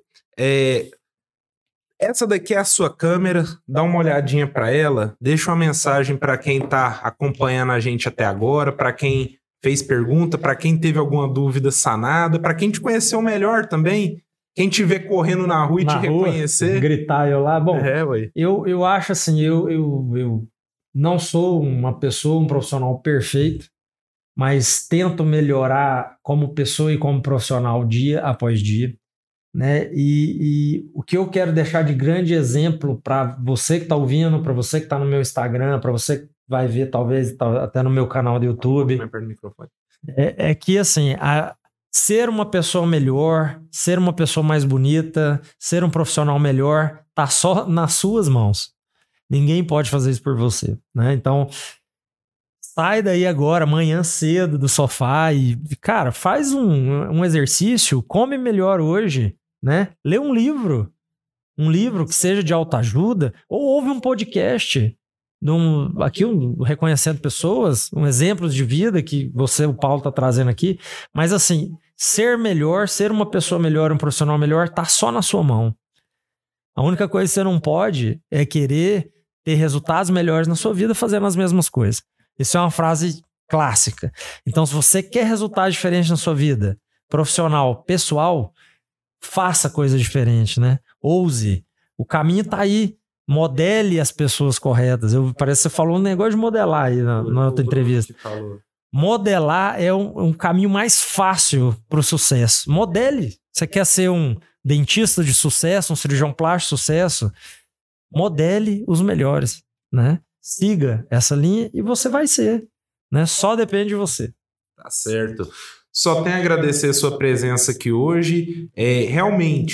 Essa daqui é a sua câmera, dá uma olhadinha para ela, deixa uma mensagem para quem está acompanhando a gente até agora, para quem fez pergunta, para quem teve alguma dúvida sanada, para quem te conheceu melhor também, quem te vê correndo na rua e te reconhecer. Gritar eu lá. Bom, ué. Eu acho assim, eu não sou uma pessoa, um profissional perfeito, mas tento melhorar como pessoa e como profissional dia após dia, né? E o que eu quero deixar de grande exemplo para você que está ouvindo, para você que está no meu Instagram, para você que vai ver talvez até no meu canal do YouTube, é que assim, ser uma pessoa melhor, ser uma pessoa mais bonita, ser um profissional melhor, tá só nas suas mãos. Ninguém pode fazer isso por você, né? Então, sai daí agora, amanhã cedo do sofá e, cara, faz um exercício, come melhor hoje, né? Lê um livro que seja de autoajuda, ou ouve um podcast. Aqui reconhecendo pessoas, exemplos de vida que o Paulo está trazendo aqui, mas assim, ser melhor, ser uma pessoa melhor, um profissional melhor, tá só na sua mão. A única coisa que você não pode é querer ter resultados melhores na sua vida fazendo as mesmas coisas. Isso é uma frase clássica. Então, se você quer resultados diferentes na sua vida, profissional, pessoal, faça coisa diferente, né? Ouse. O caminho tá aí. Modele as pessoas corretas. Parece que você falou um negócio de modelar aí na outra entrevista. Modelar é um caminho mais fácil para o sucesso. Modele. Você quer ser um dentista de sucesso, um cirurgião plástico de sucesso? Modele os melhores, né? Siga essa linha e você vai ser, né? Só depende de você. Tá certo. Só tenho a agradecer a sua presença aqui hoje. Realmente,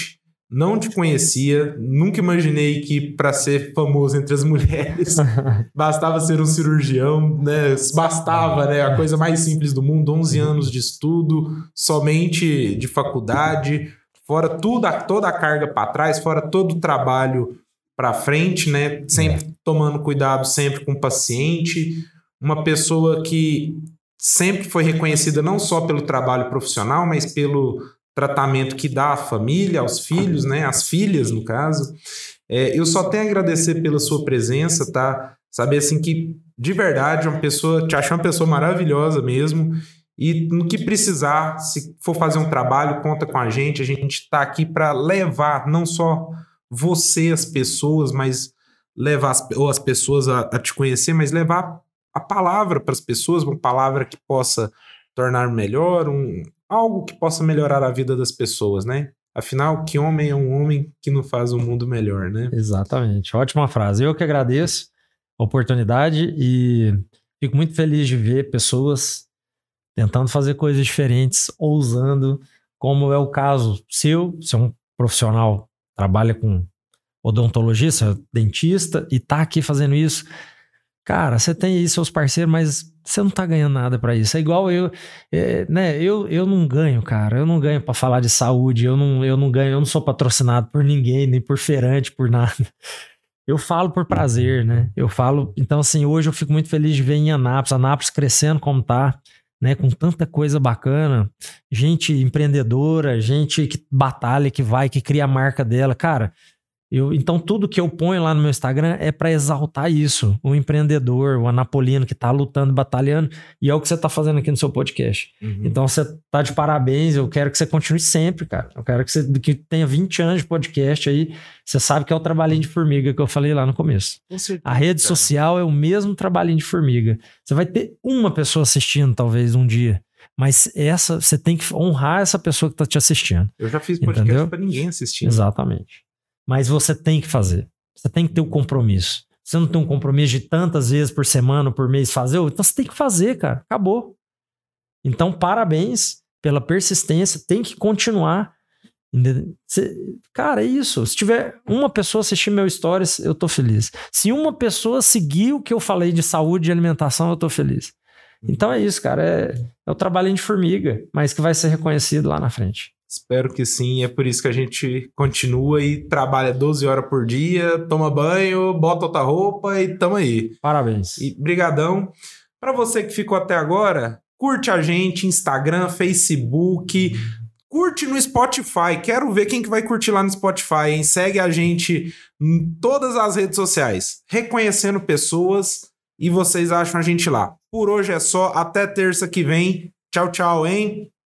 não te conhecia, nunca imaginei que para ser famoso entre as mulheres bastava ser um cirurgião, né? Bastava, né? A coisa mais simples do mundo, 11 anos de estudo, somente de faculdade, fora toda a carga para trás, fora todo o trabalho para frente, né? Sempre tomando cuidado, sempre com o paciente, uma pessoa que sempre foi reconhecida não só pelo trabalho profissional, mas pelo tratamento que dá à família, aos filhos, né? As filhas, no caso. Eu só tenho a agradecer pela sua presença, tá? Saber, assim, que, de verdade, te achei uma pessoa maravilhosa mesmo. E no que precisar, se for fazer um trabalho, conta com a gente tá aqui para levar, não só você, as pessoas, mas levar as pessoas a te conhecer, mas levar a palavra para as pessoas, uma palavra que possa tornar melhor, algo que possa melhorar a vida das pessoas, né? Afinal, que homem é um homem que não faz o mundo melhor, né? Exatamente. Ótima frase. Eu que agradeço a oportunidade e fico muito feliz de ver pessoas tentando fazer coisas diferentes, ousando, como é o caso seu. Você é um profissional, trabalha com odontologista, dentista e tá aqui fazendo isso. Cara, você tem aí seus parceiros, mas você não tá ganhando nada pra isso. É igual né? Eu não ganho, cara. Eu não ganho pra falar de saúde. Eu não ganho, eu não sou patrocinado por ninguém, nem por feirante, por nada. Eu falo por prazer, né? Eu falo. Então, assim, hoje eu fico muito feliz de ver em Anápolis crescendo como tá, né? Com tanta coisa bacana. Gente empreendedora, gente que batalha, que cria a marca dela. Cara, então tudo que eu ponho lá no meu Instagram é para exaltar isso, o empreendedor, o anapolino que tá lutando, batalhando, e é o que você tá fazendo aqui no seu podcast. Então você tá de parabéns, eu quero que você continue sempre, cara. Eu quero que você que tenha 20 anos de podcast aí, você sabe que é o trabalhinho de formiga que eu falei lá no começo. A rede social é o mesmo trabalhinho de formiga. Você vai ter uma pessoa assistindo talvez um dia, mas você tem que honrar essa pessoa que tá te assistindo. Eu já fiz podcast para ninguém assistir. Exatamente. Mas você tem que fazer. Você tem que ter o compromisso. Você não tem um compromisso de tantas vezes por semana, por mês fazer, então você tem que fazer, cara. Acabou. Então, parabéns pela persistência. Tem que continuar. Cara, é isso. Se tiver uma pessoa assistir meu stories, eu tô feliz. Se uma pessoa seguir o que eu falei de saúde e alimentação, eu tô feliz. Então é isso, cara. É o trabalhinho de formiga, mas que vai ser reconhecido lá na frente. Espero que sim, é por isso que a gente continua e trabalha 12 horas por dia, toma banho, bota outra roupa e tamo aí. Parabéns. E brigadão. Para você que ficou até agora, curte a gente, Instagram, Facebook, curte no Spotify, quero ver quem que vai curtir lá no Spotify, hein? Segue a gente em todas as redes sociais, reconhecendo pessoas e vocês acham a gente lá. Por hoje é só, até terça que vem. Tchau, tchau, hein?